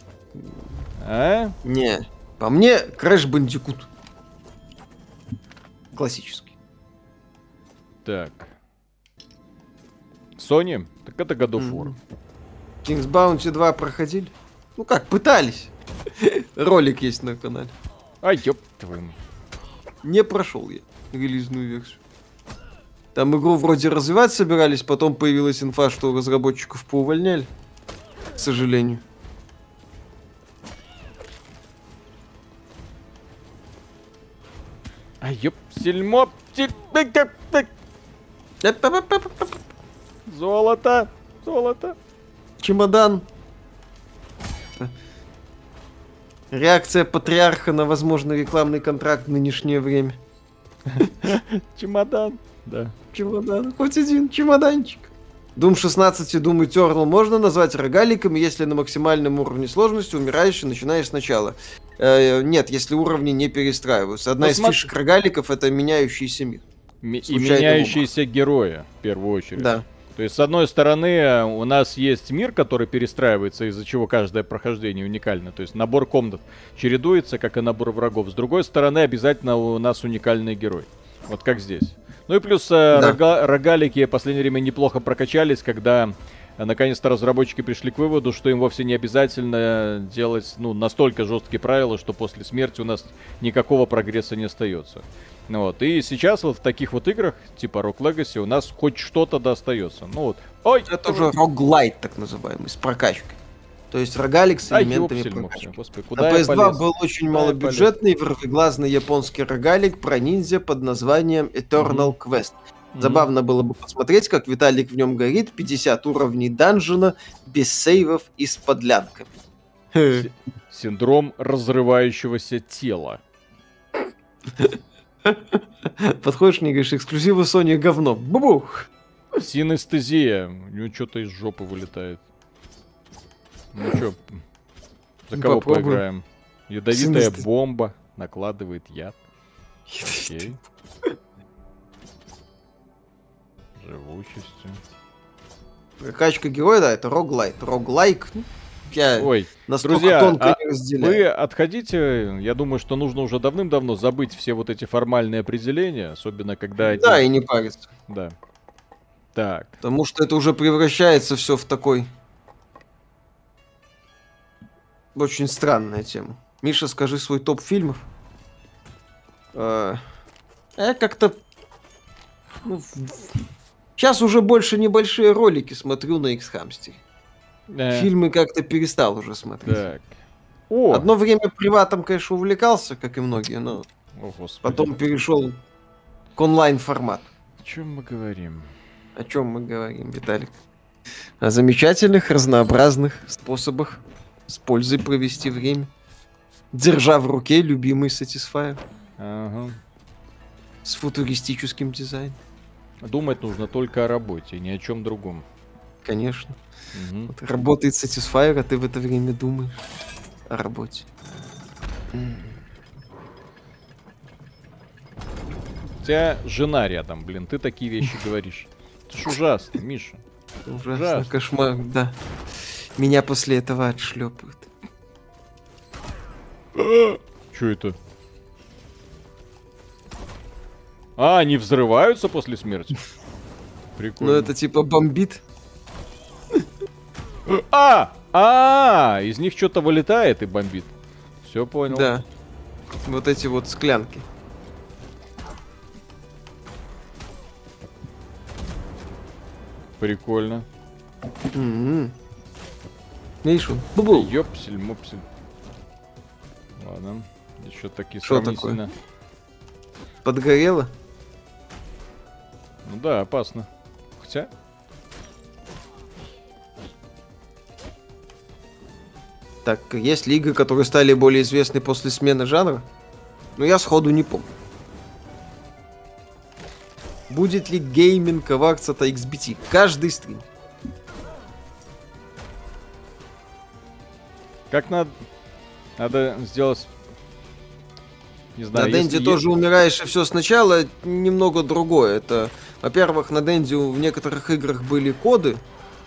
А? Не, по мне Crash Bandicoot. Классический. Так. Sony? Так это God of War. King's Bounty 2 проходили? Ну как, пытались. Ролик есть на канале. А ёб твою. Не прошел я релизную версию. Там игру вроде развивать собирались, потом появилась инфа, что разработчиков поувольняли. К сожалению. А ёпсельмоп. Золото. Золото. Чемодан. Реакция патриарха на возможный рекламный контракт в нынешнее время. Чемодан. Да. Чемодан. Хоть один чемоданчик. Doom 16 и Doom Eternal можно назвать рогаликами, если на максимальном уровне сложности умираешь и начинаешь сначала. Нет, если уровни не перестраиваются. Одна из фишек рогаликов — это меняющийся мир. И меняющиеся герои, в первую очередь. Да. То есть, с одной стороны, у нас есть мир, который перестраивается, из-за чего каждое прохождение уникально. То есть, набор комнат чередуется, как и набор врагов. С другой стороны, обязательно у нас уникальный герой. Вот как здесь. Ну и плюс рогалики в последнее время неплохо прокачались, когда наконец-то разработчики пришли к выводу, что им вовсе не обязательно делать настолько жесткие правила, что после смерти у нас никакого прогресса не остается. Вот. И сейчас вот в таких вот играх, типа Rogue Legacy, у нас хоть что-то достается. Ну вот. Ой! Это уже roguelite, так называемый, с прокачкой. То есть рогалик с элементами прокачки. Господи, на PS2 был очень малобюджетный, вырвиглазный японский рогалик про ниндзя под названием Eternal Quest. Забавно было бы посмотреть, как Виталик в нем горит. 50 уровней данжена, без сейвов и с подлянками. Синдром разрывающегося тела. Подходишь мне и говоришь, эксклюзивы Sony говно. Бубух! Синестезия. У него что-то из жопы вылетает. Ну чё, за кого поиграем? Ядовитая бомба накладывает яд. Окей. Живучестью. Прокачка героя, да, это роглайт. Роглайк. Я друзья, тонко не разделяю. Вы отходите. Я думаю, что нужно уже давным-давно забыть все вот эти формальные определения, особенно когда... Да, и не париться. Да. Так. Потому что это уже превращается все в такой... Очень странная тема. Миша, скажи свой топ фильмов. Я как-то... Сейчас уже больше небольшие ролики смотрю на X-Hamster. Фильмы как-то перестал уже смотреть. Так. Одно время приватом, конечно, увлекался, как и многие, но потом перешел к онлайн-формату. О чем мы говорим? О чем мы говорим, Виталик? О замечательных, разнообразных способах с пользой провести время. Держа в руке любимый Satisfyer. Ага. С футуристическим дизайном. Думать нужно только о работе, ни о чем другом. Конечно. Угу. Вот работает Satisfyer, а ты в это время думаешь о работе. У тебя жена рядом, блин, ты такие вещи говоришь. Это ж ужасно, Миша. Ужасно, кошмар, да. Меня после этого отшлепают. Чё это? Они взрываются после смерти? Прикольно. Ну это типа бомбит. Из них что-то вылетает и бомбит. Все понял. Да. Вот эти вот склянки. Прикольно. Видишь, бубу. Ёпсель-мопсель. Ладно. Еще такие сравнительно. Подгорело? Ну да, опасно. Хотя... Так, есть ли игры, которые стали более известны после смены жанра? Но я сходу не помню. Будет ли гейминг в Акцата XBT? Каждый стрим. Как надо сделать... Не знаю, на Денде тоже умираешь, и все сначала немного другое. Это, во-первых, на Денде в некоторых играх были коды,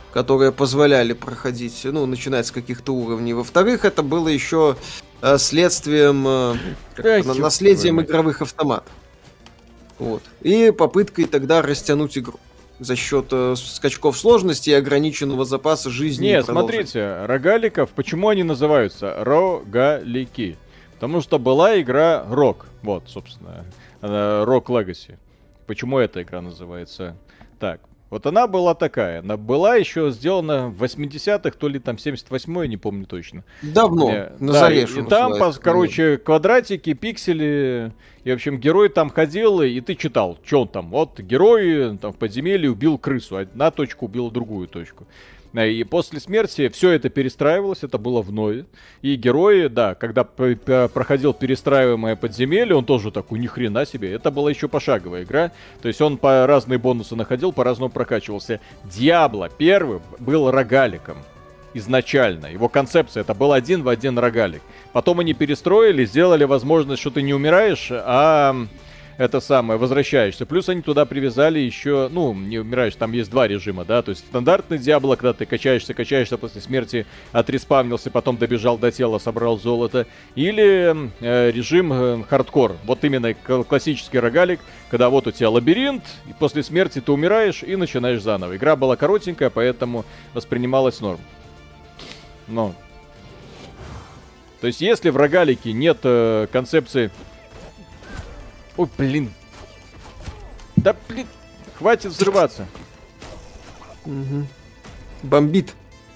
которые позволяли проходить, ну, начинать с каких-то уровней. Во-вторых, это было еще следствием, наследием игровых автоматов. Вот. И попыткой тогда растянуть игру за счет скачков сложности и ограниченного запаса жизни. Не, смотрите, рогаликов, почему они называются рогалики? Потому что была игра Rock, вот, собственно, Rock Legacy. Почему эта игра называется так? Вот она была такая. Она была еще сделана в 80-х, то ли там 78-й, не помню точно. Давно, на заре. И там, короче, квадратики, пиксели. И, в общем, герой там ходил, и ты читал, что он там. Вот герой там в подземелье убил крысу. Одна точка убила другую точку. И после смерти все это перестраивалось, это было вновь. И герои, да, когда проходил перестраиваемое подземелье, он тоже такой, ни хрена себе. Это была еще пошаговая игра. То есть он по разные бонусы находил, по-разному прокачивался. Диабло первый был рогаликом изначально. Его концепция, это был один в один рогалик. Потом они перестроили, сделали возможность, что ты не умираешь, а... это самое, возвращаешься. Плюс они туда привязали еще, ну, не умираешь, там есть два режима, да, то есть стандартный Диабло, когда ты качаешься, после смерти отреспавнился, потом добежал до тела, собрал золото, или режим хардкор, вот именно классический рогалик, когда вот у тебя лабиринт, и после смерти ты умираешь и начинаешь заново. Игра была коротенькая, поэтому воспринималась норм. Но... то есть если в рогалике нет концепции... ой, блин. Да, блин. Хватит взрываться. Угу. Бомбит.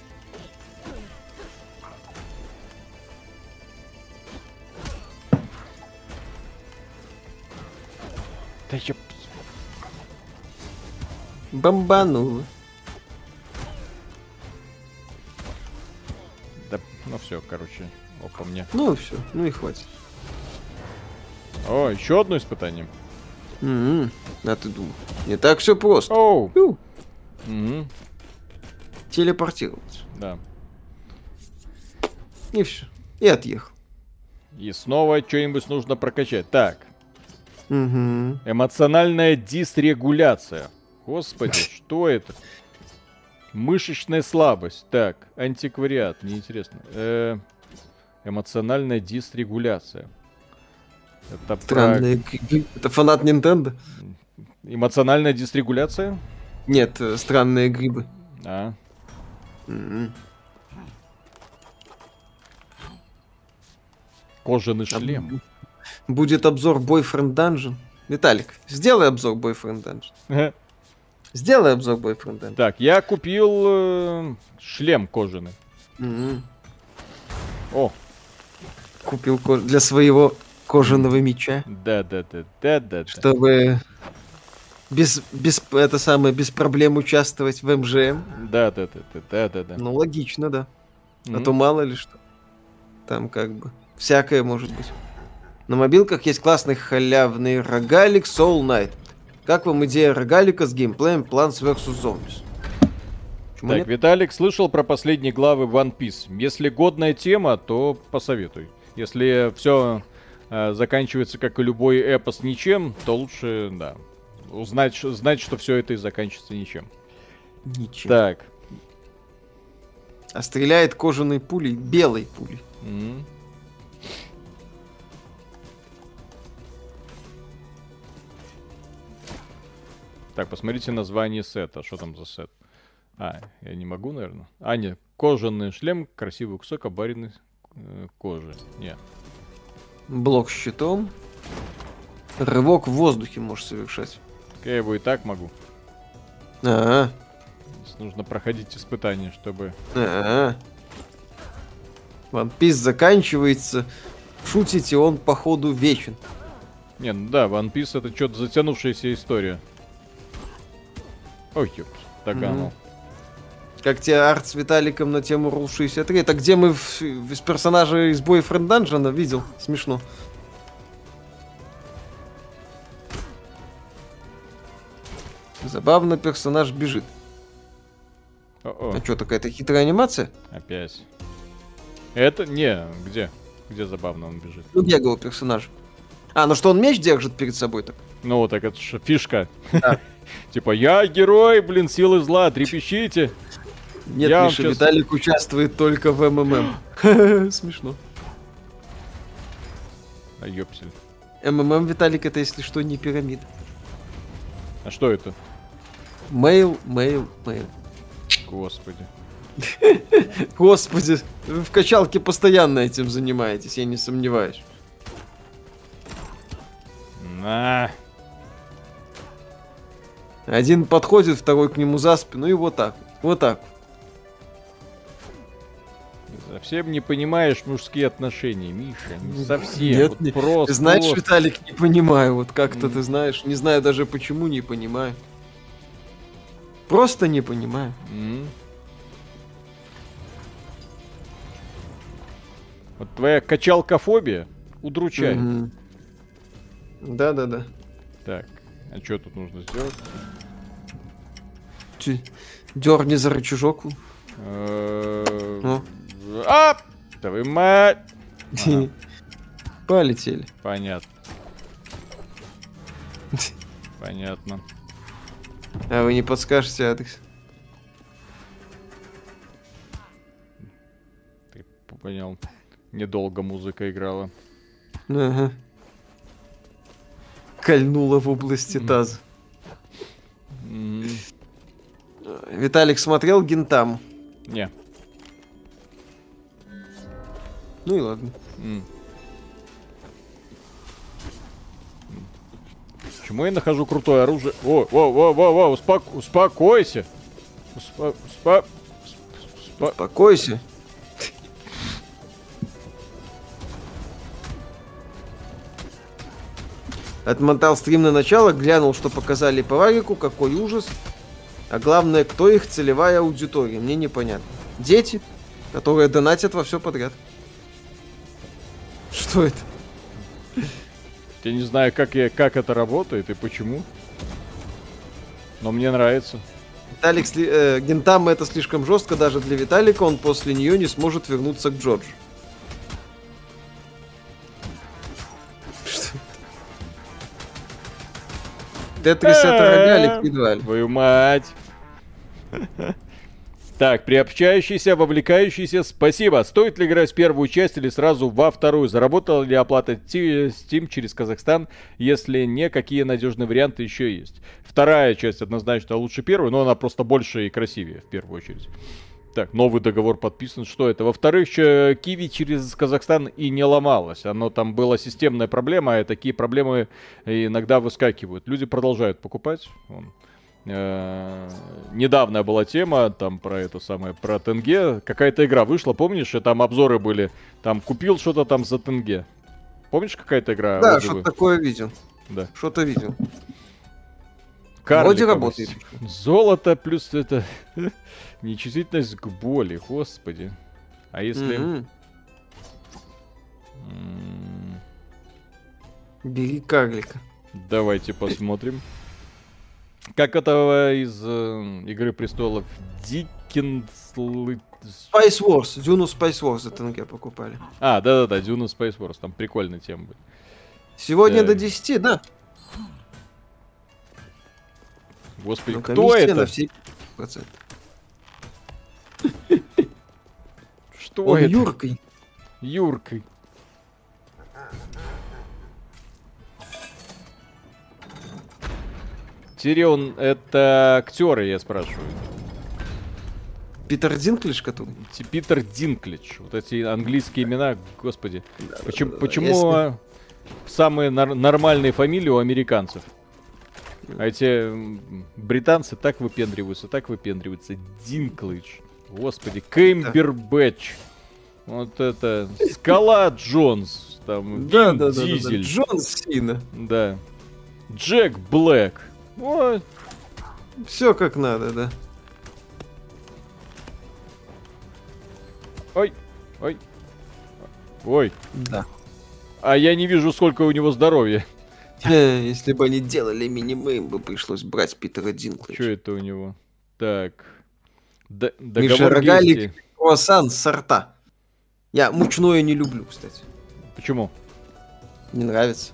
Да я... бомбануло. Да, ну все, короче. Опа, мне. Ну все, ну и хватит. О, еще одно испытание. А ты думал? Не так все просто. Оу. Телепортироваться. Да. И все. И отъехал. И снова что-нибудь нужно прокачать. Так. Угу. Эмоциональная дисрегуляция. Господи, что это? Мышечная слабость. Так, антиквариат. Неинтересно. Эмоциональная дисрегуляция. Это странные грибы. Это фанат Nintendo? Эмоциональная дисрегуляция? Нет, странные грибы. А. Кожаный шлем. Будет обзор Boyfriend Dungeon. Виталик, сделай обзор Boyfriend Dungeon. Сделай обзор Boyfriend Dungeon. Так, я купил шлем кожаный. О. Купил для своего кожаного меча. Да. Чтобы без проблем участвовать в МЖМ. Да. Ну, логично, да. А то мало ли что. Там как бы всякое может быть. На мобилках есть классный халявный рогалик Soul Knight. Как вам идея рогалика с геймплеем Plants vs. Zombies? Почему так, нет? Виталик слышал про последние главы One Piece. Если годная тема, то посоветуй. Если все заканчивается, как и любой эпос, ничем, то лучше, да, знать, что все это и заканчивается ничем. Ничем. Так. А стреляет кожаной пулей, белой пулей. Так, посмотрите название сета. Что там за сет? А, я не могу, наверное. А, нет. Кожаный шлем, красивый кусок обаренной кожи. Нет. Блок с щитом. Рывок в воздухе можешь совершать. Я его и так могу. Нужно проходить испытания, чтобы... One Piece заканчивается. Шутите, он походу вечен. Не, ну да, One Piece это что-то затянувшаяся история. Ой, ёпт, таганул. Как тебе арт с Виталиком на тему Rule 63? Это где мы из персонажа из Boyfriend Dungeon видел? Смешно. Забавно, персонаж бежит. А что, такая-то хитрая анимация? Опять. Это? Не, где? Где забавно он бежит? Ну, бегал персонаж. А, ну что, он меч держит перед собой так? Ну, так это же фишка. Типа, я герой, блин, силы зла, трепещите. Нет, Я Миша, сейчас... Виталик участвует только в МММ. Смешно. А ёпсель. МММ, Виталик, это, если что, не пирамида. А что это? Мейл. Господи. Господи, вы в качалке постоянно этим занимаетесь, я не сомневаюсь. На. Один подходит, второй к нему за спину, и вот так. Вот так. Совсем не понимаешь мужские отношения, Миша. Не совсем. Нет, Вот не... просто. Ты знаешь, Виталик, не понимаю. Вот как-то ты знаешь. Не знаю даже почему не понимаю. Просто не понимаю. Вот твоя качалкофобия удручает. Да. Так, а что тут нужно сделать? Дерни за рычажок. А! Твою мать! Ага. Полетели. Понятно. Понятно. А вы не подскажете адрес? Ты понял. Недолго музыка играла. Ага. Кольнула в области таза. Виталик смотрел Гинтам? Не. Ну и ладно. Почему я нахожу крутое оружие? О, успокойся. Успокойся. Отмотал стрим на начало, глянул, что показали по Варику, какой ужас. А главное, кто их целевая аудитория, мне непонятно. Дети, которые донатят во все подряд. Что это? Я не знаю, как это работает и почему. Но мне нравится. Виталик, Гентама это слишком жестко даже для Виталика, он после нее не сможет вернуться к Джорджу. Тетрис это рогалик едва ли. Твою мать. Так, приобщающийся, вовлекающийся, спасибо. Стоит ли играть в первую часть или сразу во вторую? Заработала ли оплата Steam через Казахстан? Если не, какие надежные варианты еще есть? Вторая часть однозначно лучше первой, но она просто больше и красивее в первую очередь. Так, новый договор подписан. Что это? Во-вторых, Киви через Казахстан и не ломалось. Оно там была системная проблема, и такие проблемы иногда выскакивают. Люди продолжают покупать. Недавно была тема там про это самое, про тенге. Какая-то игра вышла, помнишь? И там обзоры были. Там купил что-то там за тенге. Помнишь, какая-то игра? Да, что-то такое видел. Да. Что-то видел. Вроде работает. Золото плюс это нечувствительность к боли, господи. А если... Бери карлика. Давайте посмотрим. Как этого из Игры Престолов? Диккенслы... Spice Wars. Дюну Spice Wars за тенге покупали. А, да-да-да, Дюну Spice Wars. Там прикольная тема будет. Сегодня до 10, да. Господи, кто это? На все 5%. Что он это? Юркой. Юркой. Тирион, это актеры, я спрашиваю. Питер Динклидж, который? Питер Динклидж. Вот эти английские имена, господи. Да, почему если... самые нормальные фамилии у американцев? А эти британцы так выпендриваются. Динклидж. Господи, Кэмбербэтч. Вот это. Скала Джонс. Там Дизель. Джон Сина. Да. Джек Блэк. Вот. Все как надо, да. Ой. Да. А я не вижу, сколько у него здоровья. Если бы они делали минимум, им бы пришлось брать Питера Динклэджа. Что это у него? Так. Миша, рогалик, круассан, сорта. Я мучное не люблю, кстати. Почему? Не нравится.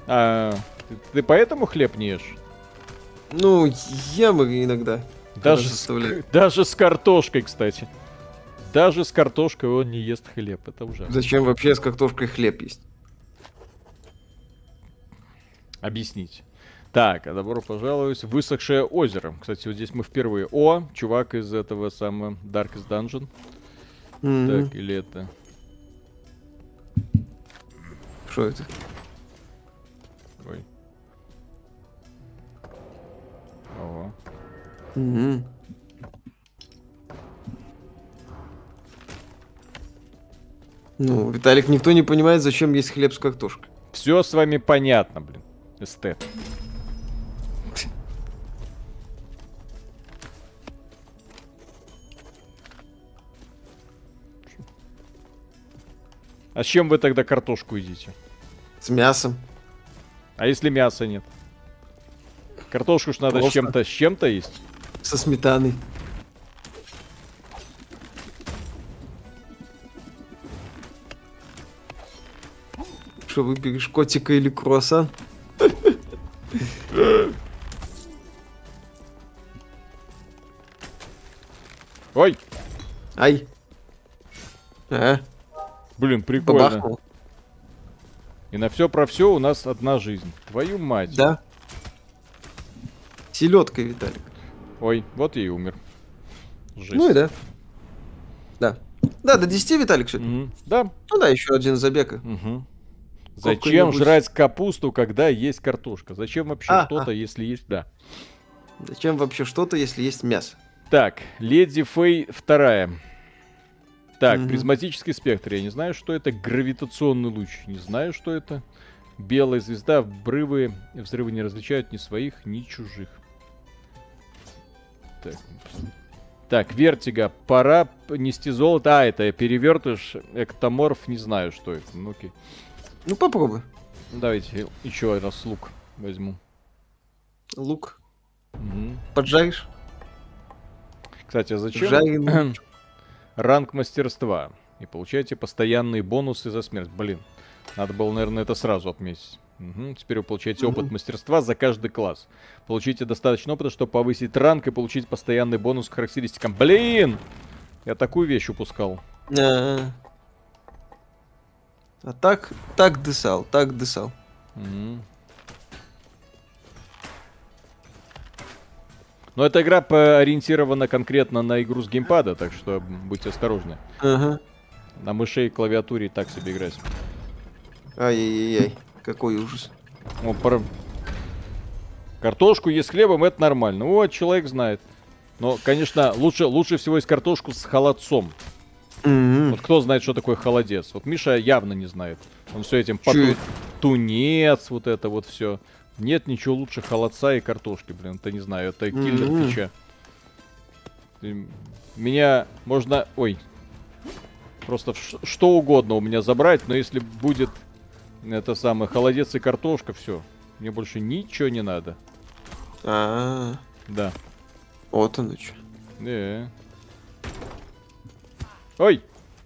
А ты поэтому хлеб не ешь? Ну, я бы иногда. Даже с картошкой, кстати. Даже с картошкой он не ест хлеб. Это ужасно. Зачем вообще с картошкой хлеб есть? Объясните. Так, а добро пожаловать. Высохшее озеро. Кстати, вот здесь мы впервые. О, чувак из этого самого Darkest Dungeon. Так, или это... Что это? Ой. Ого. Ну, Виталик, никто не понимает, зачем есть хлеб с картошкой. Все с вами понятно, блин. Эстет. А с чем вы тогда картошку едите? С мясом. А если мяса нет? Картошку ж надо Просто с чем-то есть. со сметаной. Что, выберешь котика или круассан? Ой! Ай! Блин, прикольно. Бабахнул. И на все про все у нас одна жизнь. Твою мать. Да. Селедка, Виталик. Ой, вот я и умер. Жесть. Ну и да. Да. Да, до 10, Виталик, все. Да. Ну да, еще один забег. Зачем жрать капусту, когда есть картошка? Зачем вообще что-то, если есть... Да. Зачем вообще что-то, если есть мясо? Так, Леди Фэй 2. Так, призматический спектр. Я не знаю, что это. Гравитационный луч. Не знаю, что это. Белая звезда. Взрывы не различают ни своих, ни чужих. Так, Вертига. Пора нести золото. А, это перевертыш, эктоморф. Не знаю, что это. Ну, окей. Ну, попробуй. Давайте еще раз лук возьму. Лук. Поджаришь? Кстати, а зачем ранг мастерства? И получаете постоянные бонусы за смерть. Блин, надо было, наверное, это сразу отметить. Теперь вы получаете опыт мастерства за каждый класс. Получите достаточно опыта, чтобы повысить ранг и получить постоянный бонус к характеристикам. Блин! Я такую вещь упускал. А так дысал. Но эта игра ориентирована конкретно на игру с геймпада, так что будьте осторожны. На мышей и клавиатуре так себе играть. Ай-яй-яй, какой ужас. Картошку есть с хлебом, это нормально. Вот, человек знает. Но, конечно, лучше всего есть картошку с холодцом. Вот кто знает, что такое холодец? Вот Миша явно не знает. Он все этим тунец, вот это вот все. Нет ничего лучше холодца и картошки, блин. Это не знаю, это киллер фича. Меня можно... Ой. Просто что угодно у меня забрать, но если будет это самое холодец и картошка, все. Мне больше ничего не надо. Да. Вот оно что. Ой!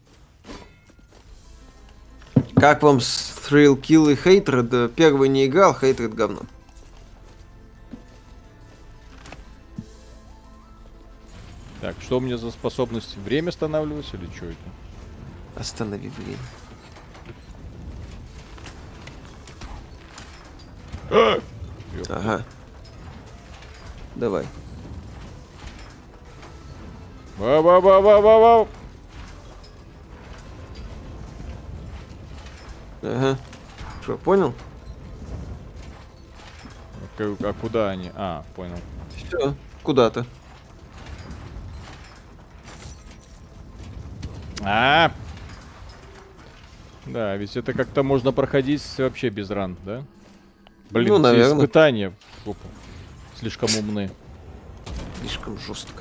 Как вам Thrill Kill и Hatred? Первый не играл, Hatred говно. Так, что у меня за способность? Время останавливать или что это? Останови время. Ага. Давай. Ба-ба-ба-ба-ба-ба! Ага. Что, понял? А куда они? А, понял. Все, куда-то. Да, ведь это как-то можно проходить вообще без ран, да? Блин, ну, все наверное. испытания слишком умны. Слишком жестко.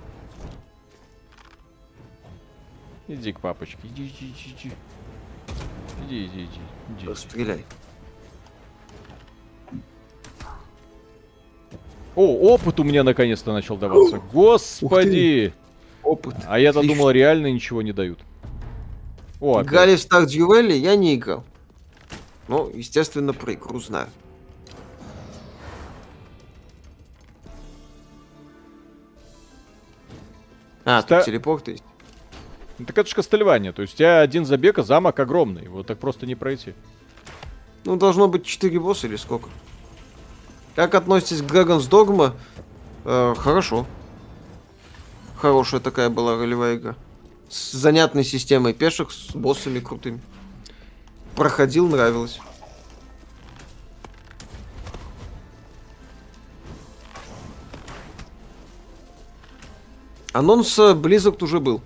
Иди к папочке, иди. Иди. Стреляй. О, опыт у меня наконец-то начал даваться. Господи! Опыт. А я-то думал, реально ничего не дают. О, играли в Stardew Valley, я не играл. Ну, естественно, про игру знаю. Тут телепорт есть. Так это же Кастельвания, то есть у тебя один забег, а замок огромный, его так просто не пройти. Ну, должно быть 4 босса или сколько. Как относитесь к Dragon's Dogma? Хорошо. Хорошая такая была ролевая игра. С занятной системой пешек, с боссами крутыми. Проходил, нравилось. Анонс Blizzard уже был.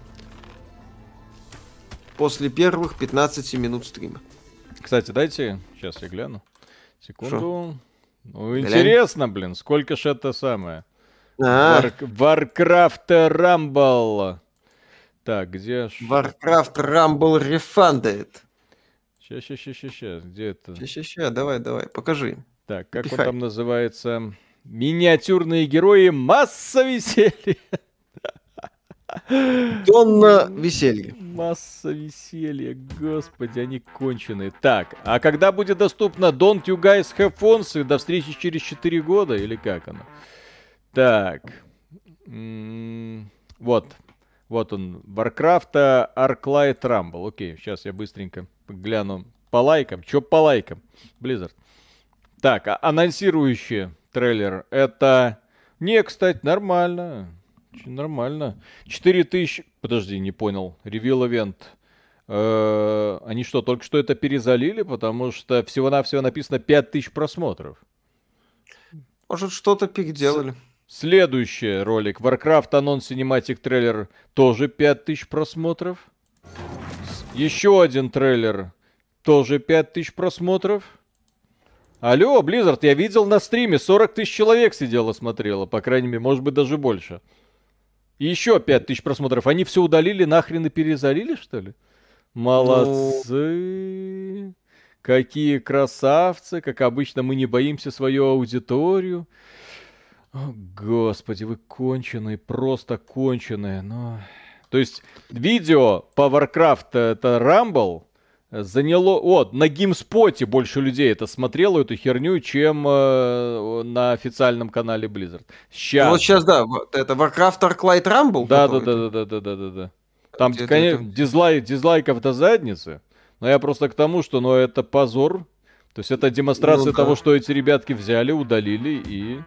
После первых 15 минут стрима. Кстати, дайте, сейчас я гляну. Секунду. Шо? Ну, интересно, блин, сколько ж это самое. Warcraft Rumble. Так, где ж... Warcraft Rumble Refunded. Ща, где это? Ща, давай, покажи. Так, как он там называется? Миниатюрные герои, масса веселья. Тонна веселья. Масса веселья, господи, они конченые. Так, а когда будет доступно Don't You Guys Have Fun? До встречи через 4 года или как оно? Так, вот он, Warcraft Arclight Rumble. Окей, сейчас я быстренько гляну по лайкам. Чё по лайкам? Blizzard. Так, анонсирующий трейлер. Это... Не, кстати, нормально. Нормально. 4000... Подожди, не понял. Reveal Event. Они что, только что это перезалили? Потому что всего-навсего написано 5000 просмотров. Может, что-то переделали. Следующий ролик. Warcraft анонс Cinematic трейлер. Тоже 5000 просмотров. Еще один трейлер. Тоже 5000 просмотров. Алло, Blizzard, я видел на стриме 40 000 человек сидело, смотрело. По крайней мере, может быть, даже больше. И еще 5000 просмотров. Они все удалили, нахрен и перезалили, что ли? Молодцы. Какие красавцы. Как обычно, мы не боимся свою аудиторию. О, господи, вы конченые, просто конченые. Но... То есть, видео по Warcraft, это Rumble, заняло... на GameSpot больше людей это смотрело, эту херню, чем на официальном канале Blizzard. Сейчас. Вот сейчас, да, это Warcraft Arclight Rumble? Да. Там, конечно, дизлайков до задницы, но я просто к тому, что, это позор. То есть, это демонстрация того, что эти ребятки взяли, удалили и...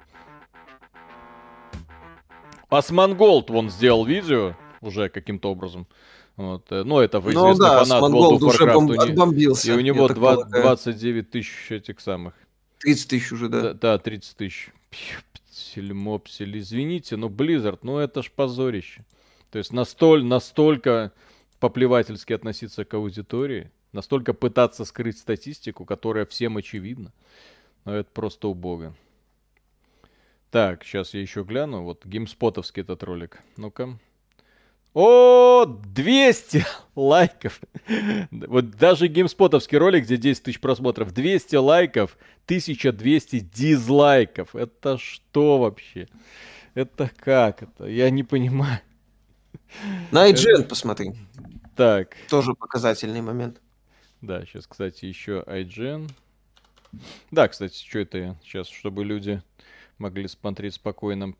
Асманголд, вон, сделал видео уже каким-то образом. Вот. Это известный фанат World of Warcraft. И у него 29 тысяч этих самых. 30 тысяч уже, да. Да, 30 тысяч. Мопсель, извините, но Blizzard, это ж позорище. То есть настолько поплевательски относиться к аудитории, настолько пытаться скрыть статистику, которая всем очевидна. Но это просто убого. Так, сейчас я еще гляну. Вот геймспотовский этот ролик. Ну-ка. О, 200 лайков. Вот даже геймспотовский ролик, где 10 тысяч просмотров. 200 лайков, 1200 дизлайков. Это что вообще? Это как это? Я не понимаю. На IGN посмотри. Так. Тоже показательный момент. Да, сейчас, кстати, еще IGN. Да, кстати, что это я сейчас, чтобы люди... могли смотреть спокойно.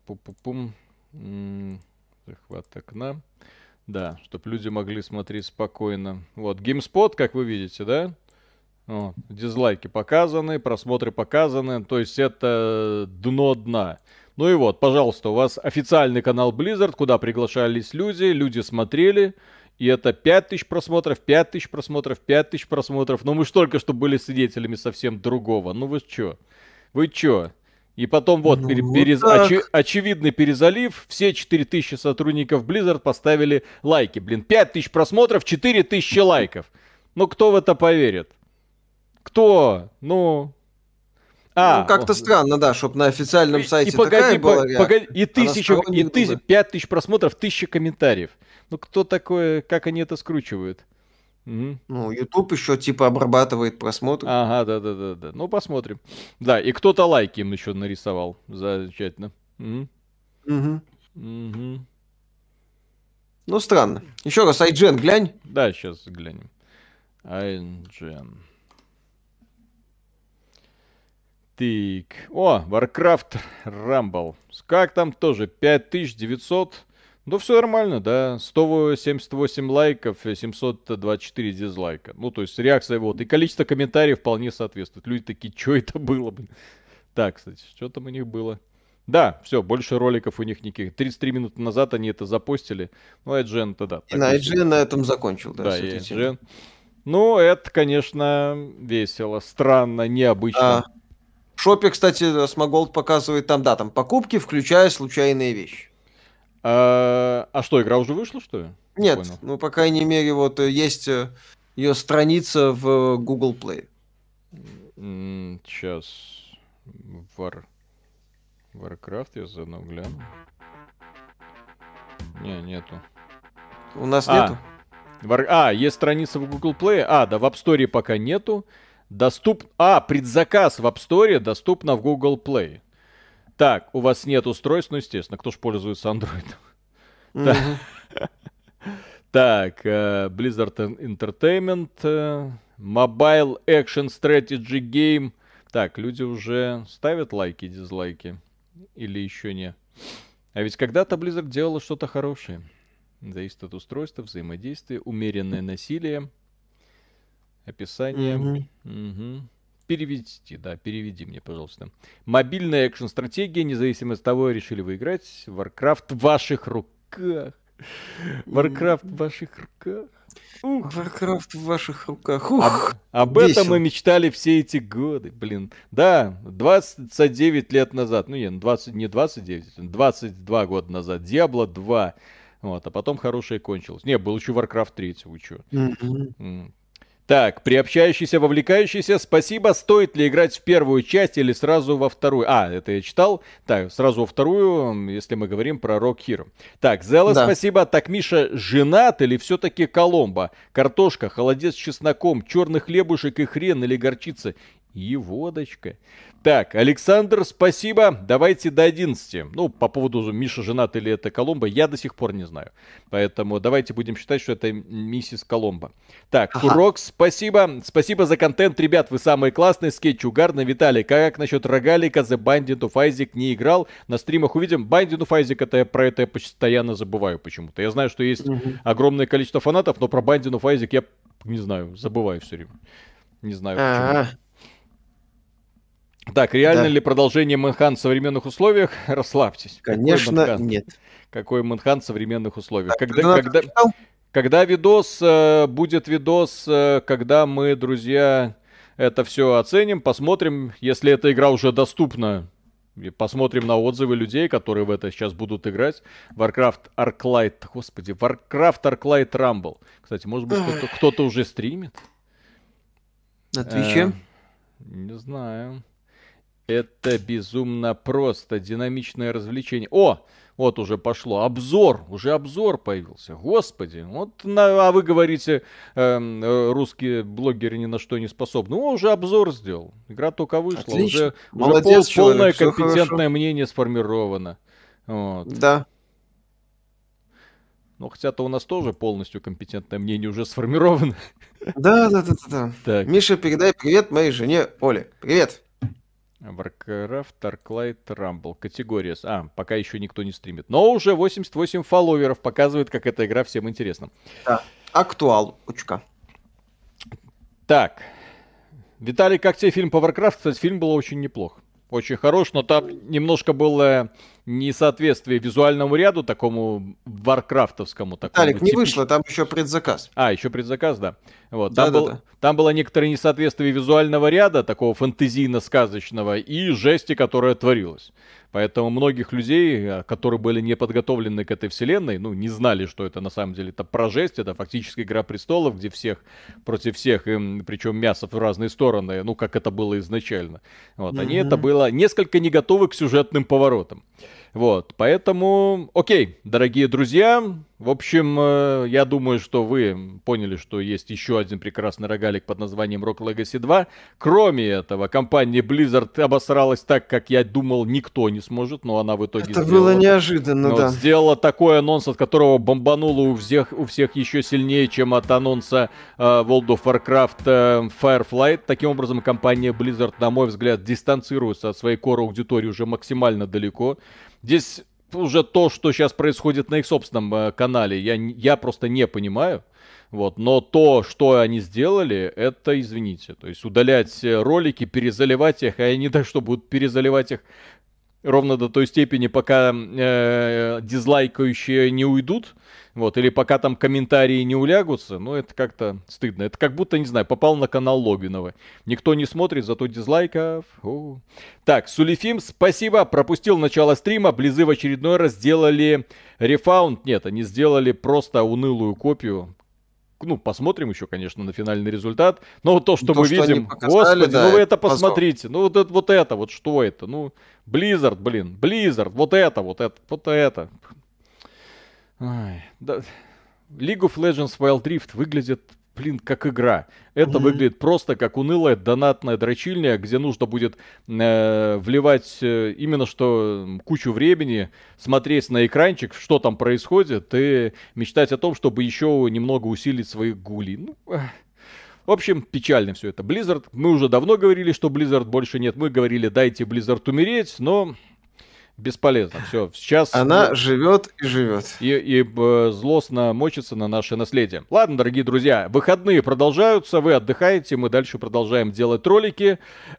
Захват окна. Да, чтобы люди могли смотреть спокойно. Вот, GameSpot, как вы видите, да? Вот, дизлайки показаны, просмотры показаны. То есть это дно дна. Ну и вот, пожалуйста, у вас официальный канал Blizzard, куда приглашались люди смотрели. И это 5000 просмотров, 5000 просмотров, 5000 просмотров. Но мы ж только что были свидетелями совсем другого. Ну вы чё? Вы чё? И потом вот очевидный перезалив. Все 4000 сотрудников Blizzard поставили лайки. 5000 просмотров, 4000 лайков. Ну кто в это поверит? Кто? Как-то странно, да, чтобы на официальном сайте такая была реакция. И 5000 просмотров, 1000 комментариев. Ну кто такое, как они это скручивают? Угу. YouTube еще типа обрабатывает просмотры. Ага, да. Ну, посмотрим. Да, и кто-то лайки им еще нарисовал. Замечательно. Угу. Ну, странно. Еще раз, IGN глянь. Да, сейчас глянем. IGN. Так. О, Warcraft Rumble. Как там тоже? 5900. Ну, все нормально, да. 178 лайков, 724 дизлайка. Ну, то есть реакция вот. И количество комментариев вполне соответствует. Люди такие, что это было, блин? Так, кстати, что там у них было? Да, все, больше роликов у них никаких. 33 минуты назад они это запостили. Ну, IGN-то да. И на IGN на этом закончил, да. Да, и IGN. Ну, это, конечно, весело, странно, необычно. В шопе, кстати, Смоголд показывает там, да, там покупки, включая случайные вещи. А что, игра уже вышла, что ли? Нет, ну, по крайней мере, вот есть ее страница в Google Play. Сейчас. Warcraft я заодно гляну. Нету. У нас нету? Есть страница в Google Play. Да, в App Store пока нету. Предзаказ в App Store доступно в Google Play. Так, у вас нет устройств, ну, естественно, кто ж пользуется Android. Так, Blizzard Entertainment, Mobile Action Strategy Game. Так, люди уже ставят лайки, дизлайки? Или еще не? А ведь когда-то Blizzard делала что-то хорошее. Зависит от устройства, взаимодействия, умеренное насилие, описание. Переведи мне, пожалуйста. Мобильная экшн-стратегия, независимо от того, решили вы играть. Warcraft в ваших руках. Warcraft в ваших руках. Warcraft в ваших руках. Об этом мы мечтали все эти годы, блин. Да, 29 лет назад, ну не 29, 22 года назад, Diablo 2. Вот, а потом хорошее кончилось. Не, был еще Warcraft 3, вы чё? Так, приобщающийся, вовлекающийся, спасибо. Стоит ли играть в первую часть или сразу во вторую? Это я читал. Так, сразу во вторую, если мы говорим про Rock Hero. Так, Зела, да. Спасибо. Так, Миша, женат или все-таки Коломбо? Картошка, холодец с чесноком, черный хлебушек и хрен или горчица? И водочка. Так, Александр, спасибо. Давайте до 11. Ну, по поводу Миша женат или это Коломбо, я до сих пор не знаю. Поэтому давайте будем считать, что это миссис Коломбо. Так, Курок, спасибо. Спасибо за контент, ребят. Вы самые классные. Скетч угарно. Виталий, как насчет Рогалика The Binding of Isaac? Не играл. На стримах увидим. Binding of Isaac, про это я постоянно забываю почему-то. Я знаю, что есть огромное количество фанатов, но про Binding of Isaac я не знаю, забываю все время. Не знаю почему. Так, реально ли продолжение Манхан в современных условиях? Расслабьтесь. Конечно, нет. Какой Манхан в современных условиях? Когда будет видос, когда мы, друзья, это все оценим, посмотрим, если эта игра уже доступна, посмотрим на отзывы людей, которые в это сейчас будут играть. Warcraft Arclight, господи, Warcraft Arclight Rumble. Кстати, может быть, кто-то уже стримит? На Твиче? Не знаю. Это безумно просто. Динамичное развлечение. Вот уже пошло. Уже обзор появился. Господи. А вы говорите, русские блогеры ни на что не способны. Уже обзор сделал. Игра только вышла. Отлично. Уже полное компетентное мнение сформировано. Вот. Да. Ну, хотя-то у нас тоже полностью компетентное мнение уже сформировано. Да. Миша, передай привет моей жене Оле. Привет. Warcraft, Arclight, Rumble. Категория. Пока еще никто не стримит. Но уже 88 фолловеров показывает, как эта игра всем интересна. Да. Актуалочка. Так. Виталий, как тебе фильм по Warcraft? Кстати, фильм был очень неплох. Очень хорош, но там немножко было несоответствие визуальному ряду, такому варкрафтовскому. Виталик, не вышло, там еще предзаказ. Еще предзаказ, да. Вот, там было некоторое несоответствие визуального ряда, такого фэнтезийно-сказочного, и жести, которая творилась. Поэтому многих людей, которые были не подготовлены к этой вселенной, не знали, что это на самом деле это про жесть, это фактически Игра престолов, где всех против всех, причем мясо в разные стороны, как это было изначально. Вот, они это было несколько не готовы к сюжетным поворотам. Вот, поэтому, окей, дорогие друзья, в общем, я думаю, что вы поняли, что есть еще один прекрасный рогалик под названием Rock Legacy 2. Кроме этого, компания Blizzard обосралась так, как я думал, никто не сможет, но она в итоге это сделала. было неожиданно, вот, да. Сделала такой анонс, от которого бомбануло у всех еще сильнее, чем от анонса World of Warcraft Fireflight. Таким образом, компания Blizzard, на мой взгляд, дистанцируется от своей core-аудитории уже максимально далеко. Здесь уже то, что сейчас происходит на их собственном канале, я просто не понимаю. Вот. Но то, что они сделали, это, извините, то есть удалять ролики, перезаливать их, а я не так, что будут перезаливать их ровно до той степени, пока дизлайкающие не уйдут, вот, или пока там комментарии не улягутся, ну, это как-то стыдно. Это как будто, не знаю, попал на канал Логвинова. Никто не смотрит, зато дизлайков. Так, Сулифим, спасибо, пропустил начало стрима, Близы в очередной раз сделали рефаунд. Нет, они сделали просто унылую копию. Ну, посмотрим еще, конечно, на финальный результат. Но вот то, что мы видим, показали, господи, да, ну вы это посмотрите. Ну, вот что это? Ну, Blizzard, Blizzard, вот это. Ай, да. League of Legends Wild Rift выглядит, как игра. Это выглядит просто как унылая донатная дрочильня, где нужно будет вливать именно что кучу времени, смотреть на экранчик, что там происходит, и мечтать о том, чтобы еще немного усилить своих гулей. Ну, в общем, печально все это. Blizzard, мы уже давно говорили, что Blizzard больше нет. Мы говорили, дайте Blizzard умереть, но... бесполезно. Все, сейчас... Она живет и живет. И злостно мочится на наше наследие. Ладно, дорогие друзья, выходные продолжаются, вы отдыхаете, мы дальше продолжаем делать ролики.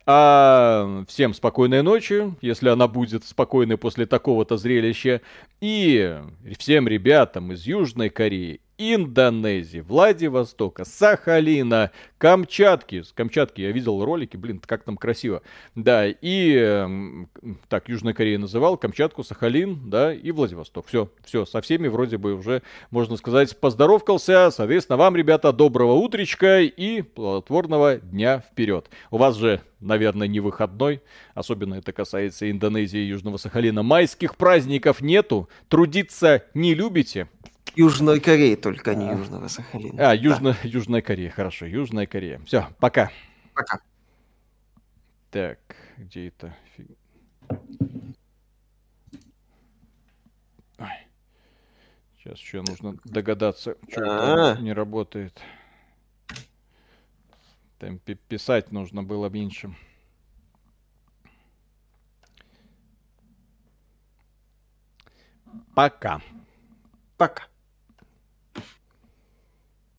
Всем спокойной ночи, если она будет спокойной после такого-то зрелища. И всем ребятам из Южной Кореи, Индонезии, Владивостока, Сахалина, Камчатки. С Камчатки я видел ролики, как там красиво. Да, и так, Южная Корея называл, Камчатку, Сахалин, да, и Владивосток. Все, со всеми вроде бы уже, можно сказать, поздоровкался. Соответственно, вам, ребята, доброго утречка и плодотворного дня вперед. У вас же, наверное, не выходной, особенно это касается Индонезии и Южного Сахалина. Майских праздников нету, трудиться не любите. Южной Кореи, только не Южного Сахалина. Южная Корея, хорошо, Южная Корея. Все, пока. Пока. Так, где это? Сейчас еще нужно догадаться, что не работает. Там писать нужно было меньше. Пока. Пока.